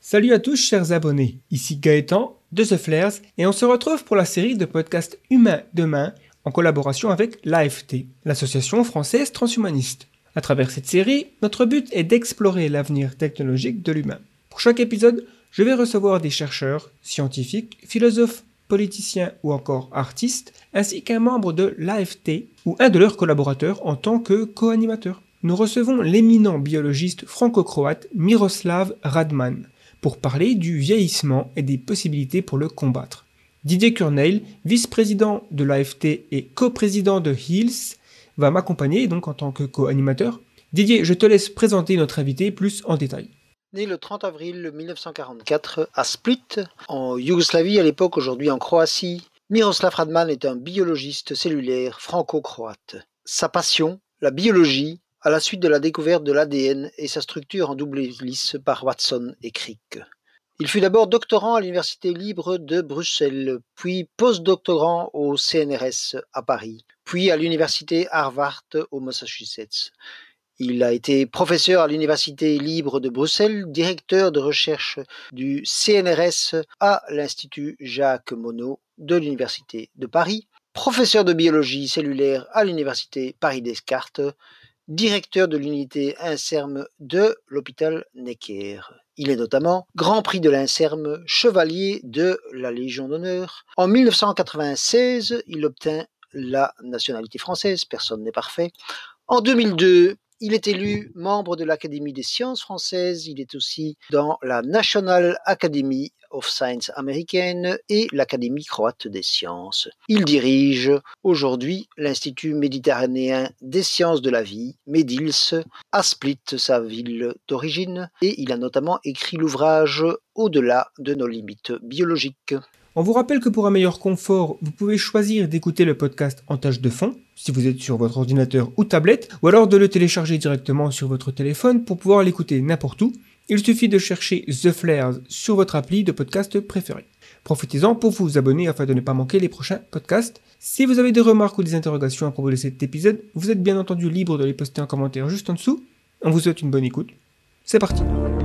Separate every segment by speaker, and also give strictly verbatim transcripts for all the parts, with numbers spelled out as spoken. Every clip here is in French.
Speaker 1: Salut à tous chers abonnés, ici Gaëtan de The Flares et on se retrouve pour la série de podcasts Humain Demain en collaboration avec l'A F T, l'association française transhumaniste. À travers cette série, notre but est d'explorer l'avenir technologique de l'humain. Pour chaque épisode, je vais recevoir des chercheurs, scientifiques, philosophes, politiciens ou encore artistes, ainsi qu'un membre de l'A F T ou un de leurs collaborateurs en tant que co-animateur. Nous recevons l'éminent biologiste franco-croate Miroslav Radman pour parler du vieillissement et des possibilités pour le combattre. Didier Curneil, vice-président de l'A F T et coprésident de Heals, va m'accompagner donc en tant que co-animateur. Didier, je te laisse présenter notre invité plus en détail.
Speaker 2: Né le trente avril mille neuf cent quarante-quatre à Split, en Yougoslavie à l'époque, aujourd'hui en Croatie, Miroslav Radman est un biologiste cellulaire franco-croate. Sa passion, la biologie, à la suite de la découverte de l'A D N et sa structure en double hélice par Watson et Crick. Il fut d'abord doctorant à l'Université libre de Bruxelles, puis post-doctorant au C N R S à Paris, puis à l'Université Harvard au Massachusetts. Il a été professeur à l'Université libre de Bruxelles, directeur de recherche du C N R S à l'Institut Jacques Monod de l'Université de Paris, professeur de biologie cellulaire à l'Université Paris-Descartes, directeur de l'unité INSERM de l'hôpital Necker. Il est notamment Grand Prix de l'INSERM, chevalier de la Légion d'honneur. En mille neuf cent quatre-vingt-seize, il obtint la nationalité française, personne n'est parfait. En deux mille deux, il est élu membre de l'Académie des sciences françaises. Il est aussi dans la National Academy of Science américaine et l'Académie croate des sciences. Il dirige aujourd'hui l'Institut méditerranéen des sciences de la vie, MEDILS, à Split, sa ville d'origine, et il a notamment écrit l'ouvrage Au-delà de nos limites biologiques.
Speaker 1: On vous rappelle que pour un meilleur confort, vous pouvez choisir d'écouter le podcast en tâche de fond, si vous êtes sur votre ordinateur ou tablette, ou alors de le télécharger directement sur votre téléphone pour pouvoir l'écouter n'importe où. Il suffit de chercher The Flares sur votre appli de podcast préféré. Profitez-en pour vous abonner afin de ne pas manquer les prochains podcasts. Si vous avez des remarques ou des interrogations à propos de cet épisode, vous êtes bien entendu libre de les poster en commentaire juste en dessous. On vous souhaite une bonne écoute. C'est parti.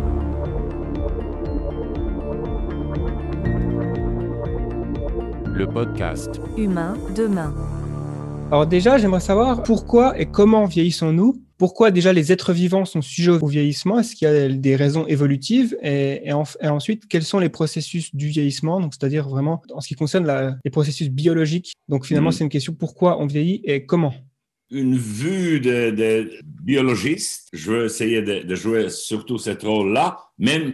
Speaker 3: Le podcast
Speaker 4: Humain Demain.
Speaker 1: Alors déjà, j'aimerais savoir pourquoi et comment vieillissons-nous? Pourquoi déjà les êtres vivants sont sujets au vieillissement? Est-ce qu'il y a des raisons évolutives? Et, et, en, et ensuite, quels sont les processus du vieillissement? Donc, c'est-à-dire vraiment en ce qui concerne la, les processus biologiques. Donc finalement, mmh. c'est une question pourquoi on vieillit et comment?
Speaker 3: Une vue de, de biologiste, je veux essayer de, de jouer surtout ce rôle-là, même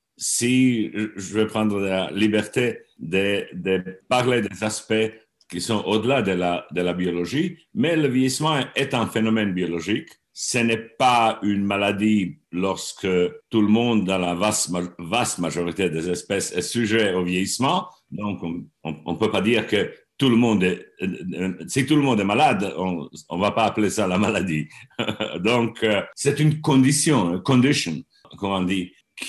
Speaker 3: si je vais prendre la liberté de, de parler des aspects qui sont au-delà de la, de la biologie, mais le vieillissement est un phénomène biologique. Ce n'est pas une maladie lorsque tout le monde, dans la vaste, vaste majorité des espèces, est sujet au vieillissement. Donc, on ne peut pas dire que tout le monde est, si tout le monde est malade, on ne va pas appeler ça la maladie. Donc, c'est une condition, une condition, comme on dit,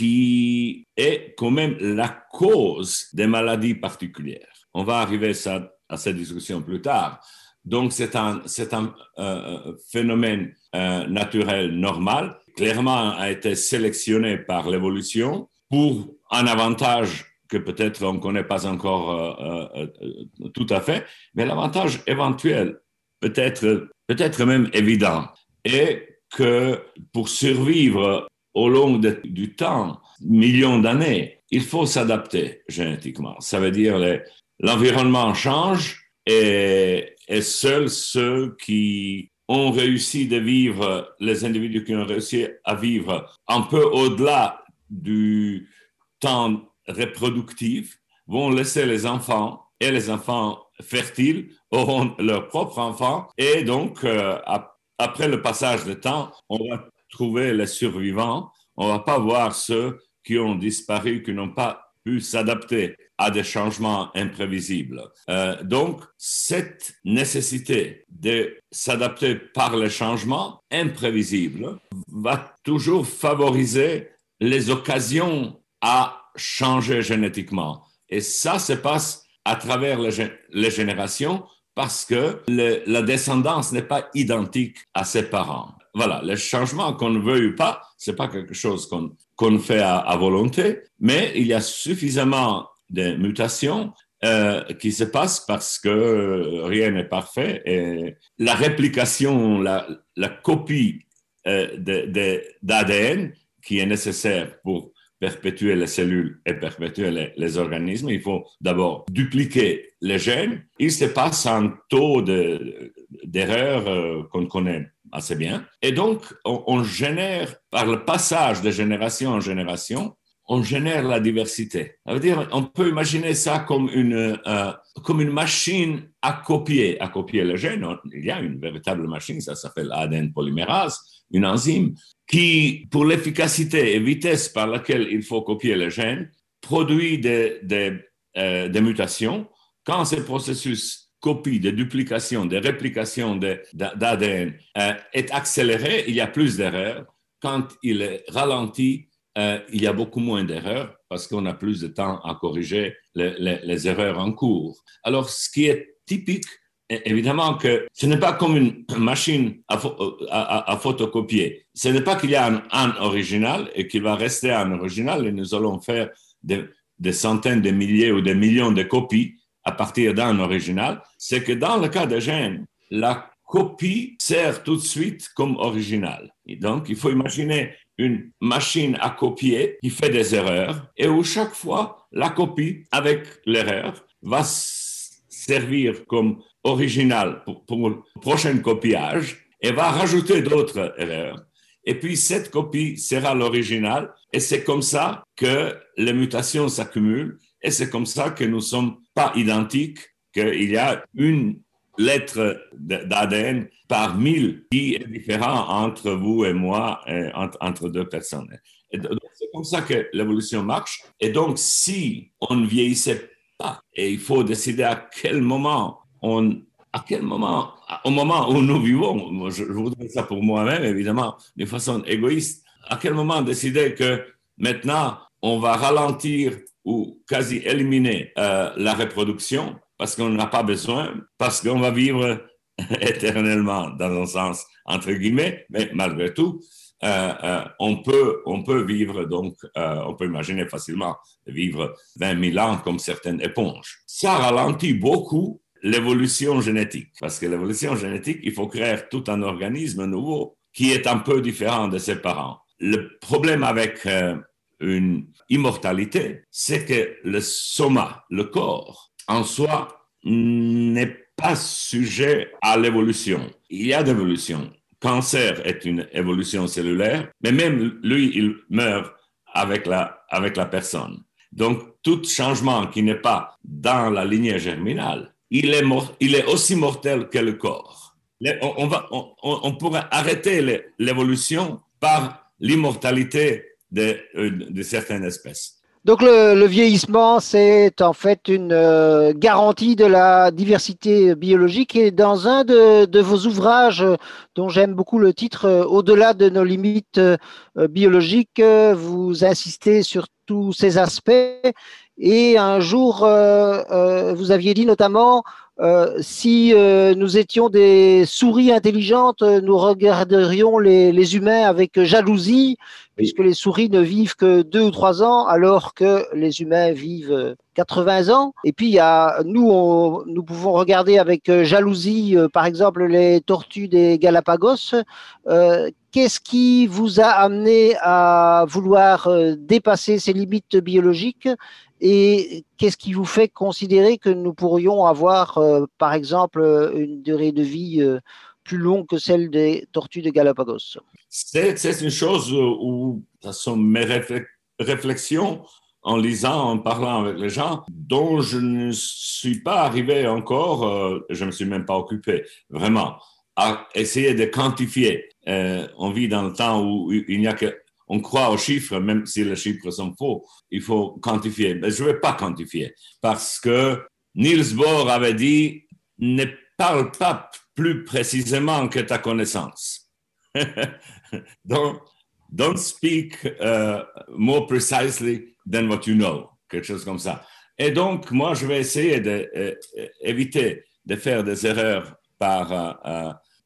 Speaker 3: qui est quand même la cause des maladies particulières. On va arriver à, ça, à cette discussion plus tard. Donc, c'est un, c'est un euh, phénomène euh, naturel normal, clairement a été sélectionné par l'évolution pour un avantage que peut-être on ne connaît pas encore euh, euh, tout à fait, mais l'avantage éventuel, peut-être, peut-être même évident, est que pour survivre au long de, du temps, millions d'années, il faut s'adapter génétiquement. Ça veut dire que l'environnement change et, et seuls ceux qui ont réussi de vivre, les individus qui ont réussi à vivre un peu au-delà du temps reproductif, vont laisser les enfants et les enfants fertiles auront leurs propres enfants et donc euh, après le passage du temps, on va trouver les survivants. On ne va pas voir ceux qui ont disparu, qui n'ont pas pu s'adapter à des changements imprévisibles. Euh, donc, cette nécessité de s'adapter par les changements imprévisibles va toujours favoriser les occasions à changer génétiquement. Et ça se passe à travers les, les générations parce que le, la descendance n'est pas identique à ses parents. voilà, le changement qu'on ne veuille ou pas, c'est pas quelque chose qu'on, qu'on fait à, à volonté, mais il y a suffisamment de mutations euh, qui se passent parce que rien n'est parfait et la réplication, la, la copie euh, de, de, d'A D N qui est nécessaire pour perpétuer les cellules et perpétuer les, les organismes, il faut d'abord dupliquer les gènes. Il se passe un taux de, d'erreur euh, qu'on connaît assez bien. Et donc, on, on génère, par le passage de génération en génération, on génère la diversité. Ça veut dire, on peut imaginer ça comme une, euh, comme une machine à copier, à copier le gène. Il y a une véritable machine, ça s'appelle A D N polymérase, une enzyme, qui, pour l'efficacité et vitesse par laquelle il faut copier le gène, produit des, des, euh, des mutations. Quand ce processus copie, de duplication, de réplication de, de, d'A D N euh, est accéléré, il y a plus d'erreurs. Quand il est ralenti, euh, il y a beaucoup moins d'erreurs parce qu'on a plus de temps à corriger les, les, les erreurs en cours. Alors, ce qui est typique, évidemment que ce n'est pas comme une machine à, à, à photocopier. Ce n'est pas qu'il y a un, un original et qu'il va rester un original et nous allons faire des, des centaines de milliers ou des millions de copies à partir d'un original. C'est que dans le cas de gènes, la copie sert tout de suite comme original. Et donc, il faut imaginer une machine à copier qui fait des erreurs et où chaque fois, la copie avec l'erreur va servir comme original pour, pour le prochain copiage et va rajouter d'autres erreurs. Et puis, cette copie sera l'original et c'est comme ça que les mutations s'accumulent et c'est comme ça que nous ne sommes pas identiques, qu'il y a une lettre d'A D N par mille qui est différent entre vous et moi, et entre, entre deux personnes. Et donc, c'est comme ça que l'évolution marche. Et donc, si on ne vieillissait pas, et il faut décider à quel moment on, à quel moment, au moment où nous vivons, je, je voudrais ça pour moi-même, évidemment, d'une façon égoïste, à quel moment décider que maintenant, on va ralentir ou quasi éliminer euh, la reproduction parce qu'on n'a pas besoin, parce qu'on va vivre éternellement, dans un sens, entre guillemets, mais malgré tout, euh, euh, on, peut, on peut vivre, donc, euh, on peut imaginer facilement vivre vingt mille ans comme certaines éponges. Ça ralentit beaucoup l'évolution génétique, parce que l'évolution génétique, il faut créer tout un organisme nouveau qui est un peu différent de ses parents. Le problème avec euh, une immortalité, c'est que le soma, le corps, en soi, n'est pas sujet à l'évolution. Il y a d'évolution. Cancer est une évolution cellulaire, mais même lui, il meurt avec la, avec la personne. Donc, tout changement qui n'est pas dans la lignée germinale, il est, mort, il est aussi mortel que le corps. On, on, va, on, on pourrait arrêter l'évolution par l'immortalité de, de certaines espèces.
Speaker 2: Donc le, le vieillissement, c'est en fait une euh, garantie de la diversité biologique. Et dans un de, de vos ouvrages, dont j'aime beaucoup le titre, euh, Au-delà de nos limites euh, biologiques, euh, vous insistez sur tous ces aspects. Et un jour, euh, euh, vous aviez dit notamment, euh, si euh, nous étions des souris intelligentes, nous regarderions les, les humains avec jalousie, puisque les souris ne vivent que deux ou trois ans, alors que les humains vivent quatre-vingts ans. Et puis, il y a, nous, on, nous pouvons regarder avec jalousie, euh, par exemple, les tortues des Galapagos. Euh, qu'est-ce qui vous a amené à vouloir euh, dépasser ces limites biologiques? Et qu'est-ce qui vous fait considérer que nous pourrions avoir, euh, par exemple, une durée de vie euh, plus longue que celle des tortues de Galapagos?
Speaker 3: C'est, c'est une chose où, ce sont mes réflexions en lisant, en parlant avec les gens, dont je ne suis pas arrivé encore, euh, je ne me suis même pas occupé, vraiment, à essayer de quantifier. Euh, on vit dans le temps où il n'y a que on croit aux chiffres, même si les chiffres sont faux, il faut quantifier. Mais je ne vais pas quantifier parce que Niels Bohr avait dit « Ne parle pas plus précisément que ta connaissance. » Donc, don't speak uh, more precisely than what you know. Quelque chose comme ça. Et donc, moi, je vais essayer d'éviter de, euh, de faire des erreurs par, euh,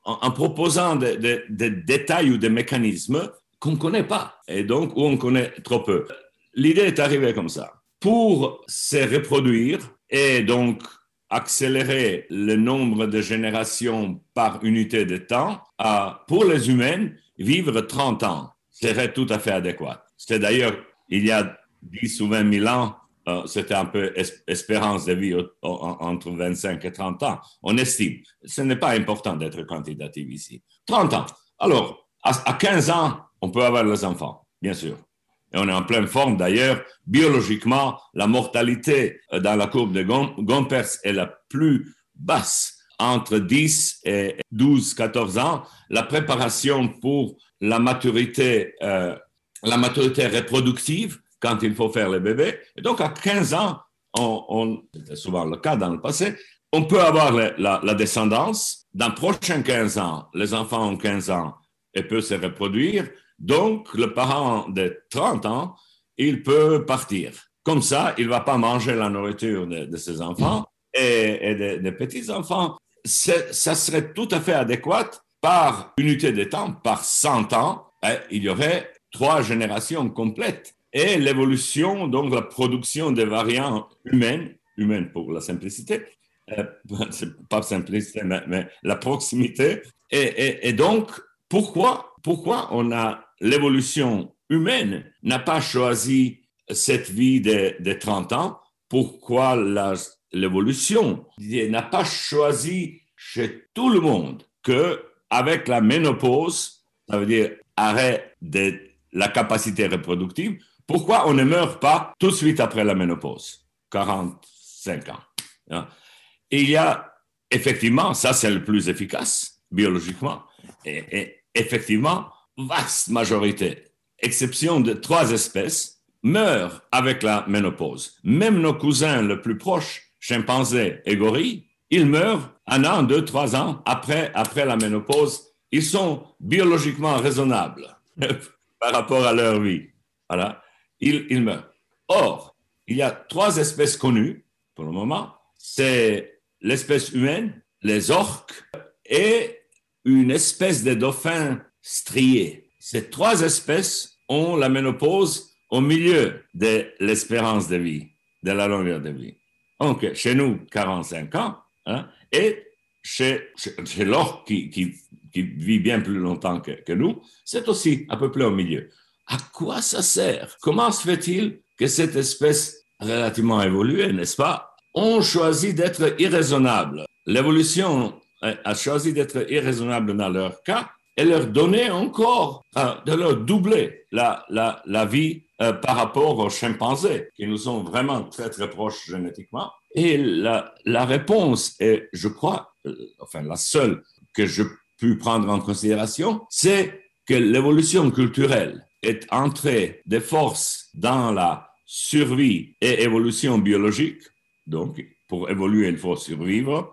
Speaker 3: en, en proposant des de, de détails ou des mécanismes qu'on ne connaît pas, et donc où on connaît trop peu. L'idée est arrivée comme ça. Pour se reproduire et donc accélérer le nombre de générations par unité de temps, à, pour les humains, vivre trente ans serait tout à fait adéquat. C'est d'ailleurs, il y a dix ou vingt mille ans, euh, c'était un peu es- espérance de vie au- au- entre vingt-cinq et trente ans. On estime. Ce n'est pas important d'être quantitatif ici. trente ans. Alors, à, à quinze ans, on peut avoir les enfants, bien sûr. Et on est en pleine forme d'ailleurs. Biologiquement, la mortalité dans la courbe de Gompers est la plus basse entre dix et douze, quatorze ans. La préparation pour la maturité, euh, la maturité reproductive, quand il faut faire les bébés. Et donc, à quinze ans, on, on, c'était souvent le cas dans le passé, on peut avoir la, la, la descendance. Dans les prochains quinze ans, les enfants ont quinze ans et peuvent se reproduire. Donc, le parent de trente ans, il peut partir. Comme ça, il ne va pas manger la nourriture de, de ses enfants et, et des de petits-enfants. C'est, ça serait tout à fait adéquat par unité de temps, par cent ans. Eh, il y aurait trois générations complètes. Et l'évolution, donc la production des variants humains, humaines pour la simplicité, euh, c'est pas simplicité, mais, mais la proximité. Et, et, et donc, pourquoi, pourquoi on a l'évolution humaine n'a pas choisi cette vie de, de trente ans? Pourquoi la, l'évolution n'a pas choisi chez tout le monde qu'avec la ménopause, ça veut dire arrêt de la capacité reproductive, pourquoi on ne meurt pas tout de suite après la ménopause? quarante-cinq ans. Et il y a effectivement, ça c'est le plus efficace biologiquement, et, et effectivement, vaste majorité, exception de trois espèces, meurent avec la ménopause. Même nos cousins les plus proches, chimpanzés et gorilles, ils meurent un an, deux, trois ans après, après la ménopause. Ils sont biologiquement raisonnables par rapport à leur vie. Voilà, ils, ils meurent. Or, il y a trois espèces connues pour le moment. C'est l'espèce humaine, les orques et une espèce de dauphin strié. Ces trois espèces ont la ménopause au milieu de l'espérance de vie, de la longueur de vie. Donc, chez nous, quarante-cinq ans, hein, et chez, chez, chez l'orque qui, qui, qui vit bien plus longtemps que, que nous, c'est aussi à peu près au milieu. À quoi ça sert? Comment se fait-il que cette espèce relativement évoluée, n'est-ce pas, ont choisi d'être irraisonnables? L'évolution a choisi d'être irraisonnable dans leur cas et leur donner encore, euh, de leur doubler la, la, la vie euh, par rapport aux chimpanzés, qui nous sont vraiment très, très proches génétiquement. Et la, la réponse est, je crois, euh, enfin la seule que je peux prendre en considération, c'est que l'évolution culturelle est entrée de force dans la survie et évolution biologique. Donc, pour évoluer, il faut survivre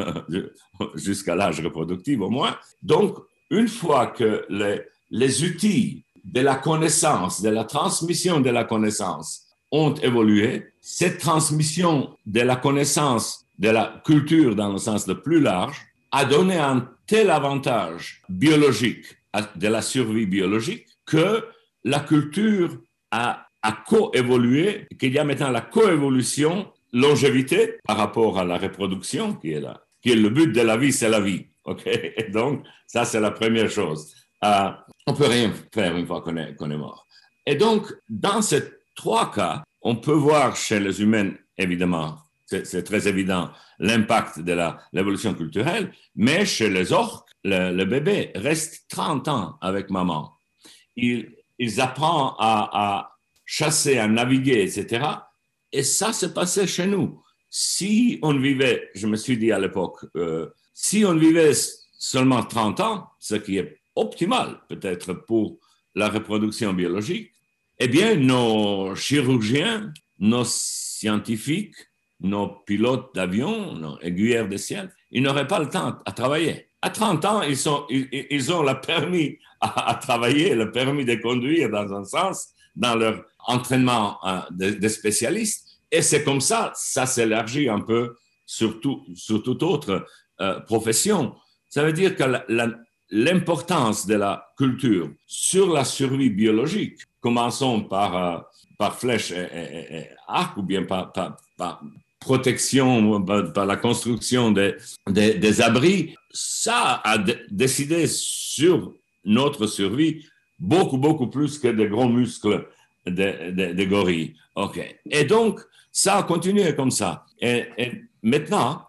Speaker 3: jusqu'à l'âge reproductif au moins. Donc, une fois que les, les outils de la connaissance, de la transmission de la connaissance ont évolué, cette transmission de la connaissance de la culture dans le sens le plus large a donné un tel avantage biologique de la survie biologique que la culture a, a coévolué, qu'il y a maintenant la coévolution, longévité par rapport à la reproduction qui est là, qui est le but de la vie, c'est la vie. Okay? Et donc, ça, c'est la première chose. Euh, on ne peut rien faire une fois qu'on est, qu'on est mort. Et donc, dans ces trois cas, on peut voir chez les humains, évidemment, c'est, c'est très évident, l'impact de la, l'évolution culturelle, mais chez les orques, le, le bébé reste trente ans avec maman. Il, ils apprennent à, à chasser, à naviguer, et cetera. Et ça se passait chez nous. Si on vivait, je me suis dit à l'époque, euh, si on vivait seulement trente ans, ce qui est optimal peut-être pour la reproduction biologique, eh bien, nos chirurgiens, nos scientifiques, nos pilotes d'avion, nos aiguilleurs de ciel, ils n'auraient pas le temps à travailler. À trente ans, ils, sont, ils, ils ont le permis à, à travailler, le permis de conduire dans un sens, dans leur entraînement euh, de, de spécialistes. Et c'est comme ça, ça s'élargit un peu sur, tout, sur toute autre euh, profession. Ça veut dire que la, la, l'importance de la culture sur la survie biologique, commençons par, euh, par flèche et, et, et arc, ou bien par, par, par protection, par, par la construction des, des, des abris, ça a d- décidé sur notre survie beaucoup, beaucoup plus que des gros muscles des de, de gorilles. OK. Et donc, ça a continué comme ça. Et, et maintenant,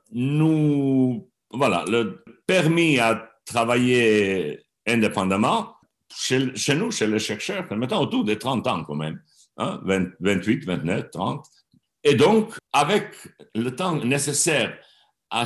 Speaker 3: nous, voilà, le permis à travailler indépendamment, chez, chez nous, chez les chercheurs, maintenant autour de trente ans quand même, hein, vingt, vingt-huit, vingt-neuf, trente. Et donc, avec le temps nécessaire à,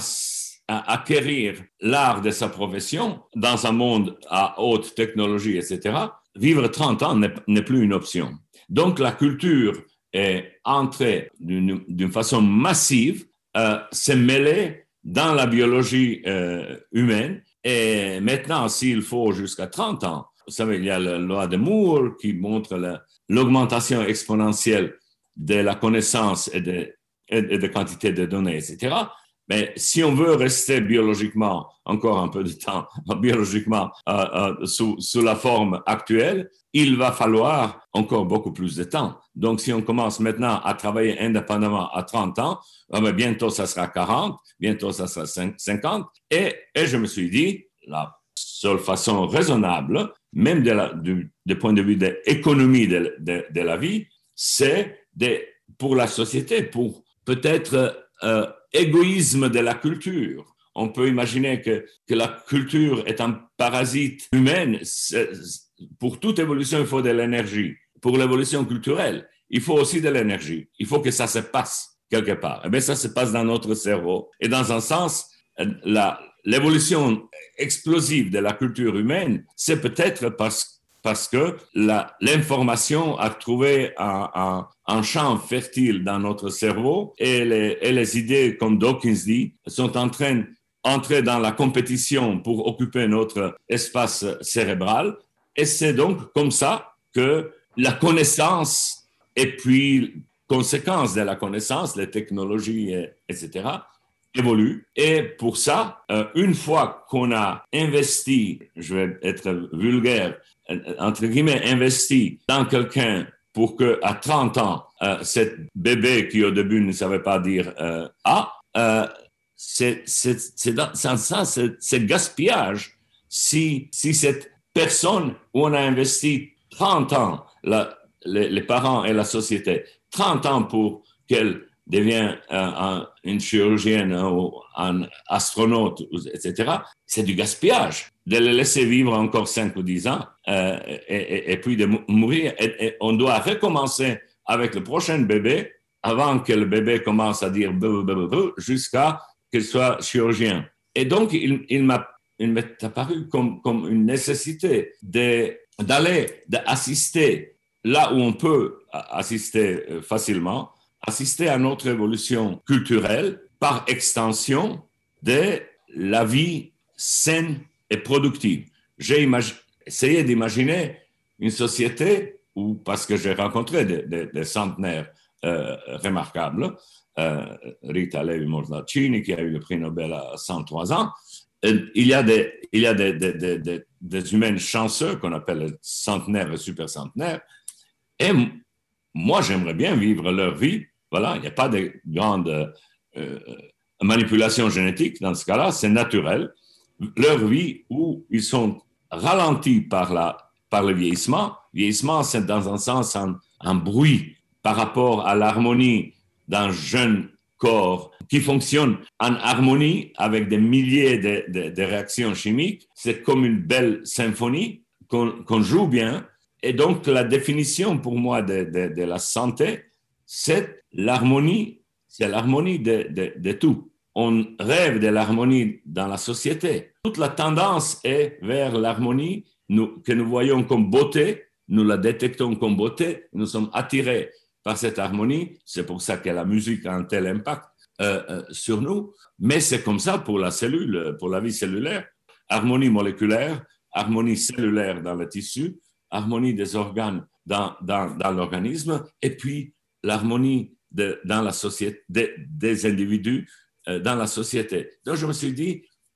Speaker 3: à acquérir l'art de sa profession dans un monde à haute technologie, et cetera, vivre trente ans n'est, n'est plus une option. Donc, la culture est entrée d'une, d'une façon massive, euh, s'est mêlée dans la biologie euh, humaine. Et maintenant, s'il faut jusqu'à trente ans, vous savez, il y a la loi de Moore qui montre la, l'augmentation exponentielle de la connaissance et de, et de quantité de données, et cetera. Mais si on veut rester biologiquement, encore un peu de temps, biologiquement euh, euh, sous, sous la forme actuelle, il va falloir encore beaucoup plus de temps. Donc, si on commence maintenant à travailler indépendamment à trente ans, eh bien, bientôt ça sera quarante, bientôt ça sera cinquante. Et, et je me suis dit, la seule façon raisonnable, même de la, du, du point de vue de l'économie de, de, de la vie, c'est de, pour la société, pour peut-être euh, égoïsme de la culture. On peut imaginer que, que la culture est un parasite humain. C'est, pour toute évolution, il faut de l'énergie. Pour l'évolution culturelle, il faut aussi de l'énergie. Il faut que ça se passe quelque part. Eh bien, ça se passe dans notre cerveau. Et dans un sens, la, l'évolution explosive de la culture humaine, c'est peut-être parce, parce que la, l'information a trouvé un, un, un champ fertile dans notre cerveau et les, et les idées, comme Dawkins dit, sont en train d'entrer dans la compétition pour occuper notre espace cérébral. Et c'est donc comme ça que la connaissance et puis conséquences de la connaissance, les technologies, et, etc., évoluent. Et pour ça, euh, une fois qu'on a investi, je vais être vulgaire, entre guillemets, investi dans quelqu'un pour qu'à trente ans, euh, cet bébé qui au début ne savait pas dire euh, « A euh, », c'est, c'est, c'est, dans, ça, c'est, c'est gaspillage si, si cette personne où on a investi trente ans, la, les, les parents et la société, trente ans pour qu'elle devienne un, un, une chirurgienne ou un astronaute, et cetera, c'est du gaspillage. De le laisser vivre encore cinq ou dix ans euh, et, et, et puis de mourir. Et, et on doit recommencer avec le prochain bébé avant que le bébé commence à dire « jusqu'à qu'il soit chirurgien ». Et donc, il, il m'a il m'est apparu comme, comme une nécessité de, d'aller, d'assister là où on peut assister facilement, assister à notre évolution culturelle par extension de la vie saine et productive. J'ai imag- essayé d'imaginer une société où, parce que j'ai rencontré des, des, des centenaires euh, remarquables, euh, Rita Levi-Montalcini qui a eu le prix Nobel à cent trois ans, il y a des, il y a des, des, des, des, des humains chanceux qu'on appelle centenaires et super centenaires. Et moi, j'aimerais bien vivre leur vie. Voilà, il n'y a pas de grande euh, manipulation génétique dans ce cas-là, c'est naturel. Leur vie où ils sont ralentis par, la, par le vieillissement. Vieillissement, c'est dans un sens un, un bruit par rapport à l'harmonie d'un jeune corps qui fonctionne en harmonie avec des milliers de, de, de réactions chimiques. C'est comme une belle symphonie qu'on, qu'on joue bien. Et donc, la définition pour moi de, de, de la santé, c'est l'harmonie, c'est l'harmonie de, de, de tout. On rêve de l'harmonie dans la société. Toute la tendance est vers l'harmonie nous, que nous voyons comme beauté, nous la détectons comme beauté, nous sommes attirés par cette harmonie. C'est pour ça que la musique a un tel impact euh, euh, sur nous. Mais c'est comme ça pour la cellule, pour la vie cellulaire. Harmonie moléculaire, harmonie cellulaire dans le tissu, harmonie des organes dans, dans, dans l'organisme, et puis l'harmonie de, dans la société, de, des individus euh, dans la société. Donc je me suis dit,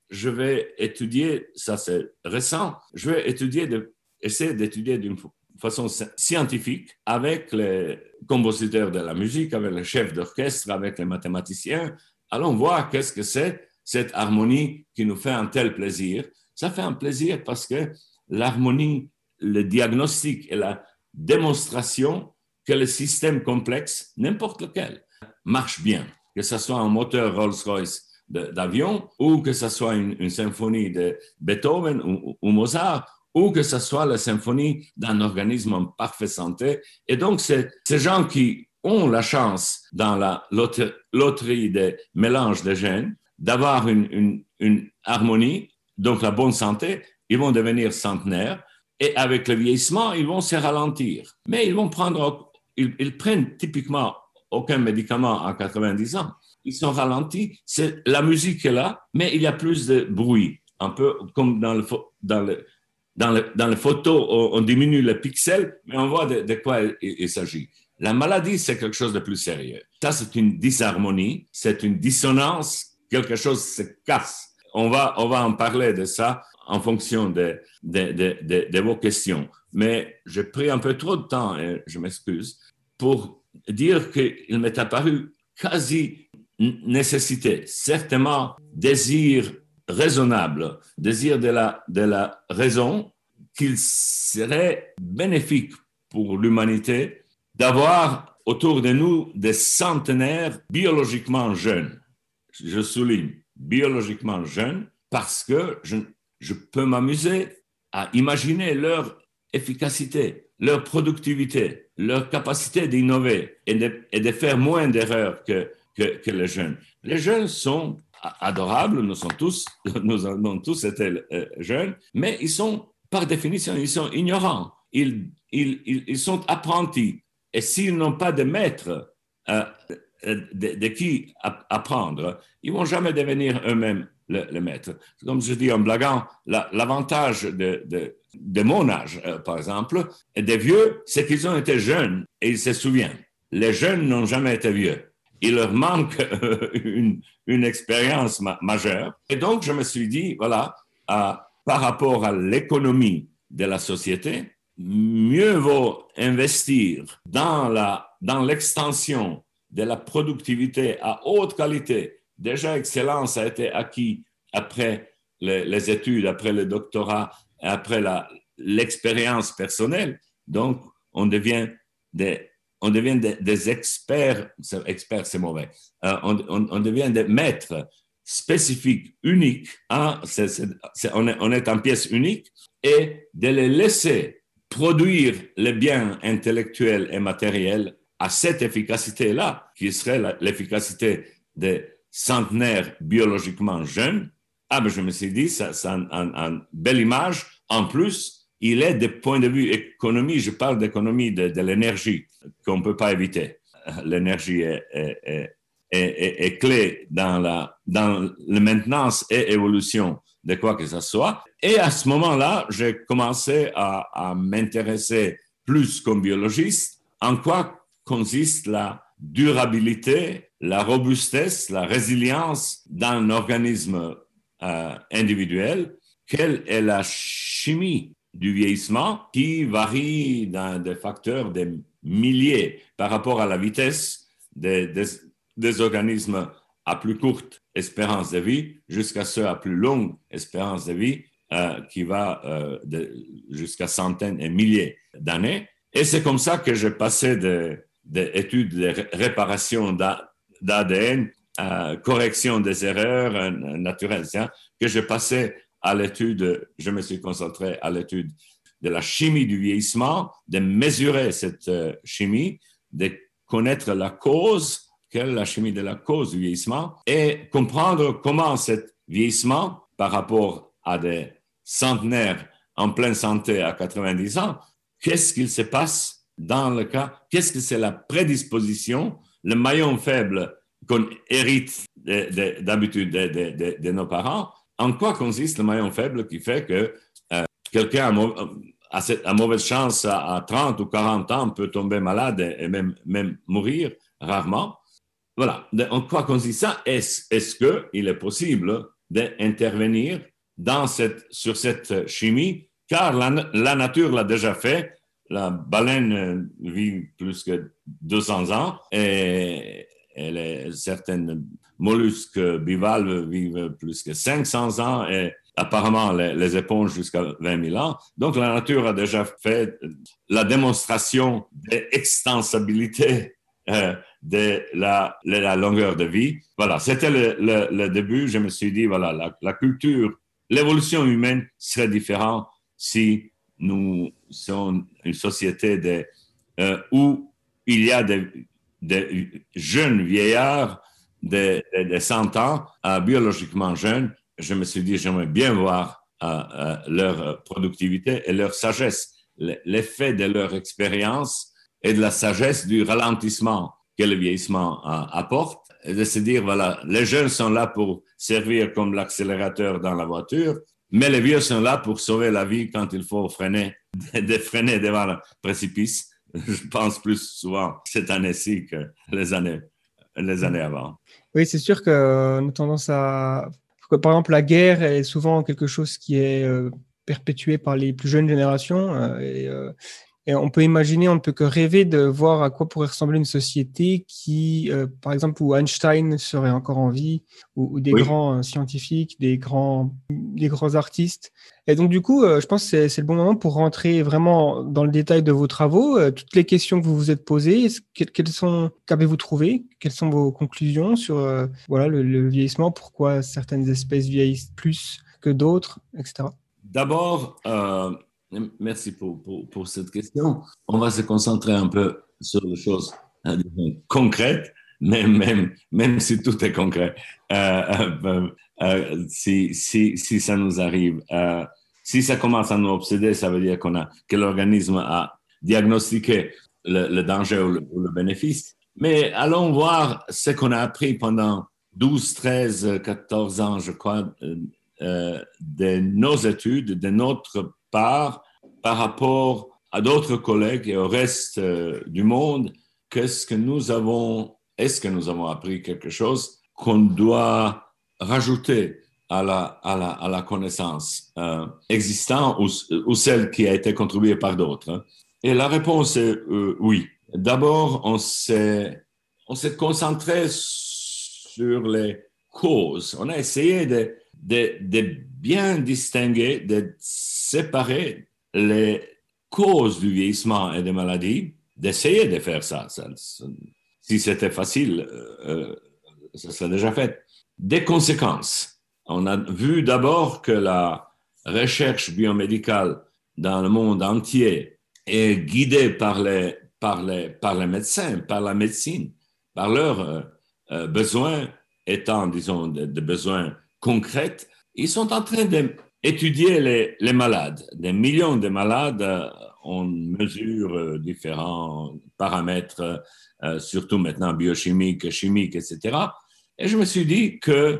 Speaker 3: je vais étudier, ça c'est récent, je vais étudier, de, essayer d'étudier d'une façon scientifique avec les compositeurs de la musique, avec les chefs d'orchestre, avec les mathématiciens. Allons voir qu'est-ce que c'est cette harmonie qui nous fait un tel plaisir. Ça fait un plaisir parce que l'harmonie, le diagnostic et la démonstration que le système complexe, n'importe lequel, marche bien. Que ce soit un moteur Rolls-Royce d'avion ou que ce soit une, une symphonie de Beethoven ou, ou Mozart ou que ce soit la symphonie d'un organisme en parfaite santé. Et donc, c'est ces gens qui ont la chance dans la loterie des mélanges de gènes d'avoir une, une, une harmonie, donc la bonne santé, ils vont devenir centenaires et avec le vieillissement, ils vont se ralentir. Mais ils vont prendre, ils, ils prennent typiquement aucun médicament à quatre-vingt-dix ans. Ils sont ralentis, c'est, la musique est là, mais il y a plus de bruit. Un peu comme dans le, dans le, dans le, dans le photo, on, on diminue les pixels, mais on voit de, de quoi il, il s'agit. La maladie, c'est quelque chose de plus sérieux. Ça, c'est une disharmonie, c'est une dissonance, quelque chose se casse. On va, on va en parler de ça en fonction de, de, de, de, de vos questions. Mais j'ai pris un peu trop de temps, et je m'excuse, pour dire qu'il m'est apparu quasi nécessité, certainement désir raisonnable, désir de la, de la raison, qu'il serait bénéfique pour l'humanité d'avoir autour de nous des centenaires biologiquement jeunes. Je souligne, biologiquement jeunes, parce que je, je peux m'amuser à imaginer leur efficacité, leur productivité, leur capacité d'innover et de, et de faire moins d'erreurs que, que, que les jeunes. Les jeunes sont adorables, nous, sommes tous, nous avons tous été jeunes, mais ils sont, par définition, ils sont ignorants. Ils, ils, ils, ils sont apprentis. Et s'ils n'ont pas de maître euh, de, de qui apprendre, ils ne vont jamais devenir eux-mêmes le, le maître. Comme je dis en blaguant, la, l'avantage de, de, de mon âge, euh, par exemple, et des vieux, c'est qu'ils ont été jeunes et ils se souviennent. Les jeunes n'ont jamais été vieux. Il leur manque euh, une, une expérience ma- majeure. Et donc, je me suis dit, voilà, euh, par rapport à l'économie de la société, mieux vaut investir dans, la, dans l'extension de la productivité à haute qualité. Déjà, excellence a été acquis après les, les études, après le doctorat, après la, l'expérience personnelle. Donc, on devient des, on devient des, des experts, experts c'est mauvais, euh, on, on, on devient des maîtres spécifiques, uniques. Hein? C'est, c'est, c'est, on, est, on est en pièce unique et de les laisser produire les biens intellectuels et matériels à cette efficacité-là, qui serait la, l'efficacité des centenaires biologiquement jeunes. Ah, ben je me suis dit, ça, c'est une un, un belle image. En plus, il est du point de vue économie, je parle d'économie de, de l'énergie, qu'on ne peut pas éviter. L'énergie est, est, est, est, est clé dans la, dans la maintenance et évolution de quoi que ce soit. Et à ce moment-là, j'ai commencé à, à m'intéresser plus comme biologiste en quoi consiste la durabilité, la robustesse, la résilience d'un organisme euh, individuel. Quelle est la chimie du vieillissement qui varie dans des facteurs de milliers par rapport à la vitesse des, des, des organismes à plus courte espérance de vie jusqu'à ceux à plus longue espérance de vie euh, qui va euh, de, jusqu'à centaines et milliers d'années. Et c'est comme ça que j'ai passé de, de études de réparation d'A D N, euh, correction des erreurs euh, naturelles, hein, que j'ai passé à l'étude, je me suis concentré à l'étude de la chimie du vieillissement, de mesurer cette euh, chimie, de connaître la cause, quelle est la chimie de la cause du vieillissement, et comprendre comment ce vieillissement, par rapport à des centenaires en pleine santé à quatre-vingt-dix ans, qu'est-ce qu'il se passe dans le cas, qu'est-ce que c'est la prédisposition, le maillon faible qu'on hérite de, de, d'habitude de, de, de, de nos parents, en quoi consiste le maillon faible qui fait que euh, quelqu'un a, mau- a, cette, a mauvaise chance à, à trente ou quarante ans peut tomber malade et, et même, même mourir rarement. Voilà. En quoi consiste ça? Est-ce, est-ce qu'il est possible d'intervenir dans cette, sur cette chimie, car la, la nature l'a déjà fait. La baleine vit plus que deux cents ans et, et les, certaines mollusques bivalves vivent plus que cinq cents ans et apparemment les, les éponges jusqu'à vingt mille ans. Donc la nature a déjà fait la démonstration de l'extensibilité euh, de la, la longueur de vie. Voilà, c'était le, le, le début. Je me suis dit, voilà, la, la culture, l'évolution humaine serait différente si nous sommes une société de, euh, où il y a des, des jeunes vieillards de, de, de cent ans, euh, biologiquement jeunes. Je me suis dit, j'aimerais bien voir euh, euh, leur productivité et leur sagesse, l'effet de leur expérience et de la sagesse du ralentissement que le vieillissement euh, apporte. Et de se dire, voilà, les jeunes sont là pour servir comme l'accélérateur dans la voiture, mais les vieux sont là pour sauver la vie quand il faut freiner, de freiner devant le précipice. Je pense plus souvent cette année-ci que les années, les années avant.
Speaker 1: Oui, c'est sûr qu'on a tendance à... Par exemple, la guerre est souvent quelque chose qui est euh, perpétué par les plus jeunes générations. Euh, et, euh, et on peut imaginer, on ne peut que rêver de voir à quoi pourrait ressembler une société qui, euh, par exemple, où Einstein serait encore en vie, ou, ou des oui. grands euh, scientifiques, des grands, des grands artistes. Et donc, du coup, euh, je pense que c'est, c'est le bon moment pour rentrer vraiment dans le détail de vos travaux. Euh, toutes les questions que vous vous êtes posées, que, quelles sont, qu'avez-vous trouvé? Quelles sont vos conclusions sur euh, voilà, le, le vieillissement? Pourquoi certaines espèces vieillissent plus que d'autres, et cetera.
Speaker 3: D'abord, euh, merci pour, pour, pour cette question. On va se concentrer un peu sur les choses euh, concrètes, mais même, même si tout est concret, euh, euh, euh, si, si, si ça nous arrive. Euh, si ça commence à nous obséder, ça veut dire qu'on a, que l'organisme a diagnostiqué le, le danger ou le, ou le bénéfice. Mais allons voir ce qu'on a appris pendant douze, treize, quatorze ans, je crois, euh, euh, de nos études, de notre part, par rapport à d'autres collègues et au reste euh, du monde. Qu'est-ce que nous avons, est-ce que nous avons appris quelque chose qu'on doit rajouter à la, à la, à la connaissance euh, existante ou, ou celle qui a été contribuée par d'autres? Hein. Et la réponse est euh, oui. D'abord, on s'est, on s'est concentré sur les causes. On a essayé de, de, de bien distinguer, de séparer les causes du vieillissement et des maladies, d'essayer de faire ça. ça, ça si c'était facile, euh, ça serait déjà fait. Des conséquences. On a vu d'abord que la recherche biomédicale dans le monde entier est guidée par les, par les, par les médecins, par la médecine, par leurs euh, euh, besoins étant, disons, des de besoins concrets. Ils sont en train d'étudier les, les malades. Des millions de malades, euh, on mesure euh, différents paramètres, euh, surtout maintenant biochimiques, chimiques, et cetera. Et je me suis dit que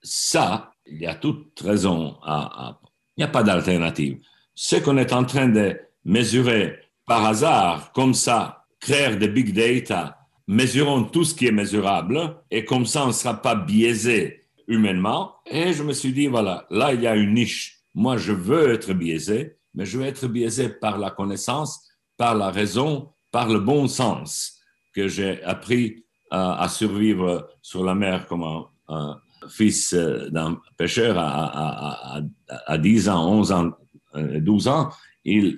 Speaker 3: ça, il y a toute raison à... à il n'y a pas d'alternative. Ce qu'on est en train de mesurer par hasard, comme ça, créer des big data, mesurons tout ce qui est mesurable, et comme ça, on ne sera pas biaisé humainement. Et je me suis dit, voilà, là, il y a une niche. Moi, je veux être biaisé, mais je veux être biaisé par la connaissance, par la raison, par le bon sens que j'ai appris euh, à survivre sur la mer comme un, un fils d'un pêcheur à, à, à, à dix ans, onze ans, douze ans. Il,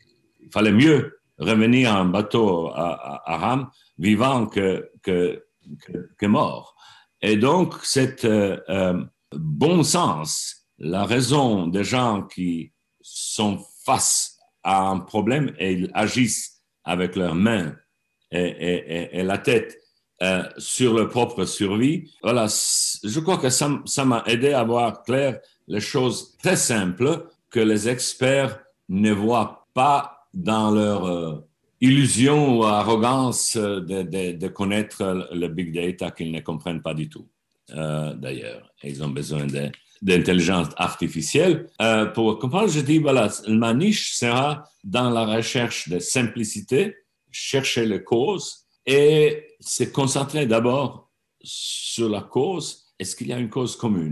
Speaker 3: il fallait mieux revenir en bateau à, à, à rame vivant que, que, que, que mort. Et donc, cet euh, euh, bon sens, la raison des gens qui sont face à un problème et ils agissent avec leurs mains et, et, et, et la tête euh, sur leur propre survie, voilà, je crois que ça, ça m'a aidé à voir clair les choses très simples que les experts ne voient pas dans leur euh, illusion ou arrogance de, de, de connaître le big data qu'ils ne comprennent pas du tout. Euh, d'ailleurs, ils ont besoin de, d'intelligence artificielle. Euh, pour comprendre, je dis, voilà, ma niche sera dans la recherche de simplicité, chercher les causes et se concentrer d'abord sur la cause. Est-ce qu'il y a une cause commune?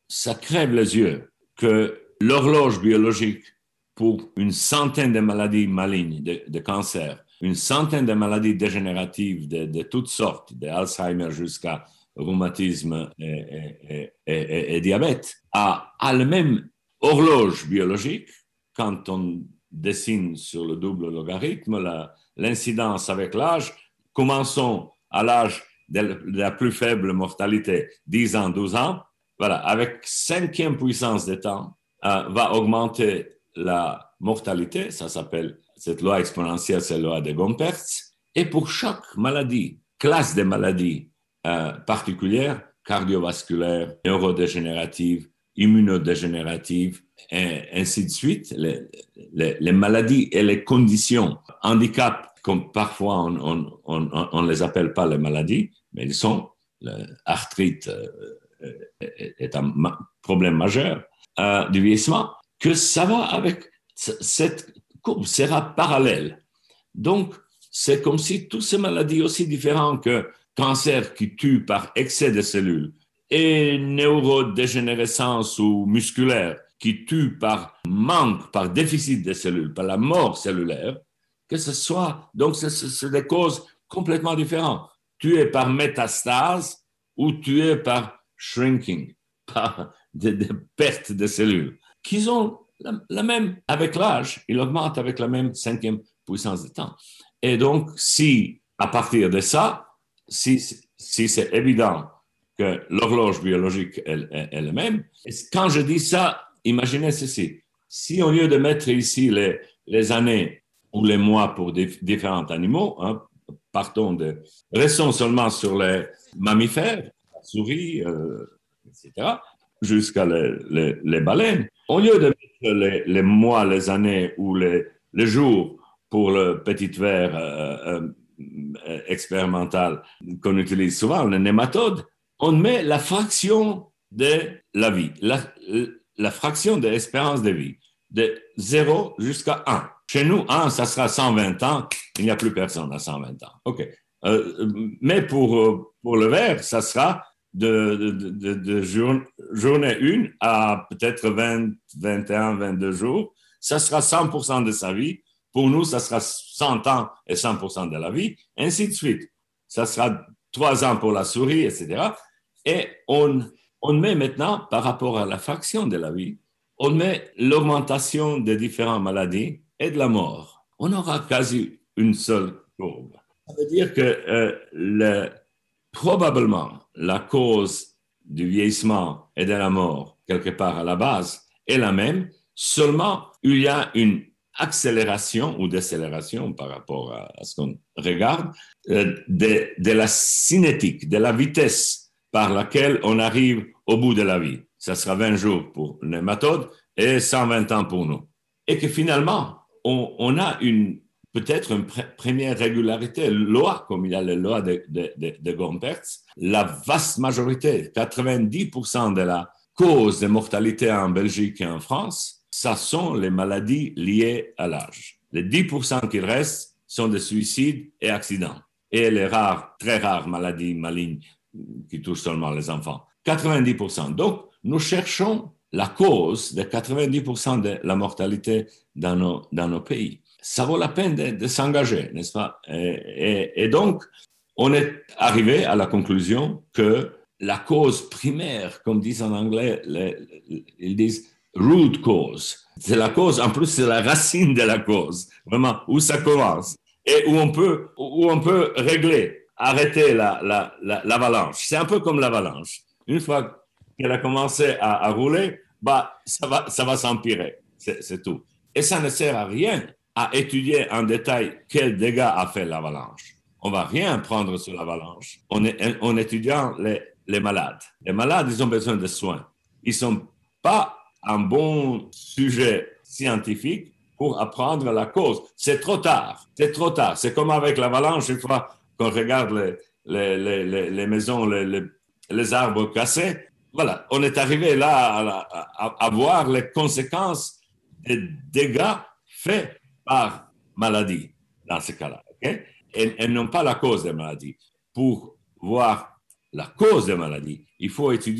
Speaker 3: ça crève les yeux que l'horloge biologique pour une centaine de maladies malignes, de, de cancers, une centaine de maladies dégénératives de, de toutes sortes, d'Alzheimer jusqu'à rhumatisme et, et, et, et, et diabète, a, a la même horloge biologique. Quand on dessine sur le double logarithme la, l'incidence avec l'âge, commençons à l'âge de la plus faible mortalité, dix ans, douze ans, voilà, avec cinquième puissance de temps, euh, va augmenter la mortalité, ça s'appelle, cette loi exponentielle, c'est la loi de Gompertz, et pour chaque maladie, classe de maladies euh, particulières, cardiovasculaires, neurodégénératives, immunodégénératives, et ainsi de suite, les, les, les maladies et les conditions, handicaps, comme parfois on ne on, on, on les appelle pas les maladies, mais ils sont, l'arthrite euh, est un ma- problème majeur euh, du vieillissement, que ça va avec cette courbe, sera parallèle. Donc, c'est comme si toutes ces maladies aussi différentes que cancer qui tue par excès de cellules et neurodégénérescence ou musculaire qui tue par manque, par déficit de cellules, par la mort cellulaire, que ce soit, donc c'est, c'est des causes complètement différentes. Tué par métastase ou tué par shrinking, par des de pertes de cellules, qui ont la, la même, avec l'âge, il augmente avec la même cinquième puissance de temps. Et donc, si, à partir de ça, si, si c'est évident que l'horloge biologique est, est, est la même, quand je dis ça, imaginez ceci. Si au lieu de mettre ici les, les années ou les mois pour des, différents animaux, hein, partons de, restons seulement sur les mammifères, la souris, euh, et cetera, jusqu'à les, les, les baleines. Au lieu de mettre les, les mois, les années ou les, les jours pour le petit ver euh, euh, expérimental qu'on utilise souvent, le nématode, on met la fraction de la vie, la, la fraction de l'espérance de vie, de zéro jusqu'à un. Chez nous, un, ça sera cent vingt ans, il n'y a plus personne à cent vingt ans. OK. Euh, mais pour, pour le ver, ça sera de, de, de, de jour, journée une à peut-être vingt, vingt et un, vingt-deux jours. Ça sera cent pour cent de sa vie. Pour nous, ça sera cent ans et cent pour cent de la vie, ainsi de suite. Ça sera trois ans pour la souris, et cetera. Et on, on met maintenant, par rapport à la fraction de la vie, on met l'augmentation des différentes maladies et de la mort. On aura quasi une seule courbe. Ça veut dire que euh, le, probablement la cause du vieillissement et de la mort, quelque part à la base, est la même, seulement il y a une accélération ou décélération par rapport à, à ce qu'on regarde, euh, de, de la cinétique, de la vitesse par laquelle on arrive au bout de la vie. Ça sera vingt jours pour le nématode et cent vingt ans pour nous. Et que finalement, on, on a une, peut-être une pr- première régularité, loi, comme il y a la loi de, de, de, de Gompertz, la vaste majorité, quatre-vingt-dix pour cent de la cause de mortalité en Belgique et en France, ça sont les maladies liées à l'âge. Les dix pour cent qui restent sont des suicides et accidents. Et les rares, très rares maladies malignes qui touchent seulement les enfants. quatre-vingt-dix pour cent. Donc, nous cherchons la cause de quatre-vingt-dix pour cent de la mortalité dans nos, dans nos pays. Ça vaut la peine de, de s'engager, n'est-ce pas? Et, et, et donc, on est arrivé à la conclusion que la cause primaire, comme disent en anglais, les, les, ils disent root cause. C'est la cause, en plus, c'est la racine de la cause, vraiment, où ça commence. Et où on peut, où on peut régler, arrêter la, la, la, l'avalanche. C'est un peu comme l'avalanche. Une fois qu'elle a commencé à, à rouler, bah, ça va, ça va s'empirer. C'est, c'est tout. Et ça ne sert à rien à étudier en détail quels dégâts a fait l'avalanche. On ne va rien prendre sur l'avalanche en, en étudiant les, les malades. Les malades, ils ont besoin de soins. Ils ne sont pas un bon sujet scientifique pour apprendre la cause. C'est trop tard. C'est trop tard. C'est comme avec l'avalanche, une fois qu'on regarde les, les, les, les maisons, les, les, les arbres cassés. Voilà, on est arrivé là à, à, à voir les conséquences des dégâts faits par maladie, dans ce cas-là. Okay? Et, et non pas la cause des maladies. Pour voir la cause des maladies, il faut étudier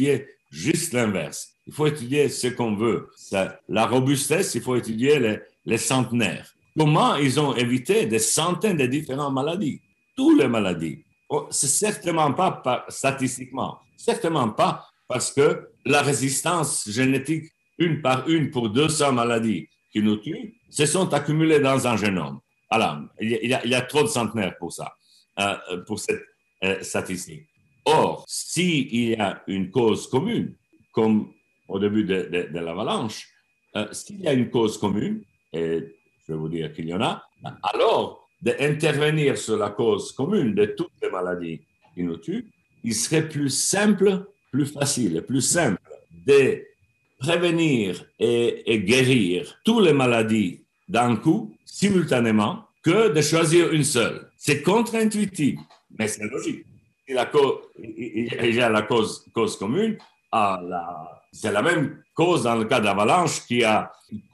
Speaker 3: juste l'inverse. Il faut étudier ce qu'on veut. Ça, la robustesse, il faut étudier les, les centenaires. Comment ils ont évité des centaines de différentes maladies, toutes les maladies. Oh, c'est certainement pas par, statistiquement, certainement pas parce que la résistance génétique, une par une pour deux cents maladies qui nous tuent, se sont accumulées dans un génome. Alors, il y a, il y a trop de centenaires pour ça, euh, pour cette euh, statistique. Or, s'il y a une cause commune, comme au début de, de, de l'avalanche, euh, s'il y a une cause commune, et je vais vous dire qu'il y en a, alors d'intervenir sur la cause commune de toutes les maladies qui nous tuent, il serait plus simple, plus facile, plus simple de prévenir et, et guérir toutes les maladies d'un coup, simultanément, que de choisir une seule. C'est contre-intuitif, mais c'est logique. Il y a la cause, il y a la cause, cause commune, ah, la, c'est la même cause dans le cas d'avalanche qui a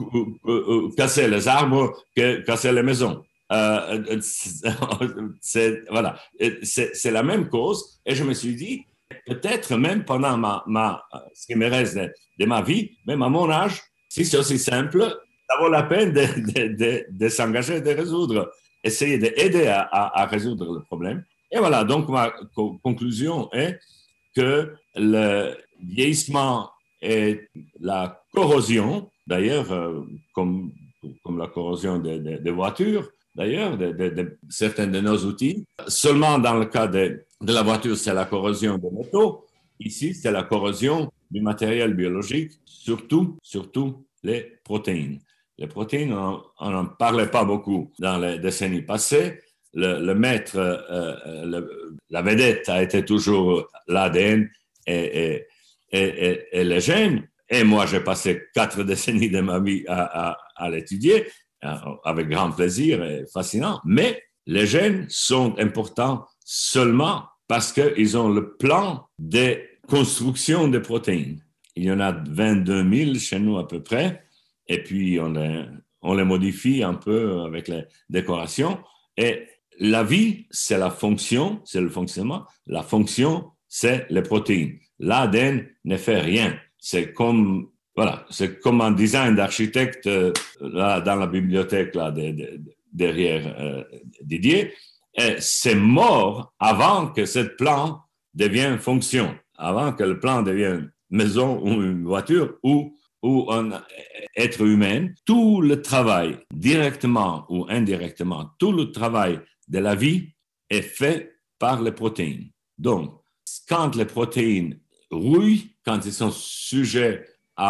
Speaker 3: cassé les arbres, que cassé les maisons. Euh, c'est, voilà, c'est, c'est la même cause. Et je me suis dit, peut-être même pendant ma, ma, ce qui me reste de, de ma vie, même à mon âge, si c'est aussi simple, ça vaut la peine de, de, de, de s'engager, de résoudre, essayer d'aider à, à, à résoudre le problème. Et voilà, donc ma co- conclusion est que le vieillissement et la corrosion, d'ailleurs, euh, comme, comme la corrosion des de, de voitures, d'ailleurs, de, de, de certains de nos outils, seulement dans le cas de, de la voiture, c'est la corrosion des métaux. Ici, c'est la corrosion du matériel biologique, surtout, surtout les protéines. Les protéines, on n'en parlait pas beaucoup dans les décennies passées. Le, le maître, euh, le, la vedette a été toujours l'A D N et, et, et, et, et les gènes. Et moi, j'ai passé quatre décennies de ma vie à, à, à l'étudier avec grand plaisir et fascinant. Mais les gènes sont importants seulement parce qu'ils ont le plan de construction des protéines. Il y en a vingt-deux mille chez nous à peu près. Et puis, on les, on les modifie un peu avec les décorations. Et la vie, c'est la fonction, c'est le fonctionnement. La fonction, c'est les protéines. L'A D N ne fait rien. C'est comme, voilà, c'est comme un design d'architecte euh, là, dans la bibliothèque là, de, de, derrière euh, Didier. Et c'est mort avant que ce plan devienne fonction, avant que le plan devienne maison ou une voiture ou ou un être humain. Tout le travail, directement ou indirectement, tout le travail de la vie est fait par les protéines. Donc, quand les protéines rouillent, quand ils sont sujets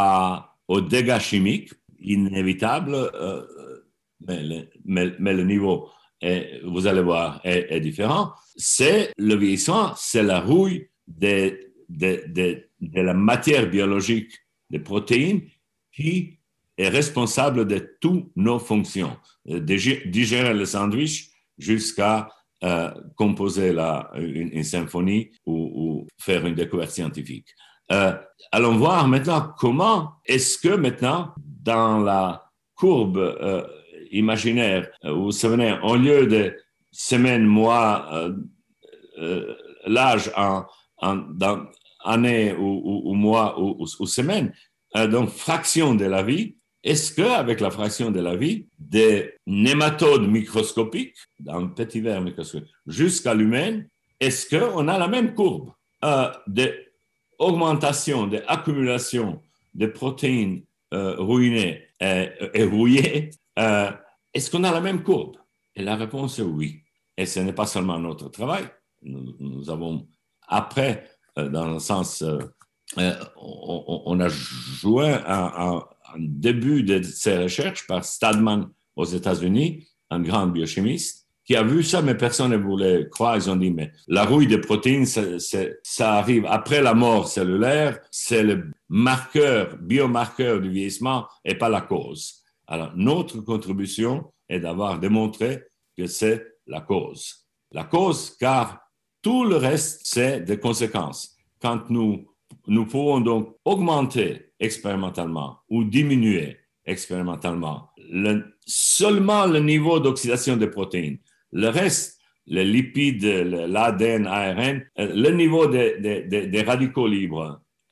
Speaker 3: à, aux dégâts chimiques inévitables, euh, mais, le, mais, mais le niveau, est, vous allez voir, est, est différent, c'est le vieillissement, c'est la rouille de, de, de, de la matière biologique des protéines qui est responsable de toutes nos fonctions, digérer le sandwich jusqu'à euh, composer la, une, une symphonie ou, ou faire une découverte scientifique. Euh, allons voir maintenant comment est-ce que maintenant, dans la courbe euh, imaginaire, vous vous souvenez, au lieu de semaine, mois, euh, euh, l'âge en, en dans, année ou, ou, ou mois ou, ou, ou semaine, euh, donc fraction de la vie, est-ce qu'avec la fraction de la vie, des nématodes microscopiques, dans le petit ver microscopique, jusqu'à l'humaine, est-ce qu'on a la même courbe euh, d'augmentation, d'accumulation de protéines euh, ruinées et, et rouillées, euh, est-ce qu'on a la même courbe? Et la réponse est oui. Et ce n'est pas seulement notre travail. Nous, nous avons, après, euh, dans le sens, euh, euh, on, on a joué un, un, un début de ces recherches par Stadman aux États-Unis, un grand biochimiste, qui a vu ça, mais personne ne voulait croire. Ils ont dit, mais la rouille des protéines, c'est, c'est, ça arrive après la mort cellulaire, c'est le marqueur, biomarqueur du vieillissement et pas la cause. Alors, notre contribution est d'avoir démontré que c'est la cause. La cause, car tout le reste, c'est des conséquences. Quand nous, nous pouvons donc augmenter expérimentalement ou diminuer expérimentalement le, seulement le niveau d'oxydation des protéines. Le reste, les lipides, l'A D N, A R N, le niveau des, des, des radicaux libres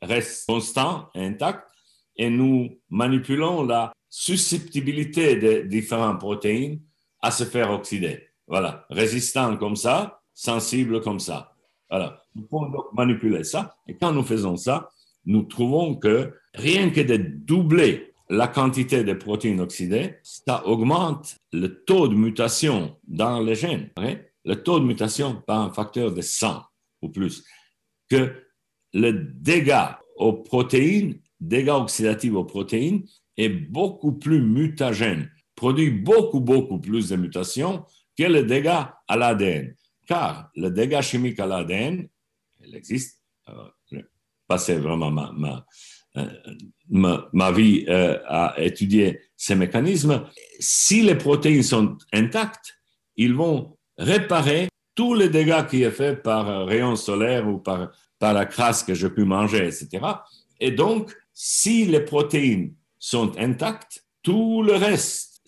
Speaker 3: reste constant et intact et nous manipulons la susceptibilité des différentes protéines à se faire oxyder. Voilà, résistant comme ça, sensible comme ça. Voilà, nous pouvons donc manipuler ça. Et quand nous faisons ça, nous trouvons que rien que de doubler la quantité de protéines oxydées, ça augmente le taux de mutation dans les gènes. Hein? Le taux de mutation par un facteur de cent ou plus. Que le dégât aux protéines, dégât oxydatif aux protéines, est beaucoup plus mutagène, produit beaucoup, beaucoup plus de mutations que le dégât à l'A D N. Car le dégât chimique à l'A D N, il existe. Euh, je passais vraiment ma, ma, euh, ma, ma vie euh, à étudier ces mécanismes. Si les protéines sont intactes, ils vont réparer tous les dégâts qui est fait par un rayon solaire ou par, par la crasse que j'ai pu manger, et cetera. Et donc, si les protéines sont intactes, tout le reste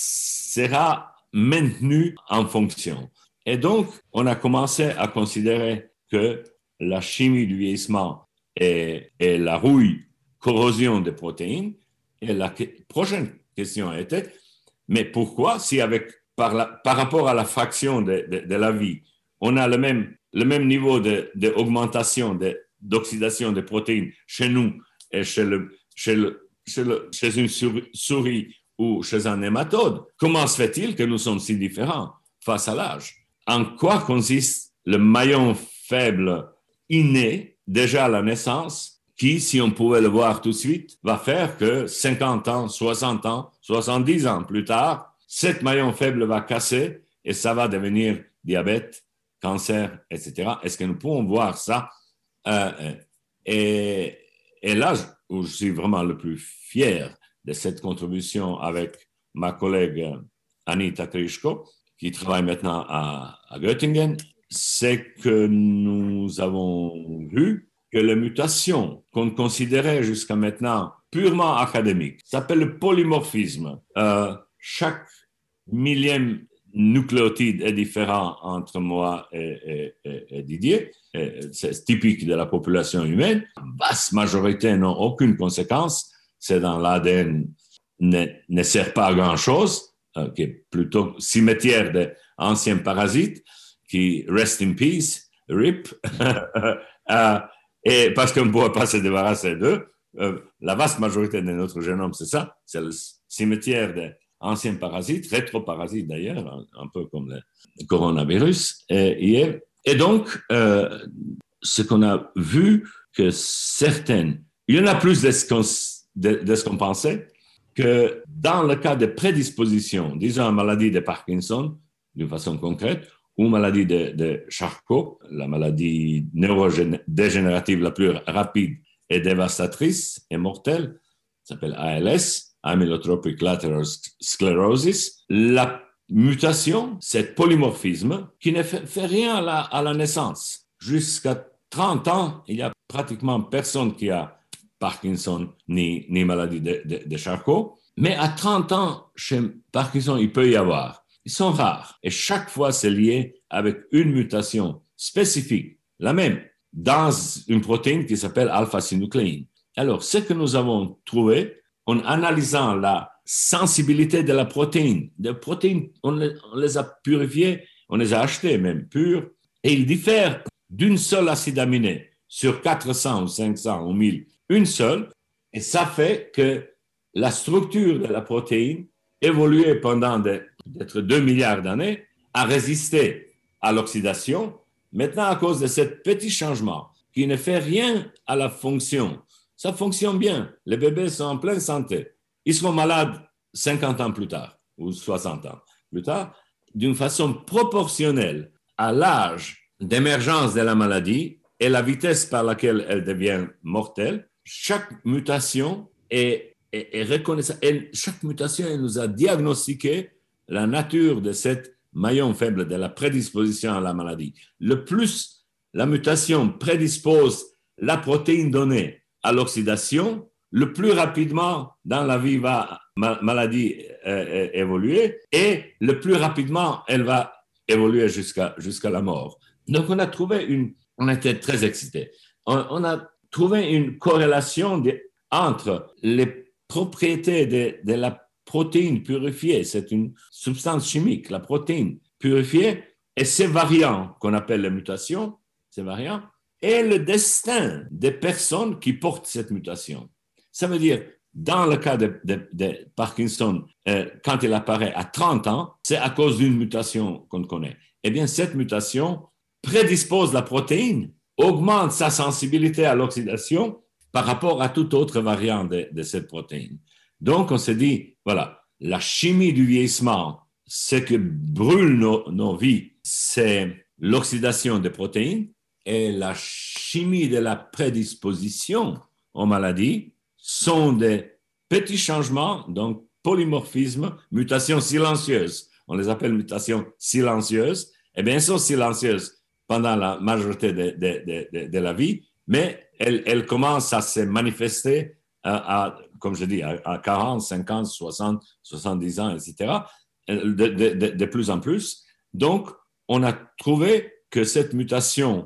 Speaker 3: sera maintenu en fonction. Et donc, on a commencé à considérer que la chimie du vieillissement et, et la rouille, corrosion des protéines. Et la que- prochaine question était, mais pourquoi, si avec, par, la, par rapport à la fraction de, de, de la vie, on a le même, le même niveau d'augmentation, de, de, d'oxydation des protéines chez nous et chez, le, chez, le, chez, le, chez une souris ou chez un nématode, comment se fait-il que nous sommes si différents face à l'âge? En quoi consiste le maillon faible inné, déjà à la naissance, qui, si on pouvait le voir tout de suite, va faire que cinquante ans, soixante ans, soixante-dix ans plus tard, cet maillon faible va casser et ça va devenir diabète, cancer, et cetera. Est-ce que nous pouvons voir ça? Euh, et, et là, où je suis vraiment le plus fier de cette contribution avec ma collègue Anita Krischko, qui travaille maintenant à, à Göttingen, c'est que nous avons vu que les mutations qu'on considérait jusqu'à maintenant purement académiques s'appellent le polymorphisme. Euh, chaque millième nucléotide est différent entre moi et, et, et, et Didier. Et c'est typique de la population humaine. La vaste majorité n'ont aucune conséquence. C'est dans l'A D N, ne, ne sert pas à grand-chose, euh, qui est plutôt cimetière d'anciens parasites, qui rest in peace, rip, euh, et parce qu'on ne pourra pas se débarrasser d'eux. Euh, la vaste majorité de notre génome, c'est ça, c'est le cimetière d'anciens parasites, rétroparasites d'ailleurs, un, un peu comme le coronavirus. Et, et, et donc, euh, ce qu'on a vu, que certaines, il y en a plus de ce qu'on, de, de ce qu'on pensait, que dans le cas de prédisposition, disons une maladie de Parkinson, d'une façon concrète, ou maladie de, de Charcot, la maladie neurodégénérative la plus rapide et dévastatrice et mortelle, s'appelle A L S, Amyotrophic Lateral Sclerosis. La mutation, c'est polymorphisme qui ne fait, fait rien à la, à la naissance. Jusqu'à trente ans, il n'y a pratiquement personne qui a Parkinson ni, ni maladie de, de, de Charcot. Mais à trente ans, chez Parkinson, il peut y avoir. Ils sont rares et chaque fois c'est lié avec une mutation spécifique, la même, dans une protéine qui s'appelle alpha-synucléine. Alors, ce que nous avons trouvé en analysant la sensibilité de la protéine, des protéines, on les, on les a purifiées, on les a achetées même pures, et ils diffèrent d'une seule acide aminé sur quatre cents ou cinq cents ou mille, une seule, et ça fait que la structure de la protéine évoluait pendant de, peut-être deux milliards d'années, a résisté à l'oxydation. Maintenant, à cause de ce petit changement qui ne fait rien à la fonction, ça fonctionne bien. Les bébés sont en pleine santé. Ils seront malades cinquante ans plus tard ou soixante ans plus tard, d'une façon proportionnelle à l'âge d'émergence de la maladie et la vitesse par laquelle elle devient mortelle. Chaque mutation est Et, et, et chaque mutation elle nous a diagnostiqué la nature de cette maillon faible de la prédisposition à la maladie. Le plus la mutation prédispose la protéine donnée à l'oxydation, le plus rapidement dans la vie va la maladie euh, évoluer et le plus rapidement elle va évoluer jusqu'à, jusqu'à la mort. Donc on a trouvé une, on était très excités. On, on a trouvé une corrélation de, entre les propriétés de, de la protéine purifiée, c'est une substance chimique, la protéine purifiée, et ces variants qu'on appelle les mutations, ces variants, et le destin des personnes qui portent cette mutation. Ça veut dire, dans le cas de, de, de Parkinson, euh, quand il apparaît à trente ans, c'est à cause d'une mutation qu'on connaît. Eh bien, cette mutation prédispose la protéine, augmente sa sensibilité à l'oxydation par rapport à toute autre variante de, de cette protéine. Donc, on s'est dit, voilà, la chimie du vieillissement, ce que brûle nos, nos vies, c'est l'oxydation des protéines, et la chimie de la prédisposition aux maladies sont des petits changements, donc polymorphisme, mutations silencieuses. On les appelle mutations silencieuses. Eh bien, elles sont silencieuses pendant la majorité de, de, de, de, de la vie, mais elles, elles commencent à se manifester à, à, comme je dis, à, à quarante, cinquante, soixante, soixante-dix ans, et cetera, de, de, de, de plus en plus. Donc, on a trouvé que cette mutation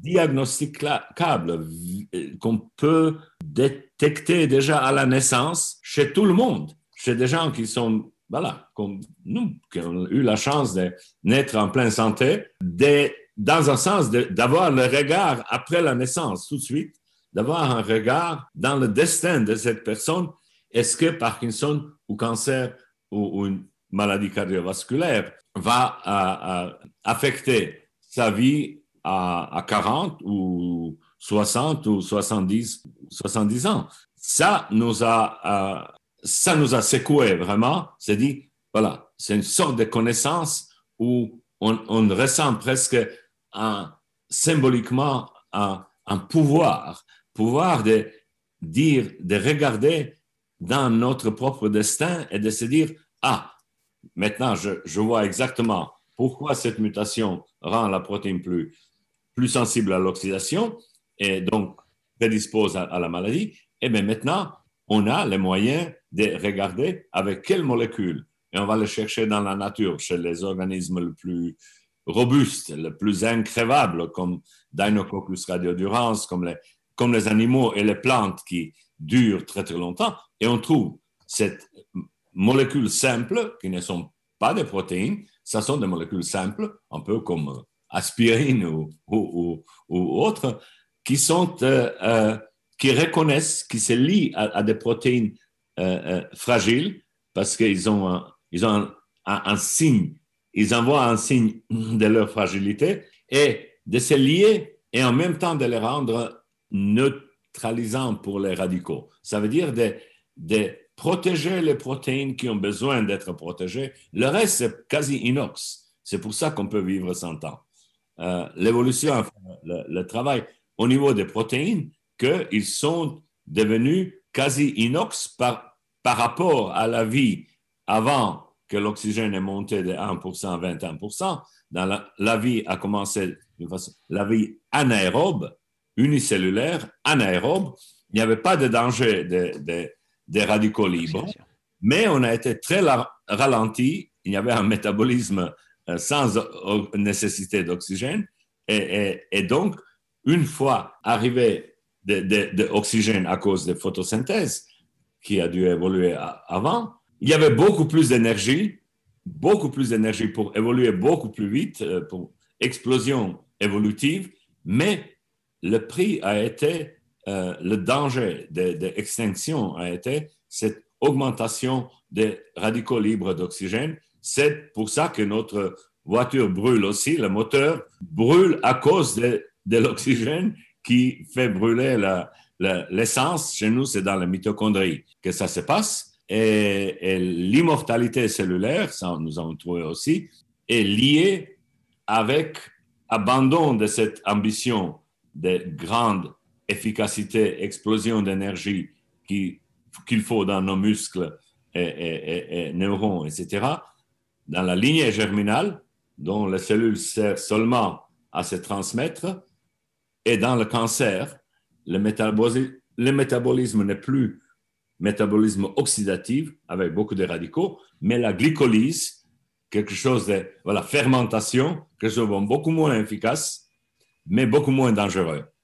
Speaker 3: diagnosticable qu'on peut détecter déjà à la naissance chez tout le monde, chez des gens qui sont, voilà, comme nous, qui ont eu la chance de naître en pleine santé, de, dans un sens de, d'avoir le regard après la naissance, tout de suite, d'avoir un regard dans le destin de cette personne. Est-ce que Parkinson ou cancer ou, ou une maladie cardiovasculaire va à, à affecter sa vie à, à quarante ou soixante ou soixante-dix, soixante-dix ans? Ça nous a, euh, ça nous a secoué vraiment. C'est dit, voilà, c'est une sorte de connaissance où on, on ressent presque un, symboliquement un, un pouvoir, pouvoir de dire, de regarder dans notre propre destin et de se dire, ah, maintenant je, je vois exactement pourquoi cette mutation rend la protéine plus, plus sensible à l'oxydation et donc prédispose à, à la maladie. Et bien maintenant, on a les moyens de regarder avec quelle molécule, et on va le chercher dans la nature, chez les organismes les plus robustes, les plus incrévables, comme Deinococcus radiodurans, comme les, comme les animaux et les plantes qui durent très très longtemps, et on trouve cette molécules simples qui ne sont pas des protéines, ça sont des molécules simples, un peu comme aspirine ou, ou, ou, ou autres, qui sont, euh, euh, qui reconnaissent, qui se lient à, à des protéines euh, euh, fragiles parce qu'ils ont, un, ils ont un, un, un signe, ils envoient un signe de leur fragilité et de se lier et en même temps de les rendre neutralisants pour les radicaux. Ça veut dire de, de protéger les protéines qui ont besoin d'être protégées. Le reste, c'est quasi inox. C'est pour ça qu'on peut vivre cent ans. Euh, l'évolution, le, le travail au niveau des protéines, qu'ils sont devenus quasi inox par, par rapport à la vie avant que l'oxygène ait monté de un pour cent à vingt et un pour cent. Dans la, la vie a commencé d'une façon, la vie anaérobe, unicellulaire, anaérobe. Il n'y avait pas de danger de, de, des radicaux libres, mais on a été très ralenti. Il y avait un métabolisme sans nécessité d'oxygène. Et, et, et donc, une fois arrivé de, de, de oxygène à cause de photosynthèse, qui a dû évoluer avant, il y avait beaucoup plus d'énergie, beaucoup plus d'énergie pour évoluer beaucoup plus vite, pour explosion évolutive, mais le prix a été, euh, le danger d'extinction de, de a été cette augmentation des radicaux libres d'oxygène. C'est pour ça que notre voiture brûle aussi, le moteur brûle à cause de, de l'oxygène qui fait brûler la, la, l'essence. Chez nous, c'est dans la mitochondrie que ça se passe. Et, et l'immortalité cellulaire, ça nous avons trouvé aussi, est liée avec abandon de cette ambition de grande efficacité, explosion d'énergie qui, qu'il faut dans nos muscles et, et, et, et neurones, et cetera, dans la lignée germinale, dont la cellule sert seulement à se transmettre, et dans le cancer, le métabolisme, le métabolisme n'est plus métabolisme oxydatif avec beaucoup de radicaux, mais la glycolyse, quelque chose de, voilà, fermentation, quelque chose de beaucoup moins efficace, mais beaucoup moins dangereux.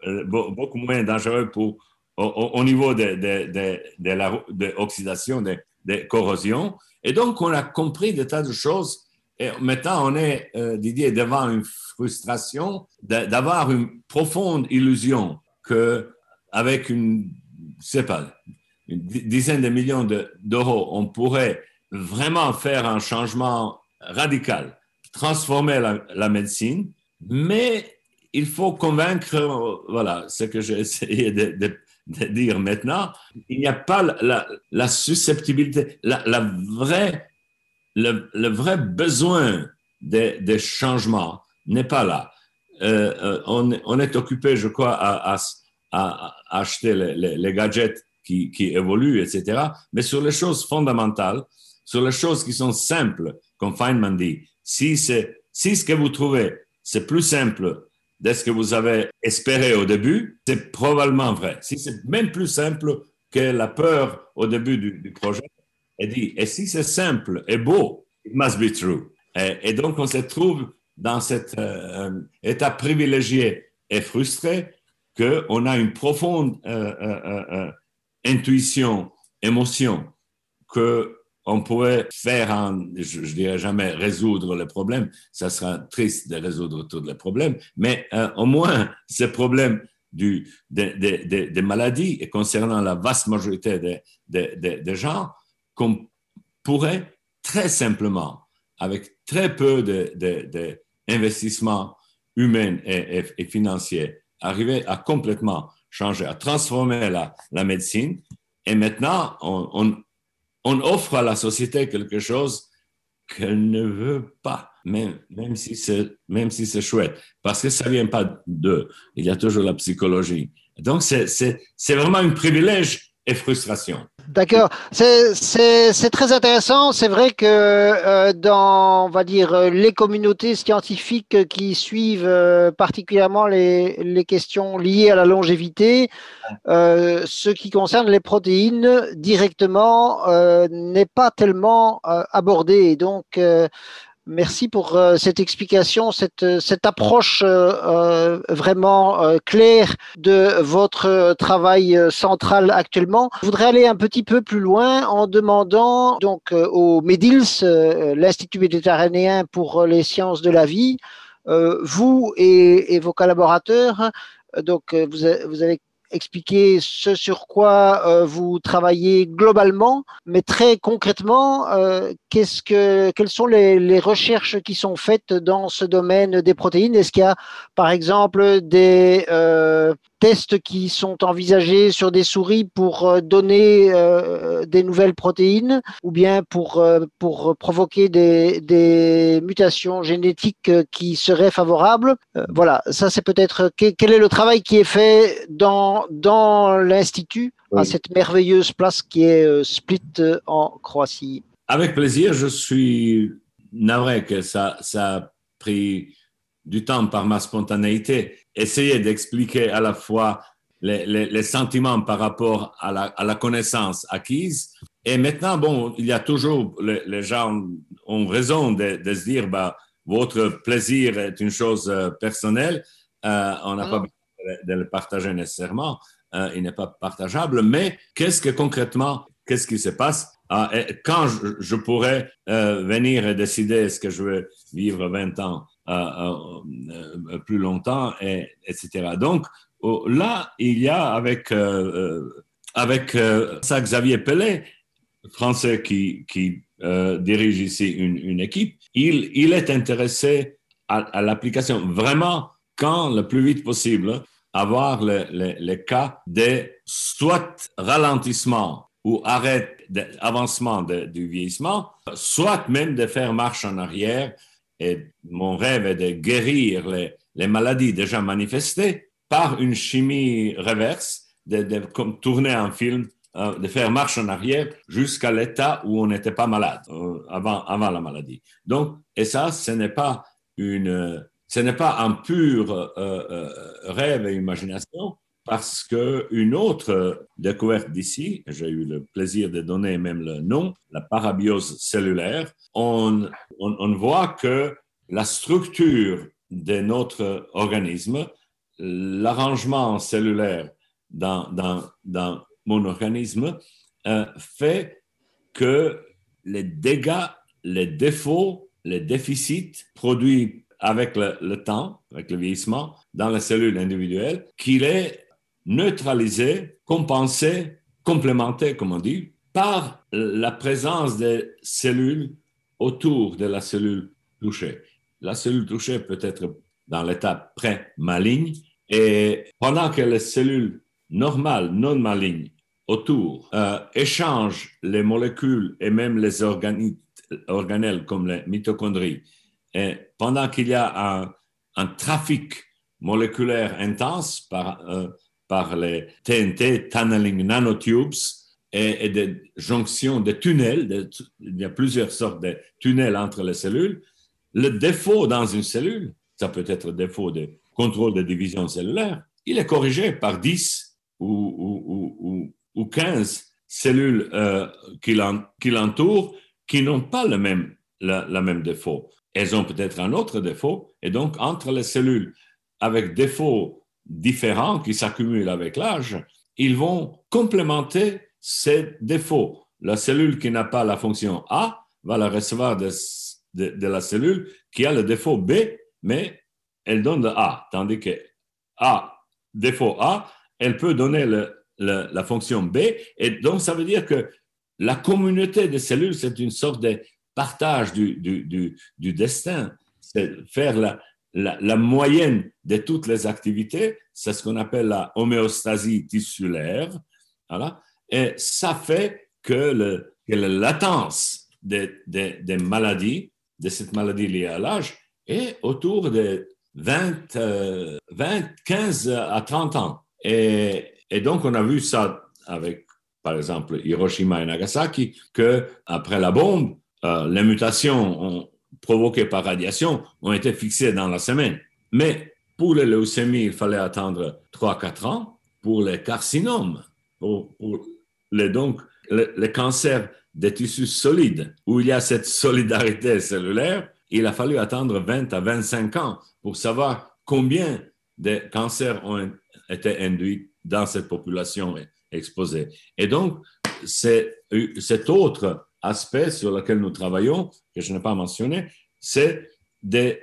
Speaker 3: euh, beaucoup moins dangereux pour, au, au niveau de, de, de, de, la, de l'oxydation, de, de corrosion. Et donc, on a compris des tas de choses. Et maintenant, on est, euh, Didier, devant une frustration d'avoir une profonde illusion qu'avec une, je sais pas, une dizaine de millions de, d'euros, on pourrait vraiment faire un changement radical, transformer la, la médecine, mais il faut convaincre, voilà, ce que j'ai essayé de, de, de dire maintenant, il n'y a pas la, la, la susceptibilité, la, la vraie, le, le vrai besoin de, de changement n'est pas là. Euh, on, on est occupé, je crois, à, à, à acheter les, les, les gadgets qui, qui évoluent, et cetera. Mais sur les choses fondamentales, sur les choses qui sont simples, comme Feynman dit, si, c'est, si ce que vous trouvez, c'est plus simple de ce que vous avez espéré au début, c'est probablement vrai. Si c'est même plus simple que la peur au début du, du projet, et dit, et si c'est simple et beau, it must be true. Et, et donc, on se trouve dans cet euh, état privilégié et frustré qu'on a une profonde euh, euh, euh, intuition, émotion, qu'on pourrait faire, en, je ne dirais jamais résoudre le problème, ça sera triste de résoudre tous les problèmes, mais euh, au moins ces problèmes du, des de, de, de maladies et concernant la vaste majorité des de, de, de gens, qu'on pourrait très simplement, avec très peu d'investissements humains et, et, et financiers, arriver à complètement changer, à transformer la, la médecine. Et maintenant, on, on, on offre à la société quelque chose qu'elle ne veut pas, même, même si c'est, même si c'est chouette, parce que ça ne vient pas d'eux. Il y a toujours la psychologie. Donc, c'est, c'est, c'est vraiment un privilège et frustration.
Speaker 2: D'accord, c'est, c'est, c'est très intéressant. C'est vrai que euh, dans, on va dire, les communautés scientifiques qui suivent euh, particulièrement les, les questions liées à la longévité, euh, ce qui concerne les protéines directement euh, n'est pas tellement euh, abordé. Et donc, euh, merci pour euh, cette explication, cette, cette approche euh, euh, vraiment euh, claire de votre travail euh, central actuellement. Je voudrais aller un petit peu plus loin en demandant donc euh, au MEDILS, euh, l'Institut méditerranéen pour les sciences de la vie, euh, vous et, et vos collaborateurs, donc euh, vous, a, vous avez expliquer ce sur quoi euh, vous travaillez globalement, mais très concrètement, euh, qu'est-ce que, quelles sont les, les recherches qui sont faites dans ce domaine des protéines? Est-ce qu'il y a, par exemple, des euh, tests qui sont envisagés sur des souris pour euh, donner euh, des nouvelles protéines ou bien pour, euh, pour provoquer des, des mutations génétiques qui seraient favorables? Euh, voilà, ça c'est peut-être quel est le travail qui est fait dans dans l'Institut, oui, à cette merveilleuse place qui est euh, Split euh, en Croatie.
Speaker 3: Avec plaisir, je suis navré que ça, ça a pris du temps par ma spontanéité. Essayer d'expliquer à la fois les, les, les sentiments par rapport à la, à la connaissance acquise. Et maintenant, bon, il y a toujours, les, les gens ont raison de, de se dire, bah, votre plaisir est une chose euh, personnelle. Euh, on n'a ah. pas besoin de le partager nécessairement, euh, il n'est pas partageable, mais qu'est-ce que concrètement, qu'est-ce qui se passe ah, quand je, je pourrais euh, venir et décider est-ce que je veux vivre vingt ans euh, euh, plus longtemps, et, etc. Donc oh, là, il y a avec, euh, avec euh, ça Xavier Pellet, français qui, qui euh, dirige ici une, une équipe, il, il est intéressé à, à l'application vraiment quand le plus vite possible, avoir le, le, le cas de soit ralentissement ou arrêt d'avancement de, du vieillissement, soit même de faire marche en arrière. Et mon rêve est de guérir les, les maladies déjà manifestées par une chimie reverse, de, de comme tourner un film, euh, de faire marche en arrière jusqu'à l'état où on n'était pas malade, euh, avant, avant la maladie. Donc, et ça, ce n'est pas une... Ce n'est pas un pur euh, euh, rêve et imagination, parce qu'une autre découverte d'ici, j'ai eu le plaisir de donner même le nom, la parabiose cellulaire, on, on, on voit que la structure de notre organisme, l'arrangement cellulaire dans, dans, dans mon organisme euh, fait que les dégâts, les défauts, les déficits produits avec le, le temps, avec le vieillissement, dans les cellules individuelles, qu'il est neutralisé, compensé, complémenté, comme on dit, par la présence des cellules autour de la cellule touchée. La cellule touchée peut être dans l'état pré-maligne et pendant que les cellules normales, non malignes, autour, euh, échangent les molécules et même les organi- organelles comme les mitochondries, et pendant qu'il y a un, un trafic moléculaire intense par, euh, par les T N T, Tunneling Nanotubes, et, et des jonctions, des tunnels, de, il y a plusieurs sortes de tunnels entre les cellules. Le défaut dans une cellule, ça peut être défaut de contrôle de division cellulaire, il est corrigé par dix ou, ou, ou, ou quinze cellules euh, qui, l'en, qui l'entourent, qui n'ont pas le même, la, la même défaut. Elles ont peut-être un autre défaut, et donc entre les cellules avec défauts différents qui s'accumulent avec l'âge, ils vont complémenter ces défauts. La cellule qui n'a pas la fonction A va la recevoir de, de, de la cellule qui a le défaut B, mais elle donne le A, tandis que A, défaut A, elle peut donner le, le, la fonction B, et donc ça veut dire que la communauté des cellules, c'est une sorte de partage du, du, du, du destin, c'est faire la, la, la moyenne de toutes les activités, c'est ce qu'on appelle la homéostasie tissulaire, voilà. Et ça fait que, le, que la latence des, des, des maladies, de cette maladie liée à l'âge, est autour de vingt, euh, vingt, quinze à trente ans. Et, et donc, on a vu ça avec, par exemple, Hiroshima et Nagasaki, qu'après la bombe, euh, les mutations ont, provoquées par radiation ont été fixées dans la semaine. Mais pour les leucémies, il fallait attendre trois à quatre ans. Pour les carcinomes, pour, pour les, donc, les, les cancers des tissus solides, où il y a cette solidarité cellulaire, il a fallu attendre vingt à vingt-cinq ans pour savoir combien de cancers ont été induits dans cette population exposée. Et donc, c'est cet autre aspect sur lequel nous travaillons, que je n'ai pas mentionné, c'est de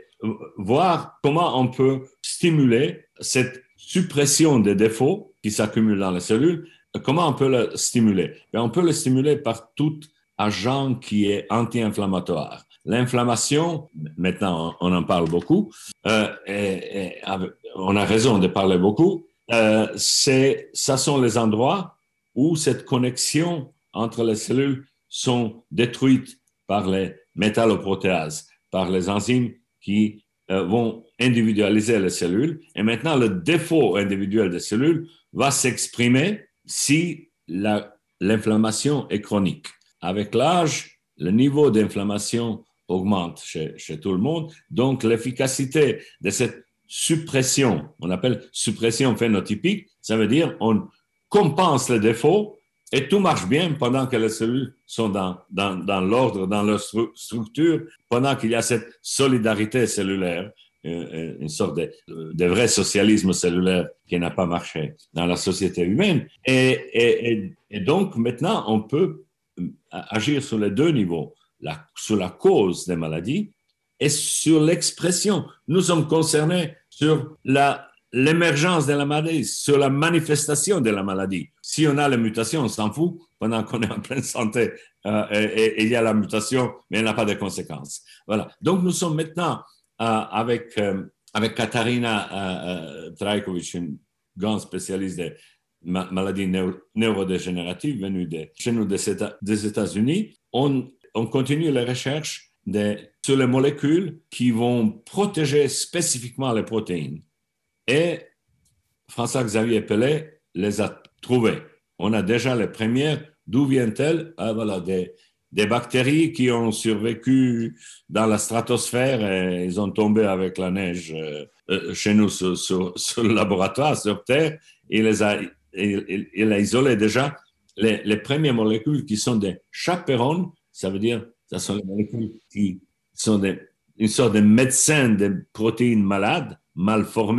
Speaker 3: voir comment on peut stimuler cette suppression des défauts qui s'accumulent dans les cellules. Comment on peut le stimuler? Bien, on peut le stimuler par tout agent qui est anti-inflammatoire. L'inflammation, maintenant on en parle beaucoup, euh, et, et, on a raison de parler beaucoup, euh, c'est, ça sont les endroits où cette connexion entre les cellules sont détruites par les métalloprotéases, par les enzymes qui euh, vont individualiser les cellules. Et maintenant, le défaut individuel des cellules va s'exprimer si la, l'inflammation est chronique. Avec l'âge, le niveau d'inflammation augmente chez, chez tout le monde. Donc, l'efficacité de cette suppression, on appelle suppression phénotypique, ça veut dire on compense les défauts et tout marche bien pendant que les cellules sont dans, dans, dans l'ordre, dans leur stru- structure, pendant qu'il y a cette solidarité cellulaire, une, une sorte de, de vrai socialisme cellulaire qui n'a pas marché dans la société humaine. Et, et, et, et donc, maintenant, on peut agir sur les deux niveaux, la, sur la cause des maladies et sur l'expression. Nous sommes concernés sur la, l'émergence de la maladie, sur la manifestation de la maladie. Si on a la mutation, on s'en fout pendant qu'on est en pleine santé euh, et il y a la mutation, mais elle n'a pas de conséquences. Voilà. Donc, nous sommes maintenant euh, avec, euh, avec Katarina euh, Trajkovic, une grande spécialiste de ma- maladies neuro- neurodégénératives venue de, chez nous des, États, des États-Unis. On, on continue les recherches de, sur les molécules qui vont protéger spécifiquement les protéines. Et François-Xavier Pellet les a trouvées. On a déjà les premières. D'où viennent-elles? Ah, voilà, des, des bactéries qui ont survécu dans la stratosphère et ils ont tombé avec la neige euh, chez nous sur, sur, sur le laboratoire, sur Terre. Il les a, il, il a isolé déjà les, les premières molécules qui sont des chaperones. Ça veut dire, ce sont les molécules qui sont des, une sorte de médecin des protéines malades, mal formées.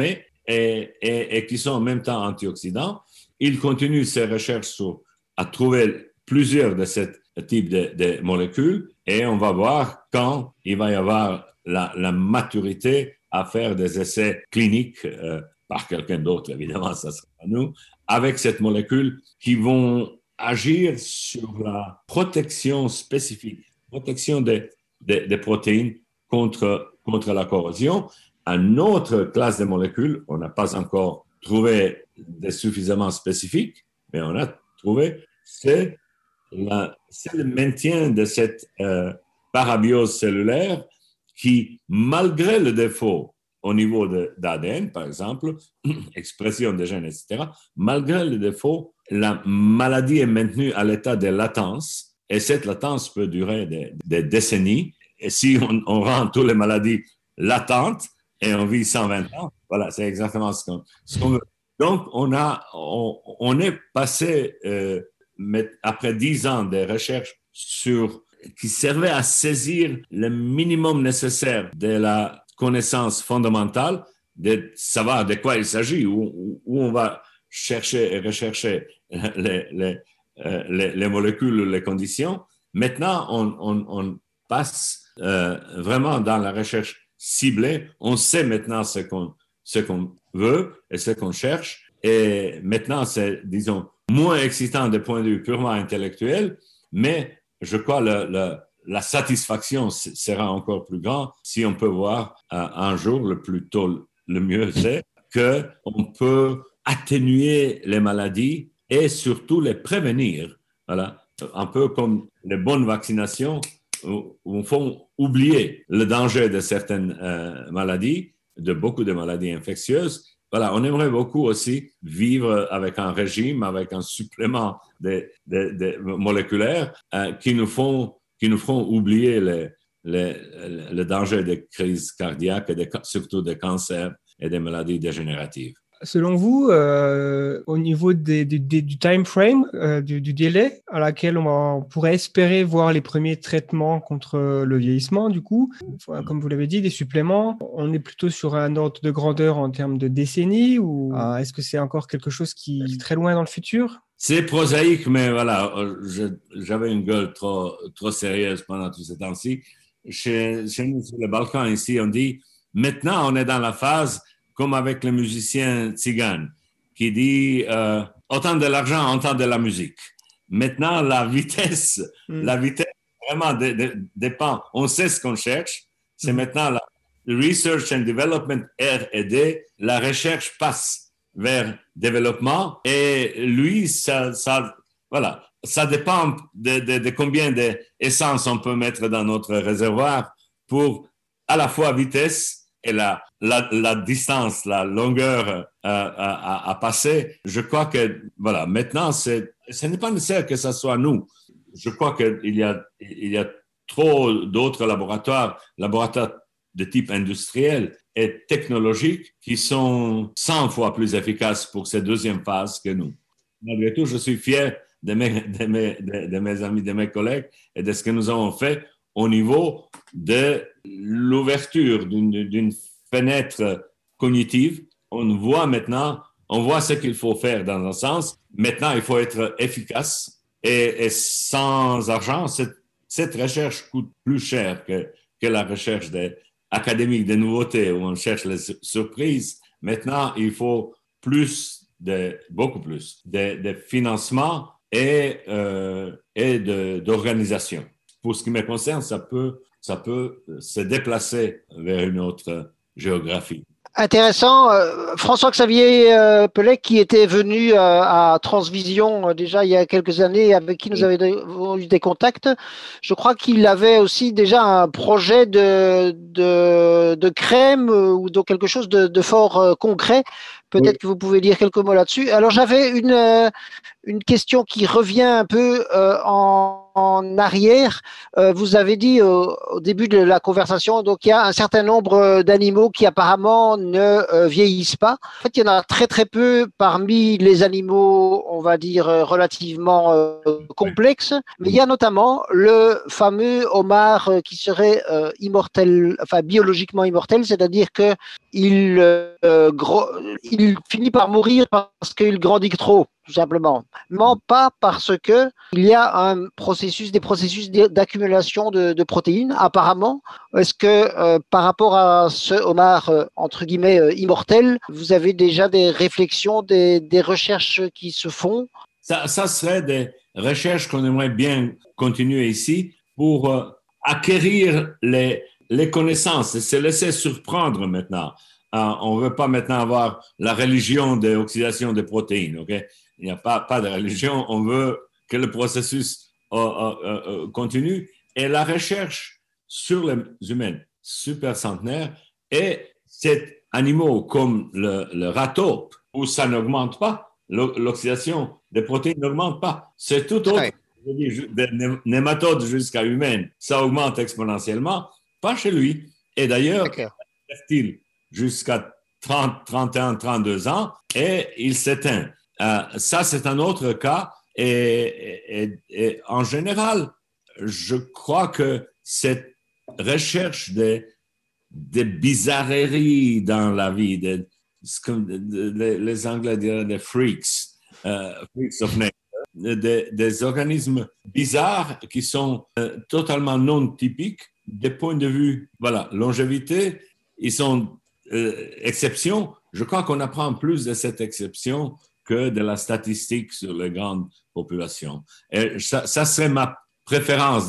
Speaker 3: et, et, et qui sont en même temps antioxydants. Il continue ses recherches sur, à trouver plusieurs de ce type de, de molécules et on va voir quand il va y avoir la, la maturité à faire des essais cliniques euh, par quelqu'un d'autre, évidemment, ça sera pas nous, avec cette molécule qui vont agir sur la protection spécifique, protection des, des, des protéines contre, contre la corrosion. Une autre classe de molécules, on n'a pas encore trouvé de suffisamment spécifiques, mais on a trouvé, c'est, la, c'est le maintien de cette euh, parabiose cellulaire qui, malgré le défaut au niveau d'A D N, par exemple, expression des gènes, et cetera, malgré le défaut, la maladie est maintenue à l'état de latence et cette latence peut durer des, des décennies. Et si on, on rend toutes les maladies latentes et on vit cent vingt ans, voilà, c'est exactement ce qu'on, ce qu'on veut. Donc, on, a, on, on est passé, euh, après dix ans de recherche sur, qui servait à saisir le minimum nécessaire de la connaissance fondamentale, de savoir de quoi il s'agit, où, où on va chercher et rechercher les, les, les, les molécules, les conditions. Maintenant, on, on, on passe euh, vraiment dans la recherche ciblée. On sait maintenant ce qu'on, ce qu'on veut et ce qu'on cherche. Et maintenant, c'est, disons, moins excitant du point de vue purement intellectuel, mais je crois le, le la satisfaction sera encore plus grande si on peut voir euh, un jour, le plus tôt, le mieux c'est, qu'on peut atténuer les maladies et surtout les prévenir. Voilà. Un peu comme les bonnes vaccinations où on faut oublier le danger de certaines euh, maladies, de beaucoup de maladies infectieuses. Voilà, on aimerait beaucoup aussi vivre avec un régime, avec un supplément de, de, de moléculaire euh, qui nous font qui nous feront oublier le, le, le danger des crises cardiaques et des, surtout des cancers et des maladies dégénératives.
Speaker 1: Selon vous, euh, au niveau des, des, des, du time frame, euh, du, du délai à laquelle on, va, on pourrait espérer voir les premiers traitements contre le vieillissement, du coup, comme vous l'avez dit, des suppléments, on est plutôt sur un ordre de grandeur en termes de décennies ou euh, est-ce que c'est encore quelque chose qui est très loin dans le futur ?
Speaker 3: C'est prosaïque, mais voilà, je, j'avais une gueule trop, trop sérieuse pendant tout ce temps-ci. Chez, chez nous, sur le Balkan, ici, on dit, maintenant, on est dans la phase comme avec le musicien tzigane, qui dit euh, autant de l'argent, autant de la musique. Maintenant, la vitesse, mm. la vitesse vraiment de, de, dépend. On sait ce qu'on cherche. C'est mm. maintenant la research and development, R et D. La recherche passe vers développement et lui, ça, ça, voilà, ça dépend de, de, de combien d'essence on peut mettre dans notre réservoir pour à la fois vitesse et la, la, la distance, la longueur euh, à, à, à passer. Je crois que, voilà, maintenant, c'est, ce n'est pas nécessaire que ce soit nous. Je crois qu'il y a, il y a trop d'autres laboratoires, laboratoires de type industriel et technologique qui sont cent fois plus efficaces pour cette deuxième phase que nous. Malgré tout, je suis fier de mes, de mes, de, de mes amis, de mes collègues et de ce que nous avons fait au niveau de l'ouverture d'une, d'une fenêtre cognitive. On voit maintenant, on voit ce qu'il faut faire dans un sens. Maintenant, il faut être efficace et, et sans argent, cette, cette recherche coûte plus cher que, que la recherche des académique de nouveautés où on cherche les surprises. Maintenant, il faut plus, de, beaucoup plus, de, de financement et, euh, et de, d'organisation. Pour ce qui me concerne, ça peut, ça peut se déplacer vers une autre géographie.
Speaker 2: Intéressant. Euh, François-Xavier euh, Pellet, qui était venu euh, à Transvision euh, déjà il y a quelques années, avec qui nous avions eu des contacts, je crois qu'il avait aussi déjà un projet de, de, de crème euh, ou de quelque chose de, de fort euh, concret. Peut-être oui. que vous pouvez dire quelques mots là-dessus. Alors, j'avais une, euh, une question qui revient un peu euh, en, en arrière, euh, vous avez dit euh, au début de la conversation, donc il y a un certain nombre d'animaux qui apparemment ne euh, vieillissent pas. En fait, il y en a très très peu parmi les animaux, on va dire, relativement euh, complexes, mais il y a notamment le fameux homard qui serait euh, immortel, enfin biologiquement immortel, c'est-à-dire que il, euh, gro- il finit par mourir parce qu'il grandit trop, tout simplement. Non pas parce que il y a un processus, des processus d'accumulation de, de protéines, apparemment. Est-ce que euh, par rapport à ce homard, euh, entre guillemets, euh, immortel, vous avez déjà des réflexions, des, des recherches qui se font?
Speaker 3: Ça, ça serait des recherches qu'on aimerait bien continuer ici pour euh, acquérir les, les connaissances et se laisser surprendre maintenant. Euh, on ne veut pas maintenant avoir la religion de l'oxydation des protéines. Okay? Il n'y a pas, pas de religion. On veut que le processus euh, euh, euh, continue. Et la recherche sur les humains super centenaires et ces animaux comme le, le ratope, où ça n'augmente pas, l'oxydation des protéines n'augmente pas. C'est tout autre. Ouais. Je dis, des nématodes jusqu'à humaines, ça augmente exponentiellement, pas chez lui. Et d'ailleurs, il jusqu'à trente, trente et un, trente-deux ans et il s'éteint. Euh, ça, c'est un autre cas. Et, et, et en général, je crois que cette recherche des, des bizarreries dans la vie, des, les, les Anglais diraient des freaks, euh, freaks of nature, des, des organismes bizarres qui sont euh, totalement non typiques des points de vue, voilà, longévité, ils sont euh, exceptions. Je crois qu'on apprend plus de cette exception que de la statistique sur les grandes populations. Et ça, ça serait ma préférence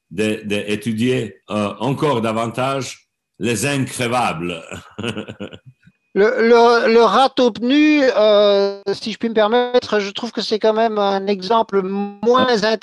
Speaker 3: d'étudier euh, encore davantage les incrévables.
Speaker 2: Le, le, le ratopnu, euh, si je puis me permettre, je trouve que c'est quand même un exemple moins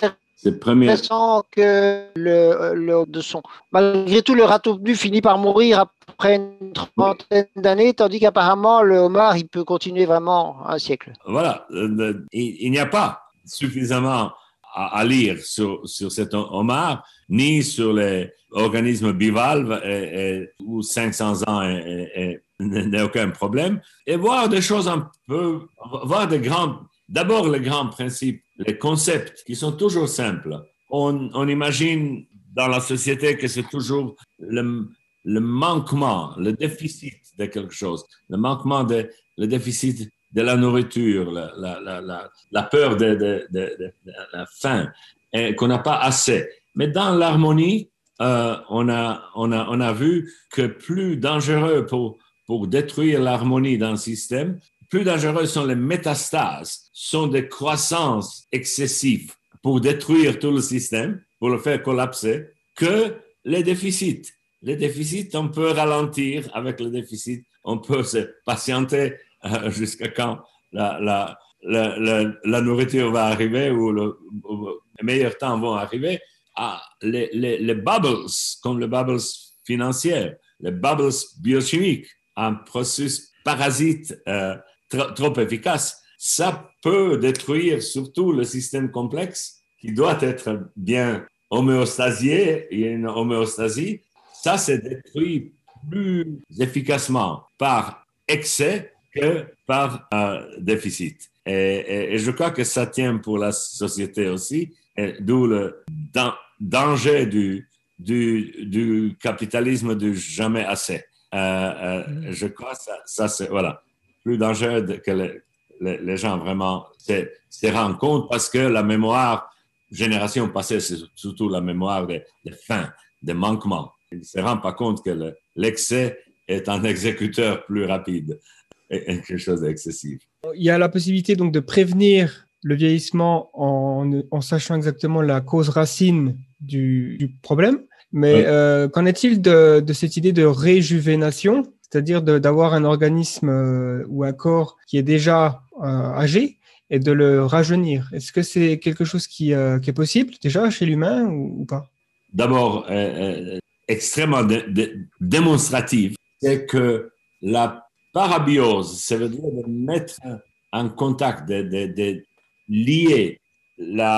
Speaker 2: intéressant que le, le de son. Malgré tout, le ratopnu finit par mourir après une trentaine d'années, tandis qu'apparemment, le homard, il peut continuer vraiment un siècle.
Speaker 3: Voilà, il, il n'y a pas suffisamment à, à lire sur, sur cet homard, ni sur les organismes bivalves et, et, où cinq cents ans et, et, n'est aucun problème, et voir des choses un peu, voir des grands, d'abord les grands principes, les concepts qui sont toujours simples. On, on imagine dans la société que c'est toujours le, le manquement, le déficit de quelque chose, le manquement, de, le déficit de la nourriture, la, la, la, la, la peur de, de, de, de, de la faim, et qu'on n'a pas assez. Mais dans l'harmonie, euh, on, a, on, a, on a vu que plus dangereux pour pour détruire l'harmonie d'un système, plus dangereux sont les métastases, sont des croissances excessives pour détruire tout le système, pour le faire collapser, que les déficits. Les déficits, on peut ralentir avec le déficit, on peut se patienter euh, jusqu'à quand la, la, la, la, la nourriture va arriver ou le, ou les meilleurs temps vont arriver. Ah, les, les, les bubbles, comme les bubbles financiers, les bubbles biochimiques, un processus parasite euh, trop, trop efficace, ça peut détruire surtout le système complexe qui doit être bien homéostasié. Il y a une homéostasie. Ça se détruit plus efficacement par excès que par euh, déficit. Et, et, et je crois que ça tient pour la société aussi, d'où le dan- danger du, du, du capitalisme du jamais assez. Euh, euh, mmh. Je crois que ça, ça c'est voilà, plus dangereux que les, les, les gens vraiment se, se rendent compte parce que la mémoire, génération passée, c'est surtout la mémoire des, des faim, des manquements. Ils ne se rendent pas compte que le, l'excès est un exécuteur plus rapide et, et quelque chose d'excessif.
Speaker 1: Il y a la possibilité donc de prévenir le vieillissement en, en sachant exactement la cause racine du, du problème. Mais oui. euh, qu'en est-il de, de cette idée de réjuvénation, c'est-à-dire de, d'avoir un organisme euh, ou un corps qui est déjà euh, âgé et de le rajeunir? Est-ce que c'est quelque chose qui, euh, qui est possible déjà chez l'humain ou, ou pas?
Speaker 3: D'abord, euh, euh, extrêmement dé- dé- démonstratif, c'est que la parabiose, ça veut dire de mettre en contact, de, de, de lier la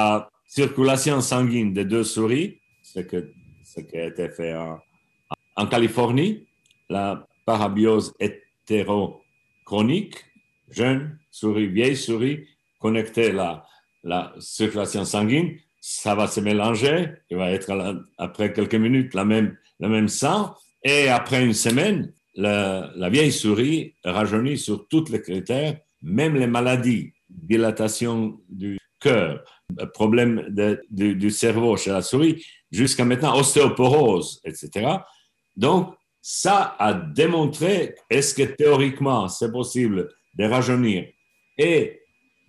Speaker 3: circulation sanguine des deux souris, ce, que, ce qui a été fait en, en Californie, la parabiose hétérochronique, jeune souris, vieille souris, connectée à la, la circulation sanguine, ça va se mélanger, il va être là, après quelques minutes la même, le même sang, et après une semaine, la, la vieille souris rajeunit sur tous les critères, même les maladies, dilatation du cœur, problème de, de, du cerveau chez la souris, jusqu'à maintenant ostéoporose, et cetera. Donc, ça a démontré, est-ce que théoriquement c'est possible de rajeunir et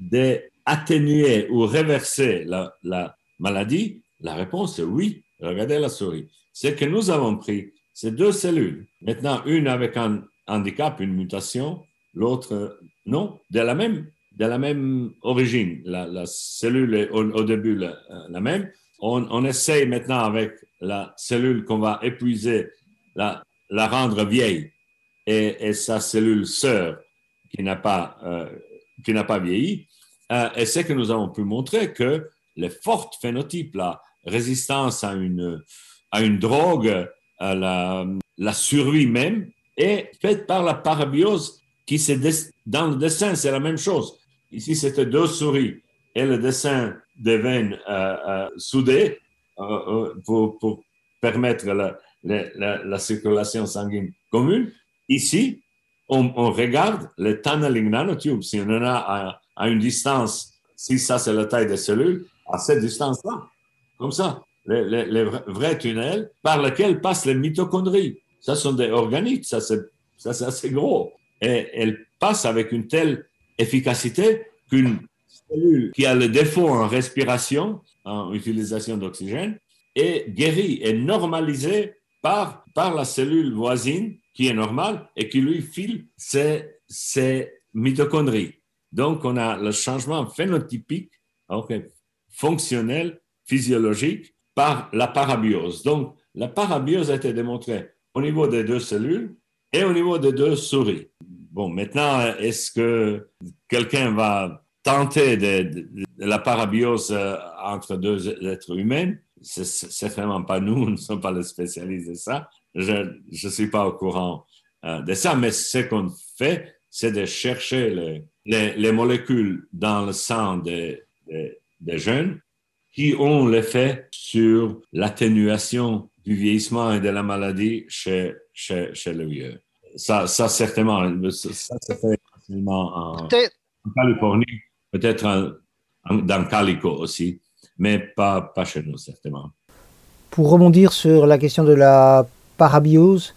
Speaker 3: d'atténuer ou réverser la, la maladie? La réponse est oui. Regardez la souris. Ce que nous avons pris, c'est deux cellules. Maintenant, une avec un handicap, une mutation, l'autre non, de la même, de la même origine. La, la cellule est au, au début la, la même. On, on essaye maintenant avec la cellule qu'on va épuiser, la, la rendre vieille et, et sa cellule sœur qui n'a pas, euh, qui n'a pas vieilli. Euh, et c'est que nous avons pu montrer que les forts phénotypes, la résistance à une, à une drogue, à la, la survie même, est faite par la parabiose qui, c'est des, dans le dessin, c'est la même chose. Ici, c'était deux souris et le dessin des veines euh, euh, soudées euh, pour, pour permettre la, la, la, la circulation sanguine commune. Ici, on, on regarde les tunneling nanotubes. Si on en a à, à une distance, si ça c'est la taille des cellules, à cette distance-là, comme ça, les, les, les vrais tunnels par lesquels passent les mitochondries. Ça sont des organites, ça c'est, ça c'est assez gros. Et elles passent avec une telle efficacité qu'une cellule qui a le défaut en respiration, en utilisation d'oxygène, est guérie et normalisée par, par la cellule voisine qui est normale et qui lui file ses, ses mitochondries. Donc, on a le changement phénotypique, okay, fonctionnel, physiologique, par la parabiose. Donc, la parabiose a été démontrée au niveau des deux cellules et au niveau des deux souris. Bon, maintenant, est-ce que quelqu'un va tenter de, de, de la parabiose entre deux êtres humains? C'est, c'est vraiment pas nous, nous ne sommes pas les spécialistes de ça. Je ne suis pas au courant euh, de ça, mais ce qu'on fait, c'est de chercher les, les, les molécules dans le sang des, des, des jeunes qui ont l'effet sur l'atténuation du vieillissement et de la maladie chez, chez, chez le vieux. Ça, ça certainement, ça se fait facilement en, en Californie, peut-être en, en, dans Calico aussi, mais pas, pas chez nous, certainement.
Speaker 2: Pour rebondir sur la question de la parabiose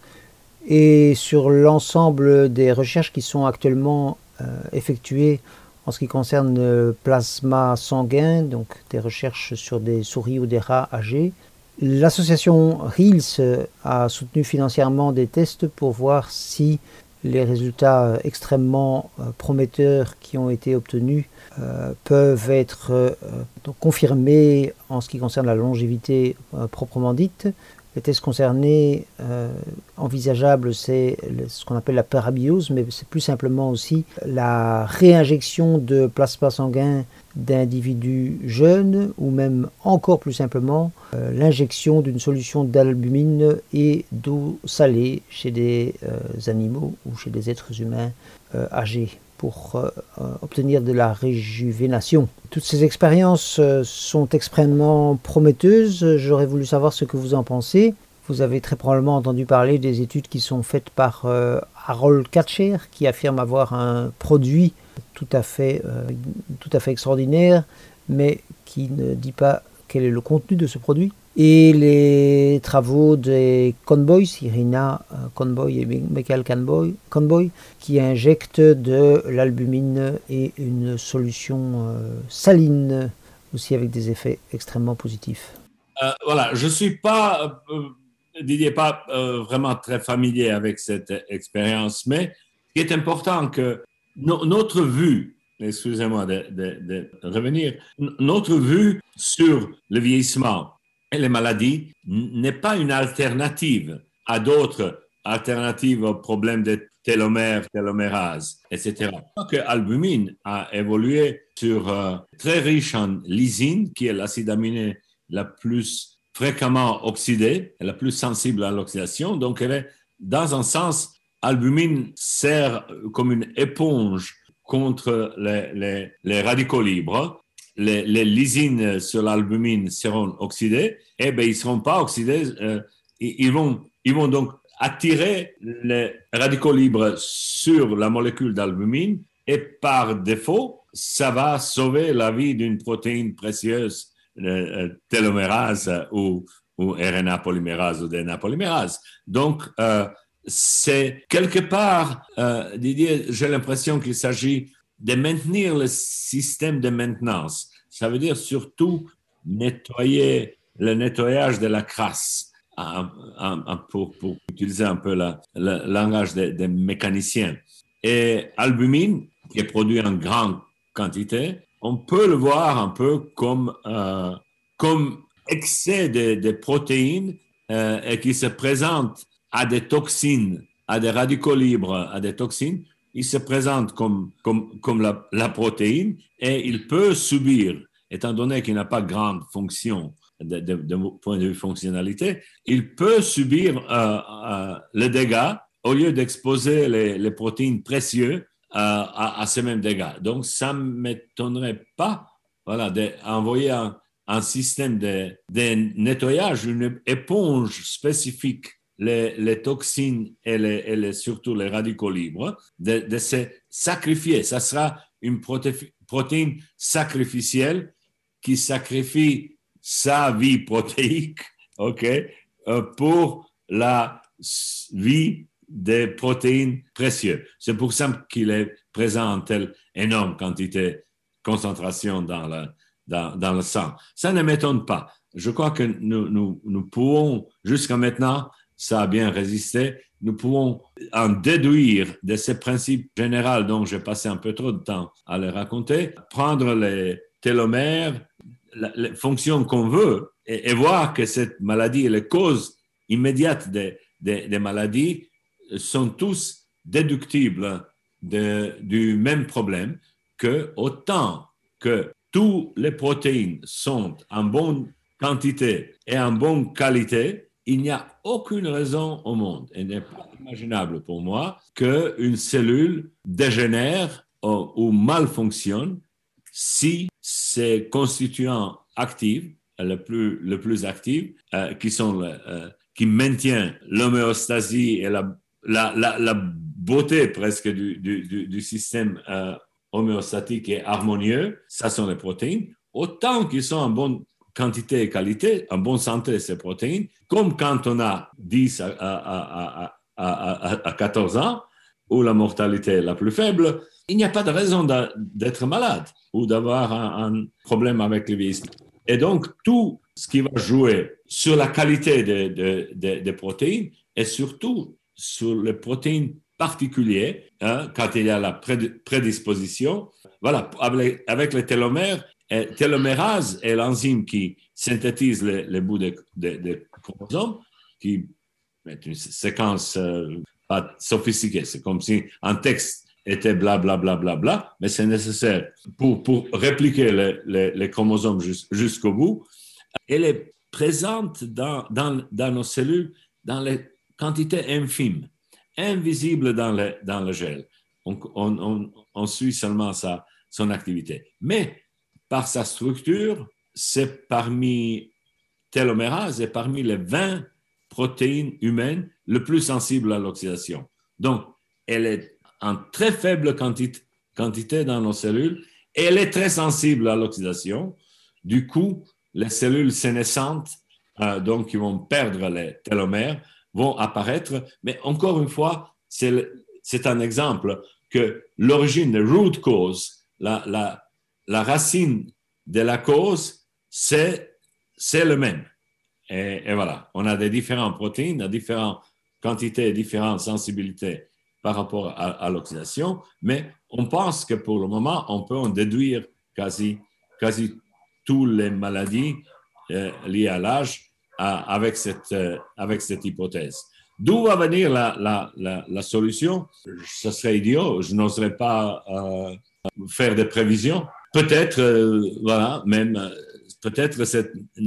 Speaker 2: et sur l'ensemble des recherches qui sont actuellement euh, effectuées en ce qui concerne le plasma sanguin, donc des recherches sur des souris ou des rats âgés, l'association Heals a soutenu financièrement des tests pour voir si les résultats extrêmement prometteurs qui ont été obtenus euh, peuvent être euh, donc confirmés en ce qui concerne la longévité euh, proprement dite. Les tests concernés, euh, envisageables, c'est ce qu'on appelle la parabiose, mais c'est plus simplement aussi la réinjection de plasma sanguin d'individus jeunes, ou même encore plus simplement euh, l'injection d'une solution d'albumine et d'eau salée chez des euh, animaux ou chez des êtres humains euh, âgés pour euh, obtenir de la réjuvénation. Toutes ces expériences euh, sont extrêmement prometteuses. J'aurais voulu savoir ce que vous en pensez. Vous avez très probablement entendu parler des études qui sont faites par euh, Harold Katcher, qui affirme avoir un produit tout à fait, euh, tout à fait extraordinaire, mais qui ne dit pas quel est le contenu de ce produit. Et les travaux des Conboy, Irina Conboy et Michael Conboy, Conboy, qui injectent de l'albumine et une solution euh, saline, aussi avec des effets extrêmement positifs.
Speaker 3: Euh, voilà, je ne suis pas, euh, Didier, pas euh, vraiment très familier avec cette expérience, mais ce qui est important que no- notre vue, excusez-moi de, de, de revenir, notre vue sur le vieillissement et les maladies n'est pas une alternative à d'autres alternatives aux problèmes de télomère, télomérase, et cetera. Donc, l'albumine a évolué sur euh, très riche en lysine, qui est l'acide aminé la plus fréquemment oxydée, la plus sensible à l'oxydation. Donc, elle est, dans un sens, albumine sert comme une éponge contre les, les, les radicaux libres. Les, les lysines sur l'albumine seront oxydées, et bien, ils ne seront pas oxydés, euh, ils, ils, vont, ils vont donc attirer les radicaux libres sur la molécule d'albumine, et par défaut, ça va sauver la vie d'une protéine précieuse, euh, télomérase ou, ou R N A polymérase ou D N A polymérase. Donc, euh, c'est quelque part, euh, Didier, j'ai l'impression qu'il s'agit de maintenir le système de maintenance. Ça veut dire surtout nettoyer le nettoyage de la crasse, hein, hein, pour, pour utiliser un peu la, le langage des, des mécaniciens. Et albumine, qui est produit en grande quantité, on peut le voir un peu comme, euh, comme excès de, de protéines euh, et qui se présente à des toxines, à des radicaux libres, à des toxines. Il se présente comme, comme, comme la, la protéine et il peut subir, étant donné qu'il n'a pas grande fonction de, de, de point de vue fonctionnalité, il peut subir euh, euh, le dégât au lieu d'exposer les, les protéines précieuses euh, à, à ces mêmes dégâts. Donc, ça ne m'étonnerait pas, voilà, d'envoyer un, un système de, de nettoyage, une éponge spécifique, Les, les toxines et, les, et les, surtout les radicaux libres, de, de se sacrifier. Ça sera une proté- protéine sacrificielle qui sacrifie sa vie protéique, ok, euh, pour la vie des protéines précieuses. C'est pour ça qu'il est présent en telle énorme quantité, concentration dans le, dans, dans le sang. Ça ne m'étonne pas. Je crois que nous, nous, nous pouvons, jusqu'à maintenant, ça a bien résisté. Nous pouvons en déduire de ces principes généraux dont j'ai passé un peu trop de temps à les raconter, prendre les télomères, les fonctions qu'on veut et, et voir que cette maladie et les causes immédiates des, des, des maladies sont tous déductibles de, du même problème, que autant que toutes les protéines sont en bonne quantité et en bonne qualité, il n'y a aucune raison au monde, et il n'est pas imaginable pour moi, qu'une cellule dégénère ou, ou mal fonctionne si ces constituants actifs, le plus, le plus actifs, euh, qui, sont le, euh, qui maintiennent l'homéostasie et la, la, la, la beauté presque du, du, du système euh, homéostatique et harmonieux, ça sont les protéines, autant qu'ils sont en bonne quantité et qualité, en bonne santé, ces protéines, comme quand on a dix à, à, à, à, à quatorze ans, où la mortalité est la plus faible, il n'y a pas de raison d'être malade ou d'avoir un, un problème avec le vieillissement. Et donc, tout ce qui va jouer sur la qualité des de, de, de protéines et surtout sur les protéines particulières, hein, quand il y a la prédisposition, voilà, avec, avec les télomères. Et télomérase est l'enzyme qui synthétise les, les bouts des de, de chromosomes, qui est une séquence euh, pas sophistiquée. C'est comme si un texte était blablabla, bla, bla, bla, mais c'est nécessaire pour, pour répliquer les, les, les chromosomes jus, jusqu'au bout. Elle est présente dans, dans, dans nos cellules dans les quantités infimes, invisibles dans le, dans le gel. On, on, on, on suit seulement sa, son activité. Mais par sa structure, c'est parmi télomérase et parmi les vingt protéines humaines le plus sensible à l'oxydation. Donc, elle est en très faible quantité, quantité dans nos cellules et elle est très sensible à l'oxydation. Du coup, les cellules sénescentes, euh, donc qui vont perdre les télomères, vont apparaître. Mais encore une fois, c'est, le, c'est un exemple que l'origine, la root cause, la, la la racine de la cause, c'est, c'est le même. Et, et voilà, on a des différentes protéines, à différentes quantités, différentes sensibilités par rapport à, à l'oxydation, mais on pense que pour le moment, on peut en déduire quasi, quasi toutes les maladies euh, liées à l'âge à, avec, cette, euh, avec cette hypothèse. d'où va venir la, la, la, la solution? Ce serait idiot, je n'oserais pas euh, faire des prévisions. Peut-être, euh, voilà, même, peut-être ce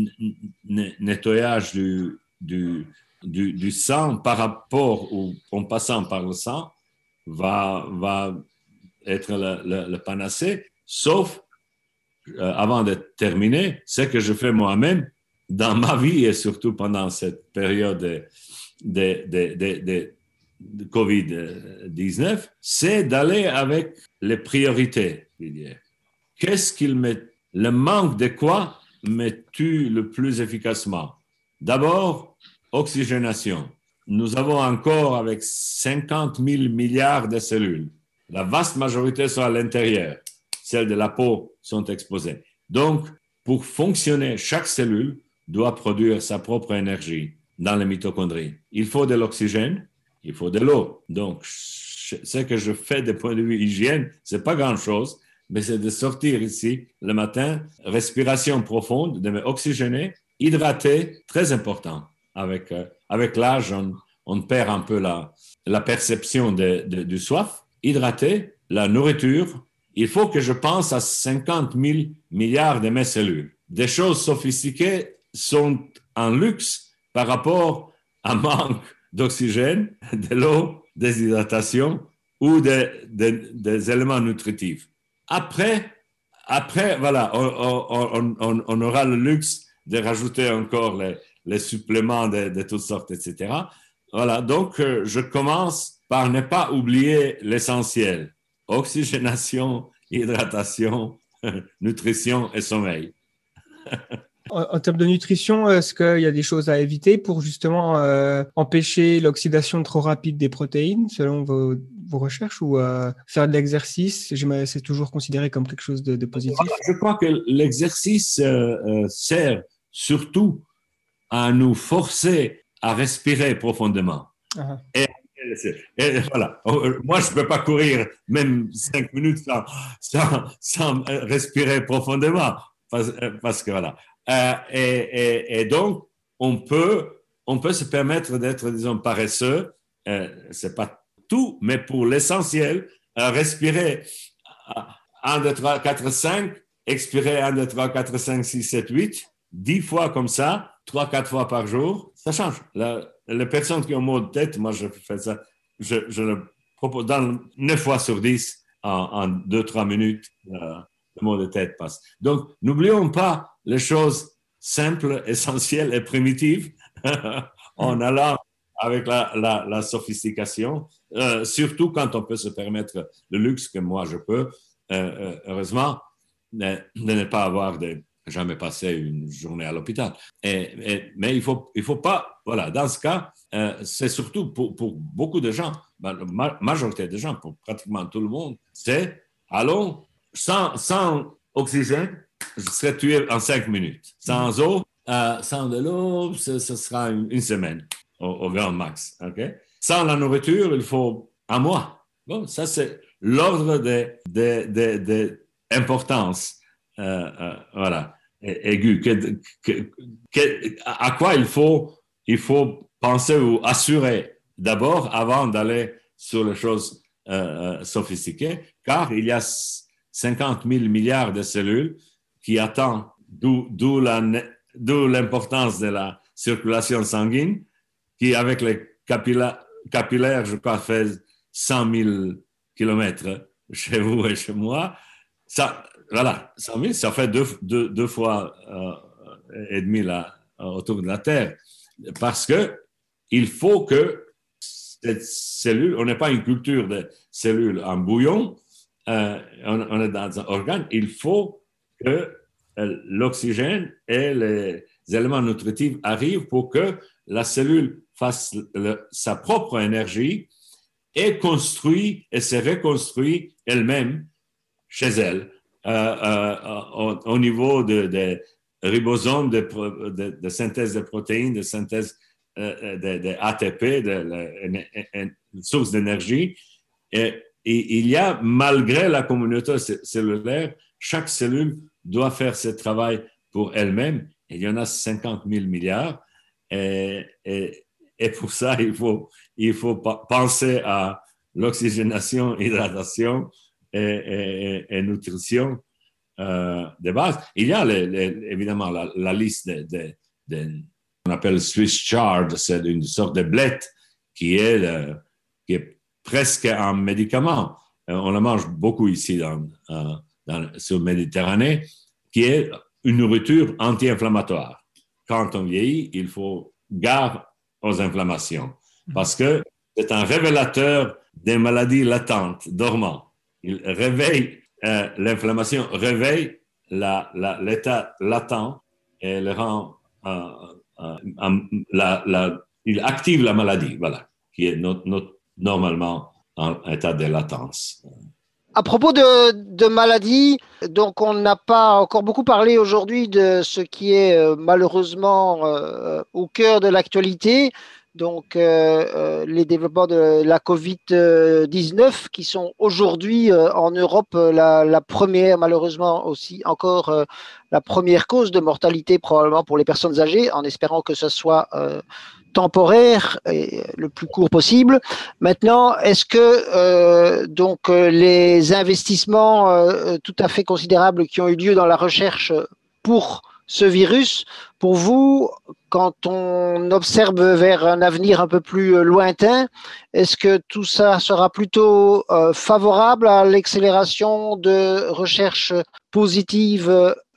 Speaker 3: nettoyage du, du, du, du sang par rapport ou en passant par le sang va, va être le, le, le panacée, sauf, euh, avant de terminer, ce que je fais moi-même dans ma vie et surtout pendant cette période de, de, de, de, de, de covid dix-neuf, c'est d'aller avec les priorités. Qu'est-ce qu'il met, le manque de quoi me tue le plus efficacement? D'abord, oxygénation. Nous avons encore avec cinquante mille milliards de cellules. La vaste majorité sont à l'intérieur. Celles de la peau sont exposées. Donc, pour fonctionner, chaque cellule doit produire sa propre énergie dans les mitochondries. Il faut de l'oxygène, il faut de l'eau. Donc, ce que je fais du point de vue hygiène, c'est pas grand-chose, mais c'est de sortir ici le matin, respiration profonde, de m'oxygéner, hydrater, très important. Avec, euh, avec l'âge, on, on perd un peu la, la perception de, de, du soif. Hydrater, la nourriture. Il faut que je pense à cinquante mille milliards de mes cellules. Des choses sophistiquées sont en luxe par rapport à un manque d'oxygène, de l'eau, des hydratations ou des, des, des éléments nutritifs. Après, après voilà, on, on, on, on aura le luxe de rajouter encore les, les suppléments de, de toutes sortes, et cetera. Voilà, donc euh, je commence par ne pas oublier l'essentiel. Oxygénation, hydratation, nutrition et sommeil.
Speaker 1: En, en termes de nutrition, est-ce qu'il y a des choses à éviter pour justement euh, empêcher l'oxydation trop rapide des protéines, selon vos, vos recherches, ou euh, faire de l'exercice? C'est toujours considéré comme quelque chose de, de positif.
Speaker 3: Je crois que l'exercice euh, euh, sert surtout à nous forcer à respirer profondément. Uh-huh. Et Et voilà. Moi, je ne peux pas courir même cinq minutes sans, sans, sans respirer profondément. Parce, parce que voilà. Euh, et, et, et donc, on peut, on peut se permettre d'être, disons, paresseux. Euh, ce n'est pas tout, mais pour l'essentiel, euh, respirer un, deux, trois, quatre, cinq, expirer un, deux, trois, quatre, cinq, six, sept, huit, dix fois comme ça, trois, quatre fois par jour, ça change. La, les personnes qui ont mal de tête, moi je fais ça, je, je le propose dans neuf fois sur dix, en, en deux, trois minutes, euh, le mal de tête passe. Donc, n'oublions pas les choses simples, essentielles et primitives en allant avec la, la, la sophistication, euh, surtout quand on peut se permettre le luxe que moi je peux, euh, heureusement, de, de ne pas avoir de jamais passé une journée à l'hôpital. Et, et, mais il ne faut, il faut pas, voilà, dans ce cas, euh, c'est surtout pour, pour beaucoup de gens, ben, la majorité des gens, pour pratiquement tout le monde, c'est, allons, sans, sans oxygène, je serai tué en cinq minutes. Sans eau, euh, sans de l'eau, ce, ce sera une, une semaine au, au grand max. Okay? Sans la nourriture, il faut un mois. Bon, ça, c'est l'ordre de, de, de, de importance. Euh, euh, voilà, aigu. Que, que, que, à quoi il faut, il faut penser ou assurer d'abord avant d'aller sur les choses euh, sophistiquées, car il y a cinquante mille milliards de cellules qui attendent, d'où, d'où, la, d'où l'importance de la circulation sanguine, qui avec les capillaires, capillaires je crois, fait cent mille kilomètres chez vous et chez moi. Ça, voilà, cent mille, ça fait deux, deux, deux fois euh, et demi là, autour de la Terre. Parce que il faut que cette cellule, on n'est pas une culture de cellules en bouillon, euh, on, on est dans un organe, il faut que euh, l'oxygène et les éléments nutritifs arrivent pour que la cellule fasse le, sa propre énergie et construit et se reconstruit elle-même chez elle. Euh, euh, au, au niveau de, de ribosomes, de, de, de synthèse de protéines, de synthèse euh, de, de A T P, de, de, de, de source d'énergie. Et, et il y a, malgré la communauté cellulaire, chaque cellule doit faire ce travail pour elle-même. Il y en a cinquante mille milliards. Et, et, Et pour ça, il faut, il faut penser à l'oxygénation, hydratation et, et, et nutrition euh, de base. Il y a les, les, évidemment la, la liste de, de, de, qu'on appelle Swiss chard, c'est une sorte de blette qui est, le, qui est presque un médicament. On la mange beaucoup ici dans, dans, sur Méditerranée, qui est une nourriture anti-inflammatoire. Quand on vieillit, il faut garde aux inflammations parce que c'est un révélateur des maladies latentes, dormantes. Il réveille euh, l'inflammation, réveille la, la, l'état latent et le rend, euh, euh, euh, la, la, il active la maladie, voilà, qui est not, not, normalement en état de latence.
Speaker 2: À propos de, de maladies, donc on n'a pas encore beaucoup parlé aujourd'hui de ce qui est euh, malheureusement euh, au cœur de l'actualité, donc euh, euh, les développements de la covid dix-neuf qui sont aujourd'hui euh, en Europe la, la première, malheureusement aussi encore euh, la première cause de mortalité probablement pour les personnes âgées, en espérant que ce soit euh, temporaire et le plus court possible. Maintenant, est-ce que euh, donc les investissements euh, tout à fait considérables qui ont eu lieu dans la recherche pour ce virus, pour vous, quand on observe vers un avenir un peu plus lointain, est-ce que tout ça sera plutôt euh, favorable à l'accélération de recherche positive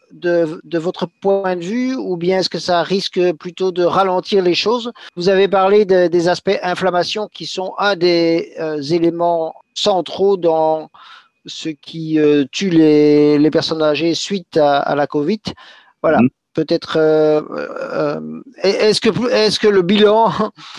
Speaker 2: De, de votre point de vue, ou bien est-ce que ça risque plutôt de ralentir les choses? Vous avez parlé de, des aspects inflammation qui sont un des euh, éléments centraux dans ce qui euh, tue les, les personnes âgées suite à, à la Covid. Voilà, mmh. peut-être euh, euh, est-ce que, est-ce que le bilan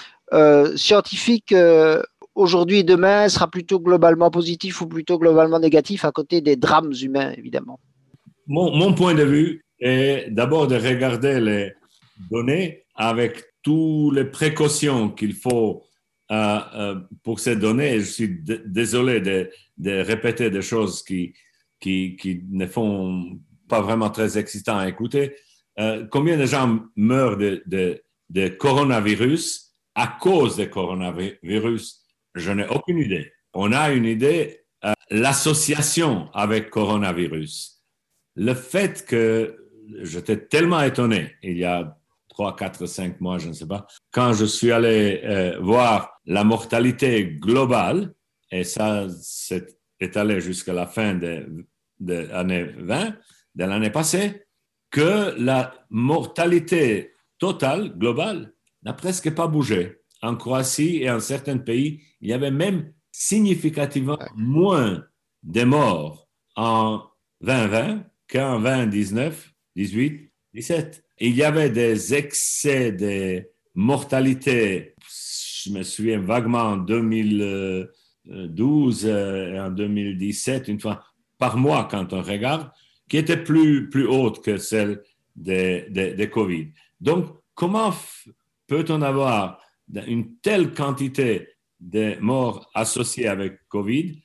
Speaker 2: euh, scientifique euh, aujourd'hui et demain sera plutôt globalement positif ou plutôt globalement négatif à côté des drames humains, évidemment?
Speaker 3: Mon, mon point de vue est d'abord de regarder les données avec toutes les précautions qu'il faut euh, euh, pour ces données. Je suis d- désolé de, de répéter des choses qui, qui, qui ne font pas vraiment très excitant à écouter. Euh, combien de gens meurent de, de, de coronavirus à cause de coronavirus? Je n'ai aucune idée. On a une idée, euh, l'association avec coronavirus. Le fait que j'étais tellement étonné, il y a trois, quatre, cinq mois, je ne sais pas, quand je suis allé euh, voir la mortalité globale, et ça s'est étalé jusqu'à la fin de, de l'année vingt, de l'année passée, que la mortalité totale, globale, n'a presque pas bougé. En Croatie et en certains pays, il y avait même significativement moins de morts en vingt vingt qu'en vingt dix-neuf, dix-huit, dix-sept. Il y avait des excès de mortalité, je me souviens vaguement en deux mille douze et en deux mille dix-sept, une fois par mois quand on regarde, qui étaient plus, plus hautes que celles des de, de Covid. Donc, comment f- peut-on avoir une telle quantité de morts associées avec Covid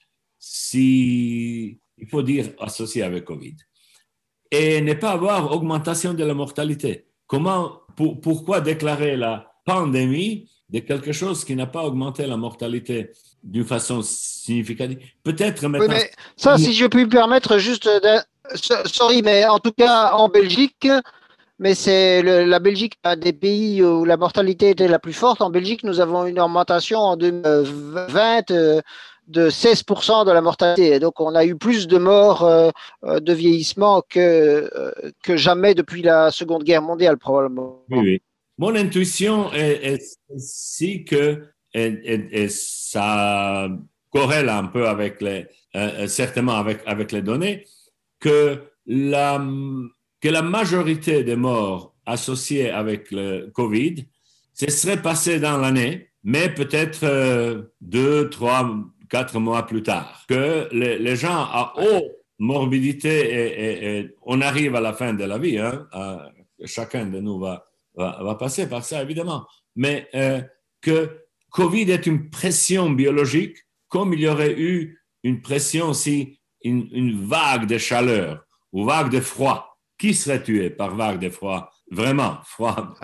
Speaker 3: si, il faut dire associées avec Covid? Et ne pas avoir augmentation de la mortalité. Comment, pour, pourquoi déclarer la pandémie de quelque chose qui n'a pas augmenté la mortalité d'une façon significative? Peut-être maintenant...
Speaker 2: Oui, mais ça, si je puis me permettre, juste, de, sorry, mais en tout cas en Belgique, mais c'est le, la Belgique, un des pays où la mortalité était la plus forte. En Belgique, nous avons une augmentation en deux mille vingt euh, de seize pour cent de la mortalité. Et donc, on a eu plus de morts euh, de vieillissement que, euh, que jamais depuis la Seconde Guerre mondiale, probablement.
Speaker 3: Oui, oui. Mon intuition est, est si que et, et, et ça corrèle un peu avec les, euh, certainement avec, avec les données, que la, que la majorité des morts associées avec le Covid, ce serait passé dans l'année, mais peut-être euh, deux, trois, quatre mois plus tard. Que les, les gens à haute morbidité, et, et, et on arrive à la fin de la vie, hein, à, chacun de nous va, va, va passer par ça, évidemment, mais euh, que Covid est une pression biologique, comme il y aurait eu une pression si une, une vague de chaleur ou vague de froid. Qui serait tué par vague de froid? Vraiment, froid.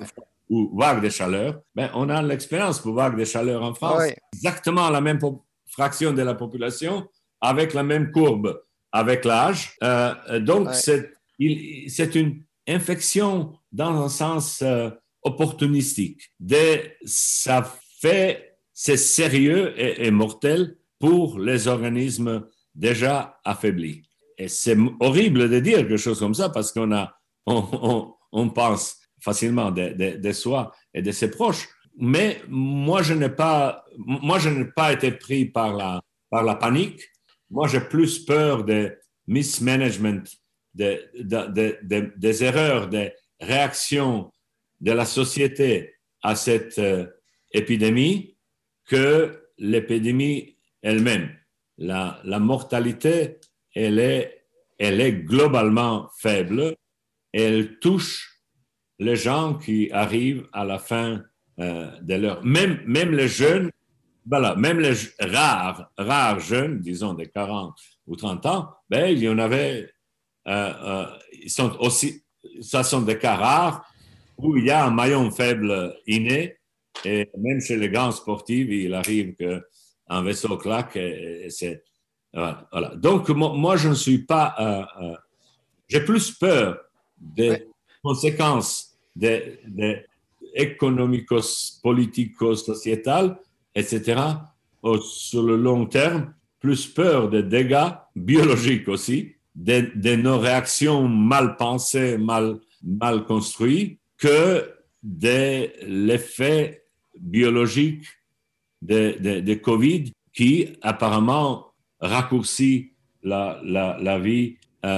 Speaker 3: ou vague de chaleur, ben, on a l'expérience pour vague de chaleur en France.
Speaker 2: Ouais.
Speaker 3: Exactement la même po- fraction de la population, avec la même courbe, avec l'âge. Euh, donc,
Speaker 2: Ouais.
Speaker 3: c'est, il, c'est une infection dans un sens euh, opportunistique. De, ça fait, c'est sérieux et, et mortel pour les organismes déjà affaiblis. Et c'est horrible de dire quelque chose comme ça parce qu'on a, on, on, on pense facilement de, de, de soi et de ses proches. Mais moi, je n'ai pas, moi, je n'ai pas été pris par la, par la panique. Moi, j'ai plus peur de mismanagement, de, de, de, de, des erreurs, des réactions de la société à cette euh, épidémie que l'épidémie elle-même. La, la mortalité, elle est, elle est globalement faible et elle touche les gens qui arrivent à la fin euh, de leur... Même, même les jeunes, voilà, même les rares, rares jeunes, disons de quarante ou trente ans, ben, il y en avait... Euh, euh, ils sont aussi... Ça sont des cas rares où il y a un maillon faible inné et même chez les grands sportifs, il arrive qu'un vaisseau claque et, et c'est... Voilà, voilà. Donc, moi, moi, je ne suis pas... Euh, euh, j'ai plus peur des
Speaker 2: Ouais.
Speaker 3: conséquences des, des économicos, politicos, sociétales, et cetera, au, sur le long terme, plus peur des dégâts biologiques aussi, de, de nos réactions mal pensées, mal, mal construites, que de l'effet biologique de, de, de COVID qui apparemment raccourcit la, la, la vie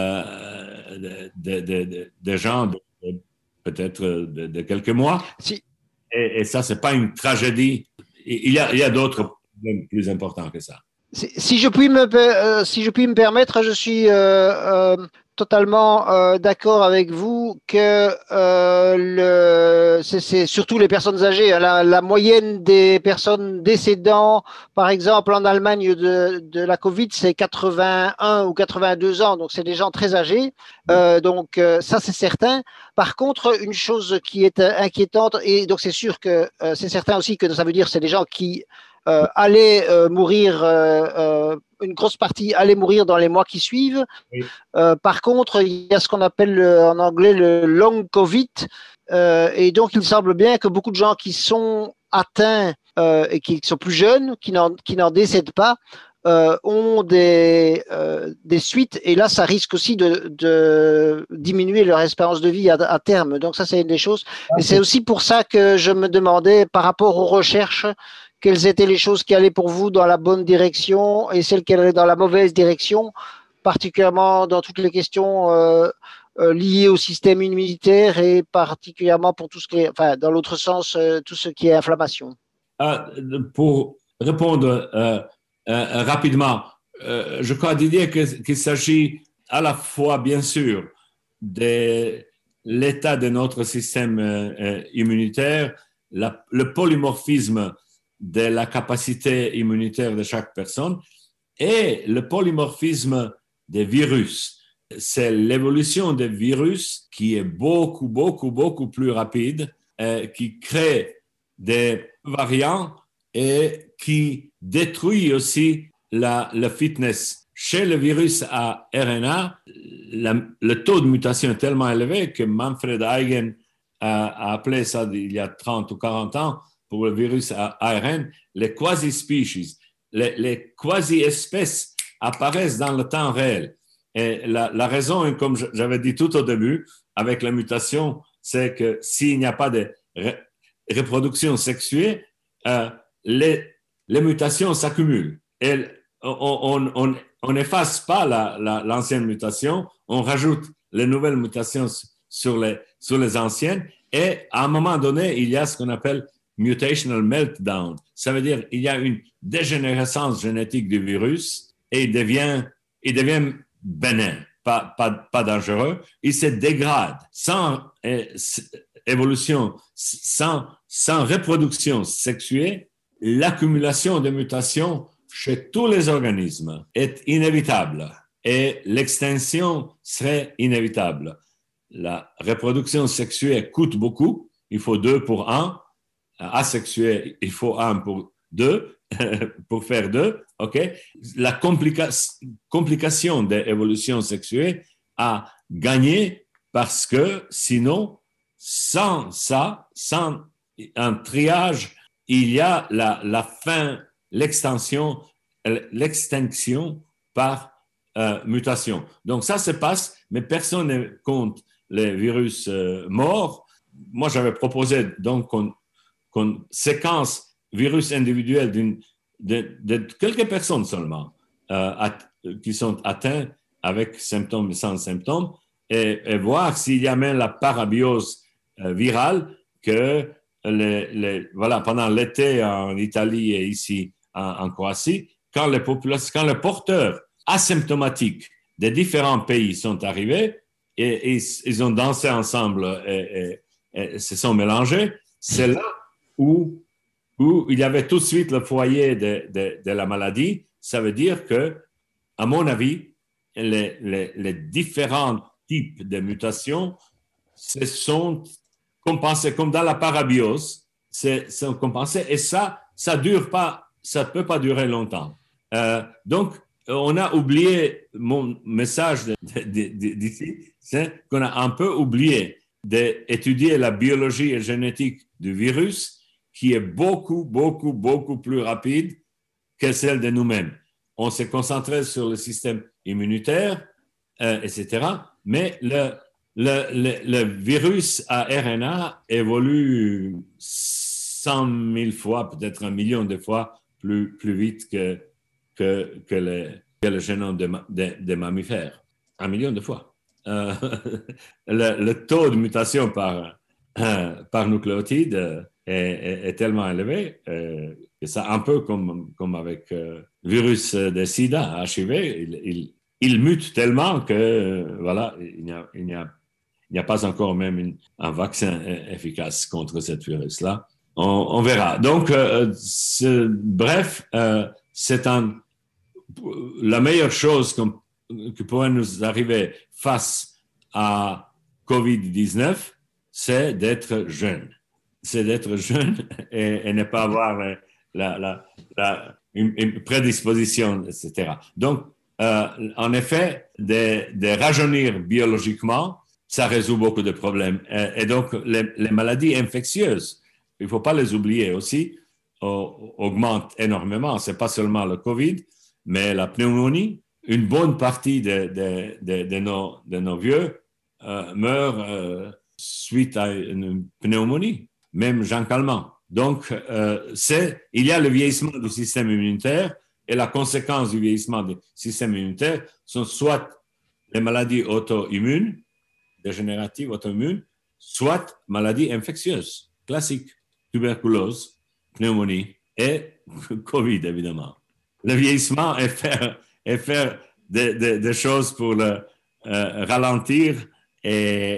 Speaker 3: euh, de, de, de, de gens de, de, peut-être de, de quelques mois.
Speaker 2: Si,
Speaker 3: Et, et ça, ce n'est pas une tragédie. Il y a, il y a d'autres problèmes plus importants que ça.
Speaker 2: si, si je puis me, euh, si je puis me permettre, je suis euh, euh, totalement euh, d'accord avec vous que euh, le, c'est, c'est surtout les personnes âgées. La, la moyenne des personnes décédant, par exemple en Allemagne de, de la Covid, c'est quatre-vingt-un ou quatre-vingt-deux ans, donc c'est des gens très âgés. Euh, donc euh, ça c'est certain. Par contre, une chose qui est inquiétante, et donc c'est sûr que euh, c'est certain aussi que ça veut dire que c'est des gens qui euh, allaient euh, mourir, euh, euh, une grosse partie allait mourir dans les mois qui suivent.
Speaker 3: Oui.
Speaker 2: Euh, par contre, il y a ce qu'on appelle le, en anglais le long Covid, euh, et donc il semble bien que beaucoup de gens qui sont atteints euh, et qui sont plus jeunes, qui n'en, qui n'en décèdent pas, euh, ont des, euh, des suites, et là ça risque aussi de, de diminuer leur espérance de vie à, à terme. Donc ça c'est une des choses. Et c'est aussi pour ça que je me demandais par rapport aux recherches, quelles étaient les choses qui allaient pour vous dans la bonne direction et celles qui allaient dans la mauvaise direction, particulièrement dans toutes les questions euh, euh, liées au système immunitaire et particulièrement pour tout ce qui est, enfin, dans l'autre sens, euh, tout ce qui est inflammation.
Speaker 3: Ah, pour répondre euh, euh, rapidement, euh, je crois, Didier, que, qu'il s'agit à la fois, bien sûr, de l'état de notre système euh, immunitaire, la, le polymorphisme de la capacité immunitaire de chaque personne et le polymorphisme des virus. C'est l'évolution des virus qui est beaucoup, beaucoup, beaucoup plus rapide, euh, qui crée des variants et qui détruit aussi la, la fitness. Chez le virus à R N A, la, le taux de mutation est tellement élevé que Manfred Eigen a, a appelé ça il y a trente ou quarante ans pour le virus à A R N, les quasi-species. Les, les quasi-espèces apparaissent dans le temps réel. Et la, la raison, comme j'avais dit tout au début, avec la mutation, c'est que s'il n'y a pas de ré, reproduction sexuée, euh, les, les mutations s'accumulent. Et on n'efface pas la, la, l'ancienne mutation, on rajoute les nouvelles mutations sur les, sur les anciennes, et à un moment donné, il y a ce qu'on appelle mutational meltdown. Ça veut dire qu'il y a une dégénérescence génétique du virus et il devient, il devient bénin, pas, pas, pas dangereux. Il se dégrade sans euh, évolution, sans, sans reproduction sexuée. L'accumulation de mutations chez tous les organismes est inévitable et l'extinction serait inévitable. La reproduction sexuée coûte beaucoup. il faut deux pour un. Asexué, il faut un pour deux, pour faire deux. OK? La complica- complication de l'évolution sexuelle a gagné parce que sinon, sans ça, sans un triage, il y a la, la fin, l'extension, l'extinction par euh, mutation. Donc ça se passe, mais personne ne compte les virus euh, morts. Moi, j'avais proposé donc qu'on, qu'on séquence virus individuels d'une, de, de quelques personnes seulement euh, at, qui sont atteints avec symptômes et sans symptômes et, et voir s'il y a même la parabiose euh, virale que les, les, voilà, pendant l'été en Italie et ici en, en Croatie, quand les, populations, quand les porteurs asymptomatiques des différents pays sont arrivés et, et ils ont dansé ensemble et, et, et se sont mélangés, c'est là où, où il y avait tout de suite le foyer de, de, de la maladie. Ça veut dire que, à mon avis, les, les, les différents types de mutations se sont compensés, comme dans la parabiose, se sont compensés et ça, ça dure pas, ça ne peut pas durer longtemps. Euh, donc, on a oublié, mon message de, de, de, d'ici, c'est qu'on a un peu oublié d'étudier la biologie et génétique du virus, qui est beaucoup, beaucoup, beaucoup plus rapide que celle de nous-mêmes. On s'est concentré sur le système immunitaire, euh, et cetera, mais le, le, le, le virus à R N A évolue cent mille fois, peut-être un million de fois plus, plus vite que, que, que, le, que le génome des de, de mammifères. Un million de fois. Euh, le, le taux de mutation par, euh, par nucléotide est, est, est tellement élevé euh, que c'est un peu comme, comme avec le euh, virus de sida, H I V, il, il, il mute tellement que euh, voilà, il n'y a, il n'y a, il n'y a pas encore même une, un vaccin efficace contre ce virus-là. On, on verra. Donc, euh, bref, euh, c'est un, la meilleure chose qui pourrait nous arriver face à covid dix-neuf, c'est d'être jeune. C'est d'être jeune et, et ne pas avoir la, la, la, une, une prédisposition, et cetera. Donc, euh, en effet, de, de rajeunir biologiquement, ça résout beaucoup de problèmes. Et, et donc, les, les maladies infectieuses, il ne faut pas les oublier aussi, augmentent énormément. Ce n'est pas seulement le COVID, mais la pneumonie. Une bonne partie de, de, de, de, nos, de nos vieux euh, meurent euh, suite à une pneumonie, même Jean Calment. Donc, euh, c'est, il y a le vieillissement du système immunitaire et la conséquence du vieillissement du système immunitaire sont soit les maladies auto-immunes, dégénératives auto-immunes, soit maladies infectieuses, classiques, tuberculose, pneumonie et COVID, évidemment. Le vieillissement est faire, est faire des, des, des choses pour le euh, ralentir et,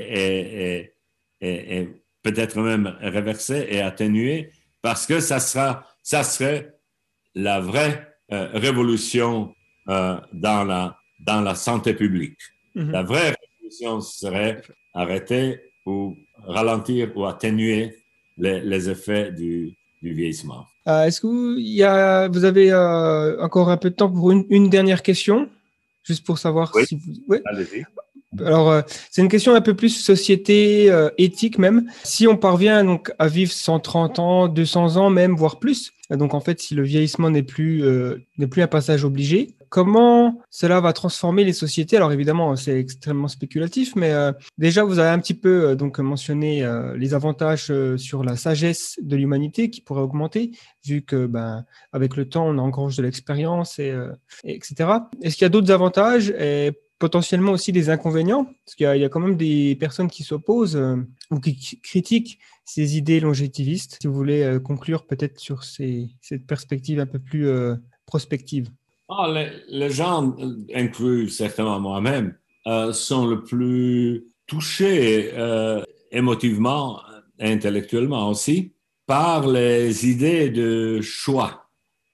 Speaker 3: et, et, et, et peut-être même réverser et atténuer, parce que ça, sera, ça serait la vraie euh, révolution euh, dans, la, dans la santé publique. Mm-hmm. La vraie révolution serait arrêter ou ralentir ou atténuer les, les effets du, du vieillissement.
Speaker 1: Euh, est-ce que vous, y a, vous avez euh, encore un peu de temps pour une, une dernière question, juste pour savoir
Speaker 3: oui.
Speaker 1: si vous... Oui,
Speaker 3: allez-y.
Speaker 1: Alors, euh, c'est une question un peu plus société, euh, éthique même. Si on parvient donc à vivre cent trente ans, deux cents ans même, voire plus, donc en fait, si le vieillissement n'est plus, euh, n'est plus un passage obligé, comment cela va transformer les sociétés? Alors évidemment, c'est extrêmement spéculatif, mais euh, déjà, vous avez un petit peu euh, donc mentionné euh, les avantages euh, sur la sagesse de l'humanité qui pourrait augmenter, vu que ben, avec le temps, on engrange de l'expérience, et, euh, et etc. Est-ce qu'il y a d'autres avantages et potentiellement aussi des inconvénients, parce qu'il y a, il y a quand même des personnes qui s'opposent euh, ou qui critiquent ces idées longévitistes. Si vous voulez euh, conclure peut-être sur ces, cette perspective un peu plus euh, prospective.
Speaker 3: Ah, les, les gens, inclus certainement moi-même, euh, sont le plus touchés euh, émotivement et intellectuellement aussi par les idées de choix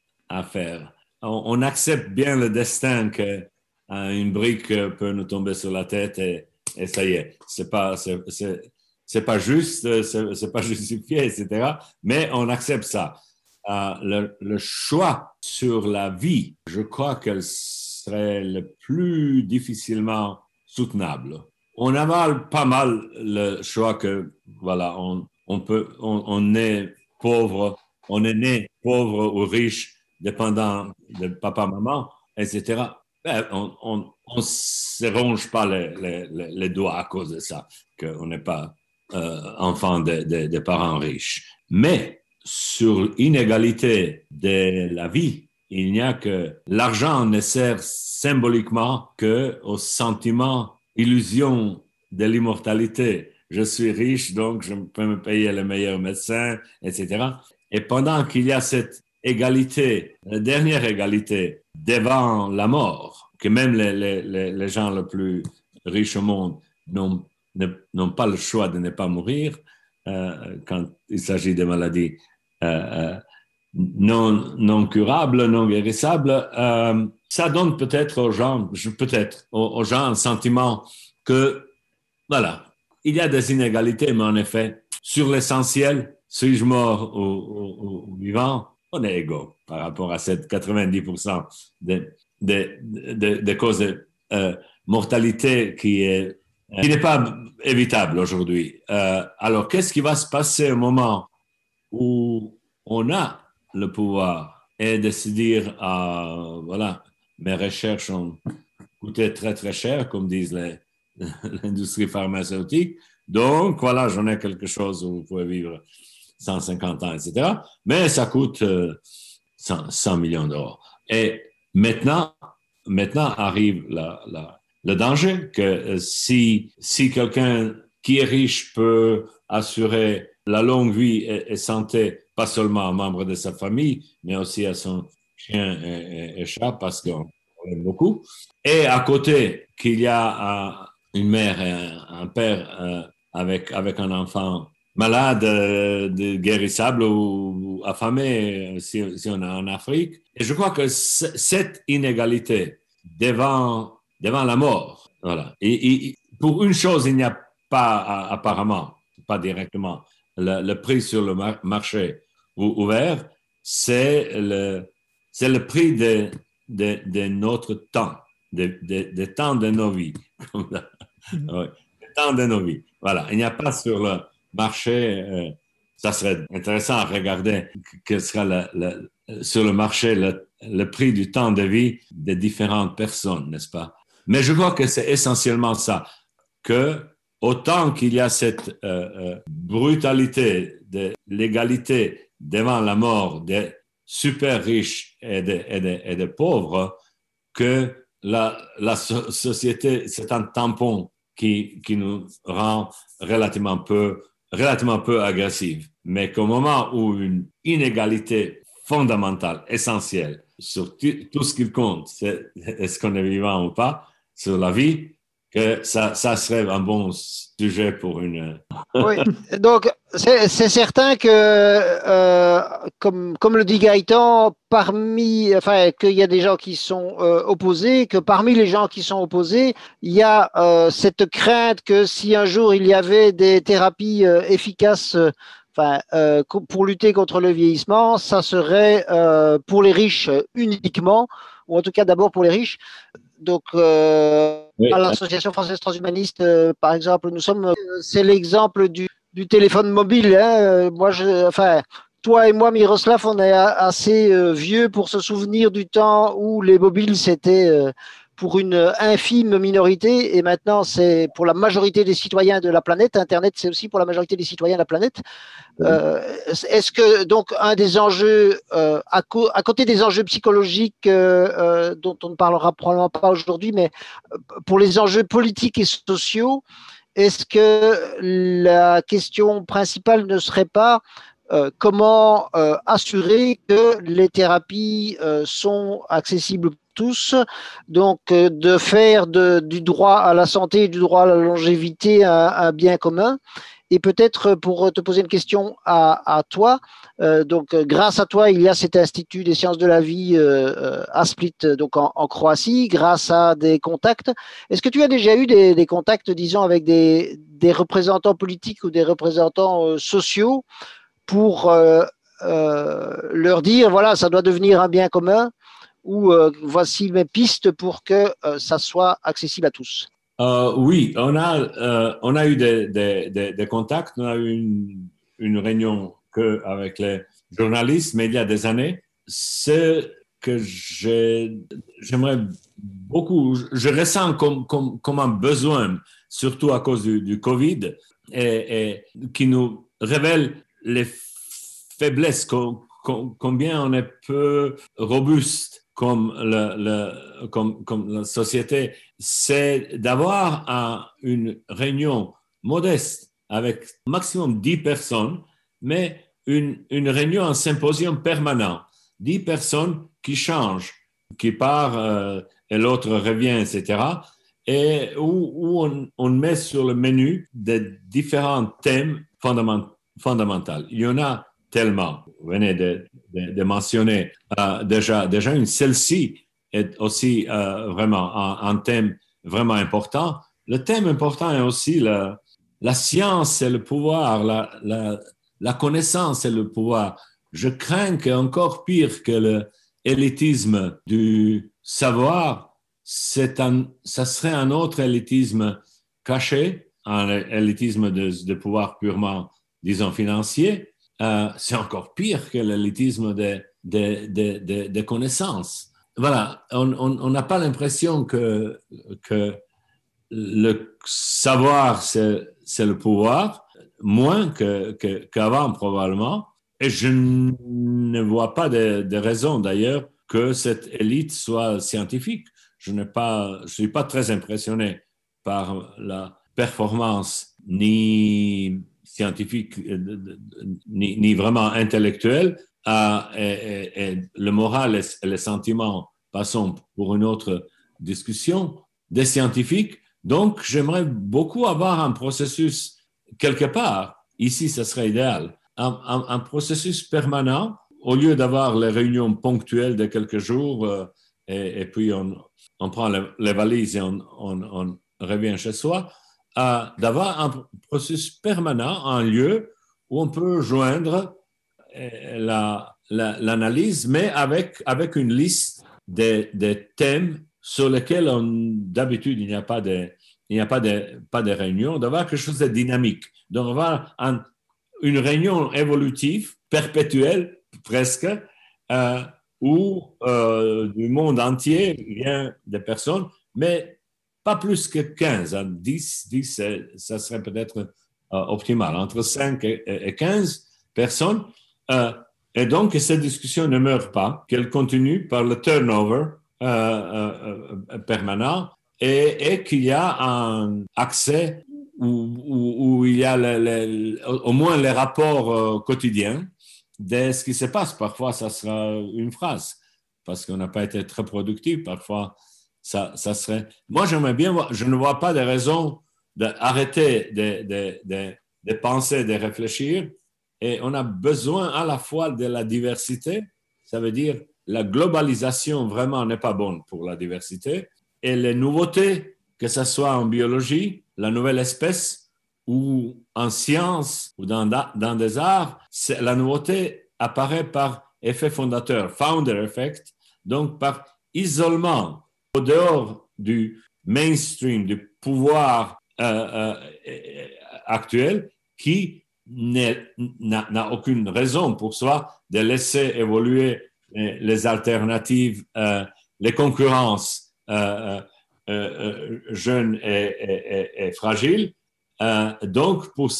Speaker 3: à faire. On, on accepte bien le destin que une brique peut nous tomber sur la tête et, et ça y est. C'est pas, c'est, c'est, c'est pas juste, c'est, c'est pas justifié, et cetera. Mais on accepte ça. Euh, le, le choix sur la vie, je crois qu'elle serait le plus difficilement soutenable. On a mal, pas mal le choix que, voilà, on, on peut, on, on est pauvre, on est né pauvre ou riche, dépendant de papa, maman, et cetera. Ben, on, on, on se ronge pas les, les, les doigts à cause de ça, qu'on n'est pas euh, enfant de, de, de parents riches. Mais sur l'inégalité de la vie, il n'y a que l'argent ne sert symboliquement qu'au sentiment, illusion de l'immortalité. Je suis riche, donc je peux me payer le meilleur médecin, et cetera. Et pendant qu'il y a cette égalité, la dernière égalité devant la mort, que même les, les, les gens les plus riches au monde n'ont, n'ont pas le choix de ne pas mourir euh, quand il s'agit de maladies euh, non, non curables, non guérissables. Euh, ça donne peut-être aux gens, peut-être aux, aux gens un sentiment que, voilà, il y a des inégalités, mais en effet, sur l'essentiel, suis-je mort ou, ou, ou vivant, on est égaux par rapport à cette quatre-vingt-dix pour cent de, de, de, de causes de euh, mortalité qui est, qui n'est pas évitable aujourd'hui. Euh, alors, qu'est-ce qui va se passer au moment où on a le pouvoir et de se dire, ah, voilà, mes recherches ont coûté très, très cher, comme disent les, l'industrie pharmaceutique. Donc, voilà, j'en ai quelque chose où vous pouvez vivre cent cinquante ans, et cetera. Mais ça coûte euh, cent, cent millions d'euros. Et maintenant, maintenant arrive la, la, le danger que euh, si, si quelqu'un qui est riche peut assurer la longue vie et, et santé, pas seulement aux membres de sa famille, mais aussi à son chien et, et, et chat, parce qu'on aime beaucoup. Et à côté, qu'il y a euh, une mère et un, un père euh, avec, avec un enfant malade, euh, de guérissable ou, ou affamé, si, si on est en Afrique. Et je crois que c- cette inégalité devant, devant la mort, voilà. Et, et pour une chose, il n'y a pas apparemment, pas directement, le, le prix sur le mar- marché ouvert, c'est le, c'est le prix de, de, de notre temps, de, de, de temps de nos vies. Oui, le temps de nos vies. Voilà, il n'y a pas sur le marché, euh, ça serait intéressant à regarder quel sera le, le, sur le marché le, le prix du temps de vie des différentes personnes, n'est-ce pas? Mais je crois que c'est essentiellement ça, que autant qu'il y a cette euh, euh, brutalité de l'égalité devant la mort des super riches et des, et des, et des pauvres, que la, la so- société, c'est un tampon qui, qui nous rend relativement peu, relativement peu agressifs. Mais qu'au moment où une inégalité fondamentale, essentielle, sur t- tout ce qui compte, c'est est-ce qu'on est vivant ou pas, sur la vie, que ça, ça serait un bon sujet pour une...
Speaker 2: Oui, donc c'est c'est certain que, euh, comme, comme le dit Gaëtan, parmi, enfin, qu'il y a des gens qui sont euh, opposés, que parmi les gens qui sont opposés, il y a euh, cette crainte que si un jour il y avait des thérapies euh, efficaces, euh, enfin, euh, co- pour lutter contre le vieillissement, ça serait euh, pour les riches uniquement, ou en tout cas d'abord pour les riches. Donc, euh,
Speaker 3: Oui.
Speaker 2: à l'Association française transhumaniste, euh, par exemple, nous sommes, euh, c'est l'exemple du, du téléphone mobile. Hein. Euh, Moi, je, enfin, toi et moi, Miroslav, on est a- assez euh, vieux pour se souvenir du temps où les mobiles, c'était euh, pour une infime minorité, et maintenant, c'est pour la majorité des citoyens de la planète. Internet, c'est aussi pour la majorité des citoyens de la planète. Euh, Est-ce que donc un des enjeux, euh, à, co à, côté des enjeux psychologiques euh, euh, dont on ne parlera probablement pas aujourd'hui, mais pour les enjeux politiques et sociaux, est-ce que la question principale ne serait pas euh, comment euh, assurer que les thérapies euh, sont accessibles pour tous, donc euh, de faire de, du droit à la santé et du droit à la longévité un, un bien commun? Et peut-être pour te poser une question à, à toi, euh, donc grâce à toi, il y a cet Institut des sciences de la vie euh, à Split, donc en, en Croatie, grâce à des contacts. Est-ce que tu as déjà eu des, des contacts, disons, avec des, des représentants politiques ou des représentants euh, sociaux pour euh, euh, leur dire, voilà, ça doit devenir un bien commun, ou euh, voici mes pistes pour que euh, ça soit accessible à tous?
Speaker 3: Euh, oui, on a, euh, on a eu des, des, des, des contacts. On a eu une, une réunion que avec les journalistes, mais il y a des années. Ce que j'ai, j'aimerais beaucoup, je ressens comme, comme, comme un besoin, surtout à cause du, du Covid, et, et qui nous révèle les faiblesses, com, com, combien on est peu robuste comme, le, le, comme, comme la société, c'est d'avoir un, une réunion modeste avec maximum dix personnes, mais une, une réunion, un symposium permanent. dix personnes qui changent, qui partent euh, et l'autre revient, et cetera. Et où, où on, on met sur le menu des différents thèmes fondamentaux. fondamentaux. Il y en a tellement. Vous venez de, de, de mentionner euh, déjà, déjà une, celle-ci est aussi euh, vraiment un, un thème vraiment important. Le thème important est aussi la, la science et le pouvoir, la, la, la connaissance et le pouvoir. Je crains qu'encore pire que l'élitisme du savoir, c'est un, ça serait un autre élitisme caché, un élitisme de, de pouvoir purement, disons, financier. Euh, c'est encore pire que l'élitisme des de, de, de, de connaissances. Voilà, on n'a pas l'impression que, que le savoir, c'est, c'est le pouvoir, moins que, que, qu'avant probablement. Et je ne vois pas de, de raison d'ailleurs que cette élite soit scientifique. Je ne suis pas très impressionné par la performance ni scientifique ni, ni vraiment intellectuelle. Ah, et, et, et le moral et, et les sentiments, passons pour une autre discussion, des scientifiques. Donc, j'aimerais beaucoup avoir un processus quelque part, ici, ce serait idéal, un, un, un processus permanent, au lieu d'avoir les réunions ponctuelles de quelques jours, euh, et, et puis on, on prend les, les valises et on, on, on revient chez soi, euh, d'avoir un processus permanent, un lieu où on peut joindre la, la, l'analyse, mais avec, avec une liste des, des thèmes sur lesquels on, d'habitude il n'y a pas de, il n'y a pas de, pas de réunion, d'avoir quelque chose de dynamique. Donc, avoir un, une réunion évolutive, perpétuelle presque, euh, où euh, du monde entier vient des personnes, mais pas plus que quinze. Hein. dix, dix ça serait peut-être euh, optimal. Entre cinq et, et quinze personnes. Euh, et donc, que cette discussion ne meure pas, qu'elle continue par le turnover euh, euh, euh, permanent et, et qu'il y a un accès où, où, où il y a le, le, au moins les rapports euh, quotidiens de ce qui se passe. Parfois, ça sera une phrase parce qu'on n'a pas été très productif. Parfois, ça, ça serait... Moi, j'aimerais bien voir... Je ne vois pas de raison d'arrêter de, de, de, de penser, de réfléchir. Et on a besoin à la fois de la diversité, ça veut dire la globalisation vraiment n'est pas bonne pour la diversité, et les nouveautés, que ce soit en biologie, la nouvelle espèce, ou en sciences, ou dans, dans des arts, la nouveauté apparaît par effet fondateur, founder effect, donc par isolement, au dehors du mainstream, du pouvoir euh, euh, actuel, qui n'a, n'a aucune raison pour soi de laisser évoluer les, les alternatives, euh, les concurrences euh, euh, euh, jeunes et, et, et fragiles. Euh, donc, pour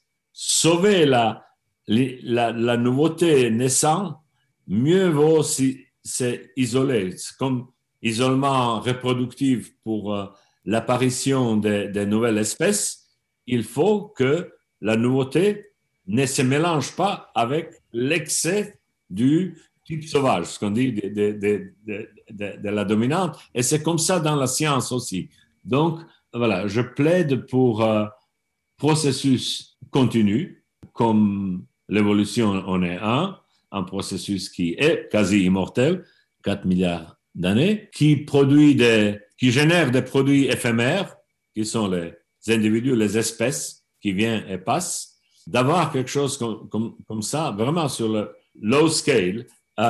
Speaker 3: sauver la, la, la nouveauté naissante, mieux vaut si c'est isolé. C'est comme isolement reproductif pour euh, l'apparition de, de nouvelles espèces. Il faut que la nouveauté ne se mélange pas avec l'excès du type sauvage, ce qu'on dit de, de, de, de, de, de la dominante. Et c'est comme ça dans la science aussi. Donc, voilà, je plaide pour euh, processus continu, comme l'évolution en est un, un processus qui est quasi immortel, quatre milliards d'années, qui produit des, qui génère des produits éphémères, qui sont les individus, les espèces qui viennent et passent, d'avoir quelque chose comme, comme, comme ça, vraiment sur le low scale,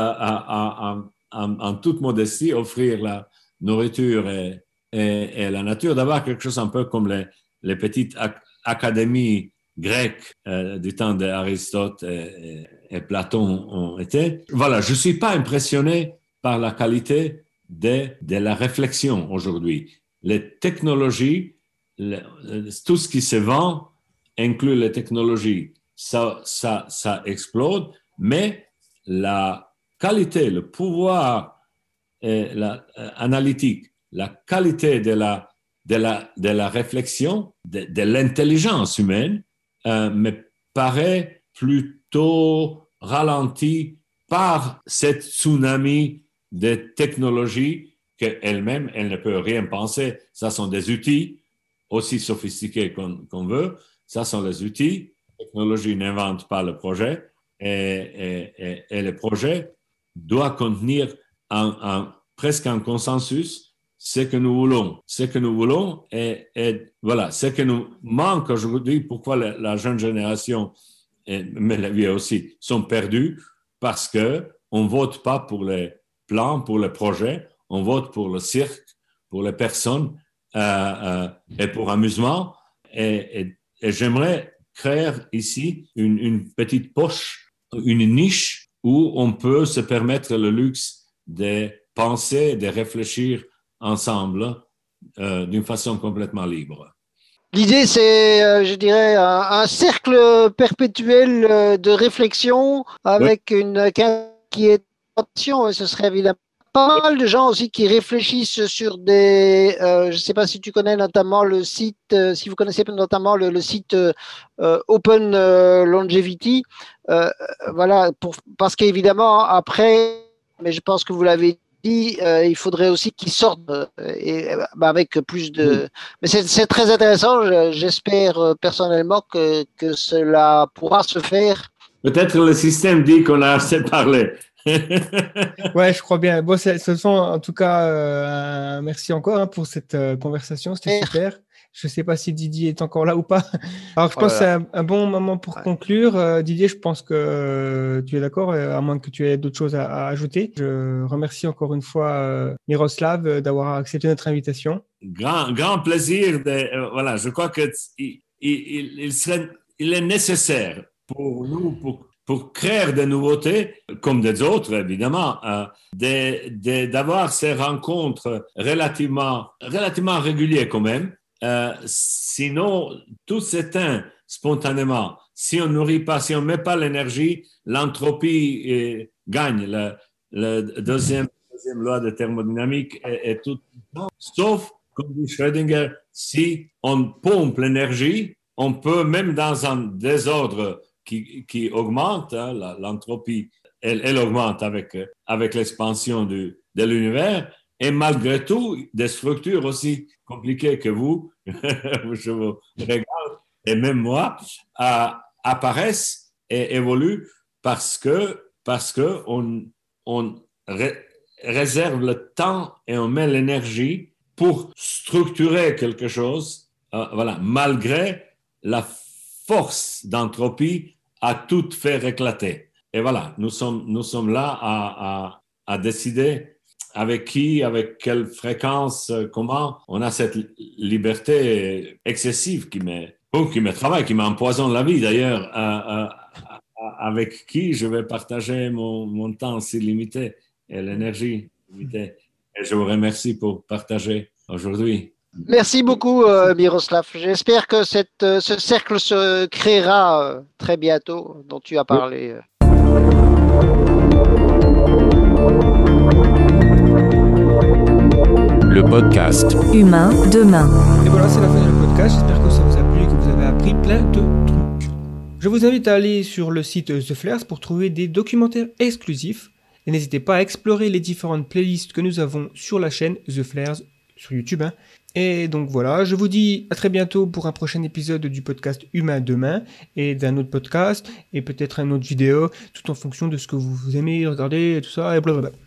Speaker 3: en toute modestie, offrir la nourriture et, et, et la nature, d'avoir quelque chose un peu comme les, les petites ac- académies grecques euh, du temps d'Aristote et, et, et Platon ont été. Voilà, je ne suis pas impressionné par la qualité de, de la réflexion aujourd'hui. Les technologies, le, tout ce qui se vend inclut les technologies. Ça, ça, ça explose, mais la qualité, le pouvoir et la, euh, analytique, la qualité de la, de la, de la réflexion, de, de l'intelligence humaine, euh, me paraît plutôt ralentie par cette tsunami de technologies qu'elle-même, elle ne peut rien penser. Ça sont des outils aussi sophistiqués qu'on, qu'on veut. Ça sont les outils. La technologie n'invente pas le projet et, et, et, et le projet doit contenir un, un, presque un consensus, ce que nous voulons. Ce que nous voulons et, et voilà, ce que nous manque aujourd'hui, pourquoi la, la jeune génération, et, mais la vie aussi, sont perdus, parce qu'on ne vote pas pour les plans, pour les projets, on vote pour le cirque, pour les personnes euh, euh, et pour amusement. Et, et, et j'aimerais créer ici une, une petite poche, une niche où on peut se permettre le luxe de penser, de réfléchir ensemble euh, d'une façon complètement libre.
Speaker 2: L'idée, c'est, euh, je dirais, un, un cercle perpétuel euh, de réflexion avec oui. une qui est attention. Ce serait évidemment pas mal de gens aussi qui réfléchissent sur des. Euh, je ne sais pas si tu connais notamment le site, euh, si vous connaissez notamment le, le site euh, Open euh, Longevity. Euh, voilà, pour, parce qu'évidemment, après, mais je pense que vous l'avez dit, euh, il faudrait aussi qu'ils sortent euh, et, bah, avec plus de. Oui. Mais c'est, c'est très intéressant. J'espère personnellement que, que cela pourra se faire.
Speaker 3: Peut-être le système dit qu'on a assez parlé.
Speaker 1: Ouais, je crois bien. Bon, c'est, ce sont en tout cas, euh, merci encore hein, pour cette euh, conversation, c'était Merci. super. Je ne sais pas si Didier est encore là ou pas. Alors, je oh pense que c'est un, un bon moment pour ouais. conclure. Euh, Didier, je pense que euh, tu es d'accord, à moins que tu aies d'autres choses à, à ajouter. Je remercie encore une fois euh, Miroslav euh, d'avoir accepté notre invitation.
Speaker 3: Grand, grand plaisir. De, euh, voilà, je crois qu'il il, il, il, serait, il est nécessaire pour nous, pour pour créer des nouveautés, comme des autres, évidemment, euh, de, de, d'avoir ces rencontres relativement, relativement régulières quand même. Euh, sinon, tout s'éteint spontanément. Si on ne nourrit pas, si on ne met pas l'énergie, l'entropie euh, gagne. La le deuxième, deuxième loi de thermodynamique est, est tout. Sauf, comme dit Schrödinger, si on pompe l'énergie, on peut, même dans un désordre Qui, qui augmente, hein, la, l'entropie, elle, elle augmente avec, avec l'expansion du, de l'univers, et malgré tout, des structures aussi compliquées que vous, je vous regarde, et même moi, euh, apparaissent et évoluent parce que, parce que on, on ré, réserve le temps et on met l'énergie pour structurer quelque chose, euh, voilà, malgré la force d'entropie à tout faire éclater. Et voilà, nous sommes, nous sommes là à, à, à décider avec qui, avec quelle fréquence, comment. On a cette liberté excessive qui me, oh, qui me travaille, qui m'empoisonne la vie d'ailleurs, à, à, à, avec qui je vais partager mon, mon temps si limité et l'énergie limitée. Et je vous remercie pour partager aujourd'hui.
Speaker 2: Merci beaucoup, euh, Miroslav. J'espère que cette, euh, ce cercle se créera euh, très bientôt, dont tu as parlé.
Speaker 4: Le podcast Humain demain.
Speaker 1: Et voilà, c'est la fin du podcast. J'espère que ça vous a plu et que vous avez appris plein de trucs. Je vous invite à aller sur le site The Flares pour trouver des documentaires exclusifs. Et n'hésitez pas à explorer les différentes playlists que nous avons sur la chaîne The Flares sur YouTube. Hein. Et donc voilà, je vous dis à très bientôt pour un prochain épisode du podcast Humain Demain et d'un autre podcast et peut-être une autre vidéo, tout en fonction de ce que vous aimez regarder et tout ça et blablabla.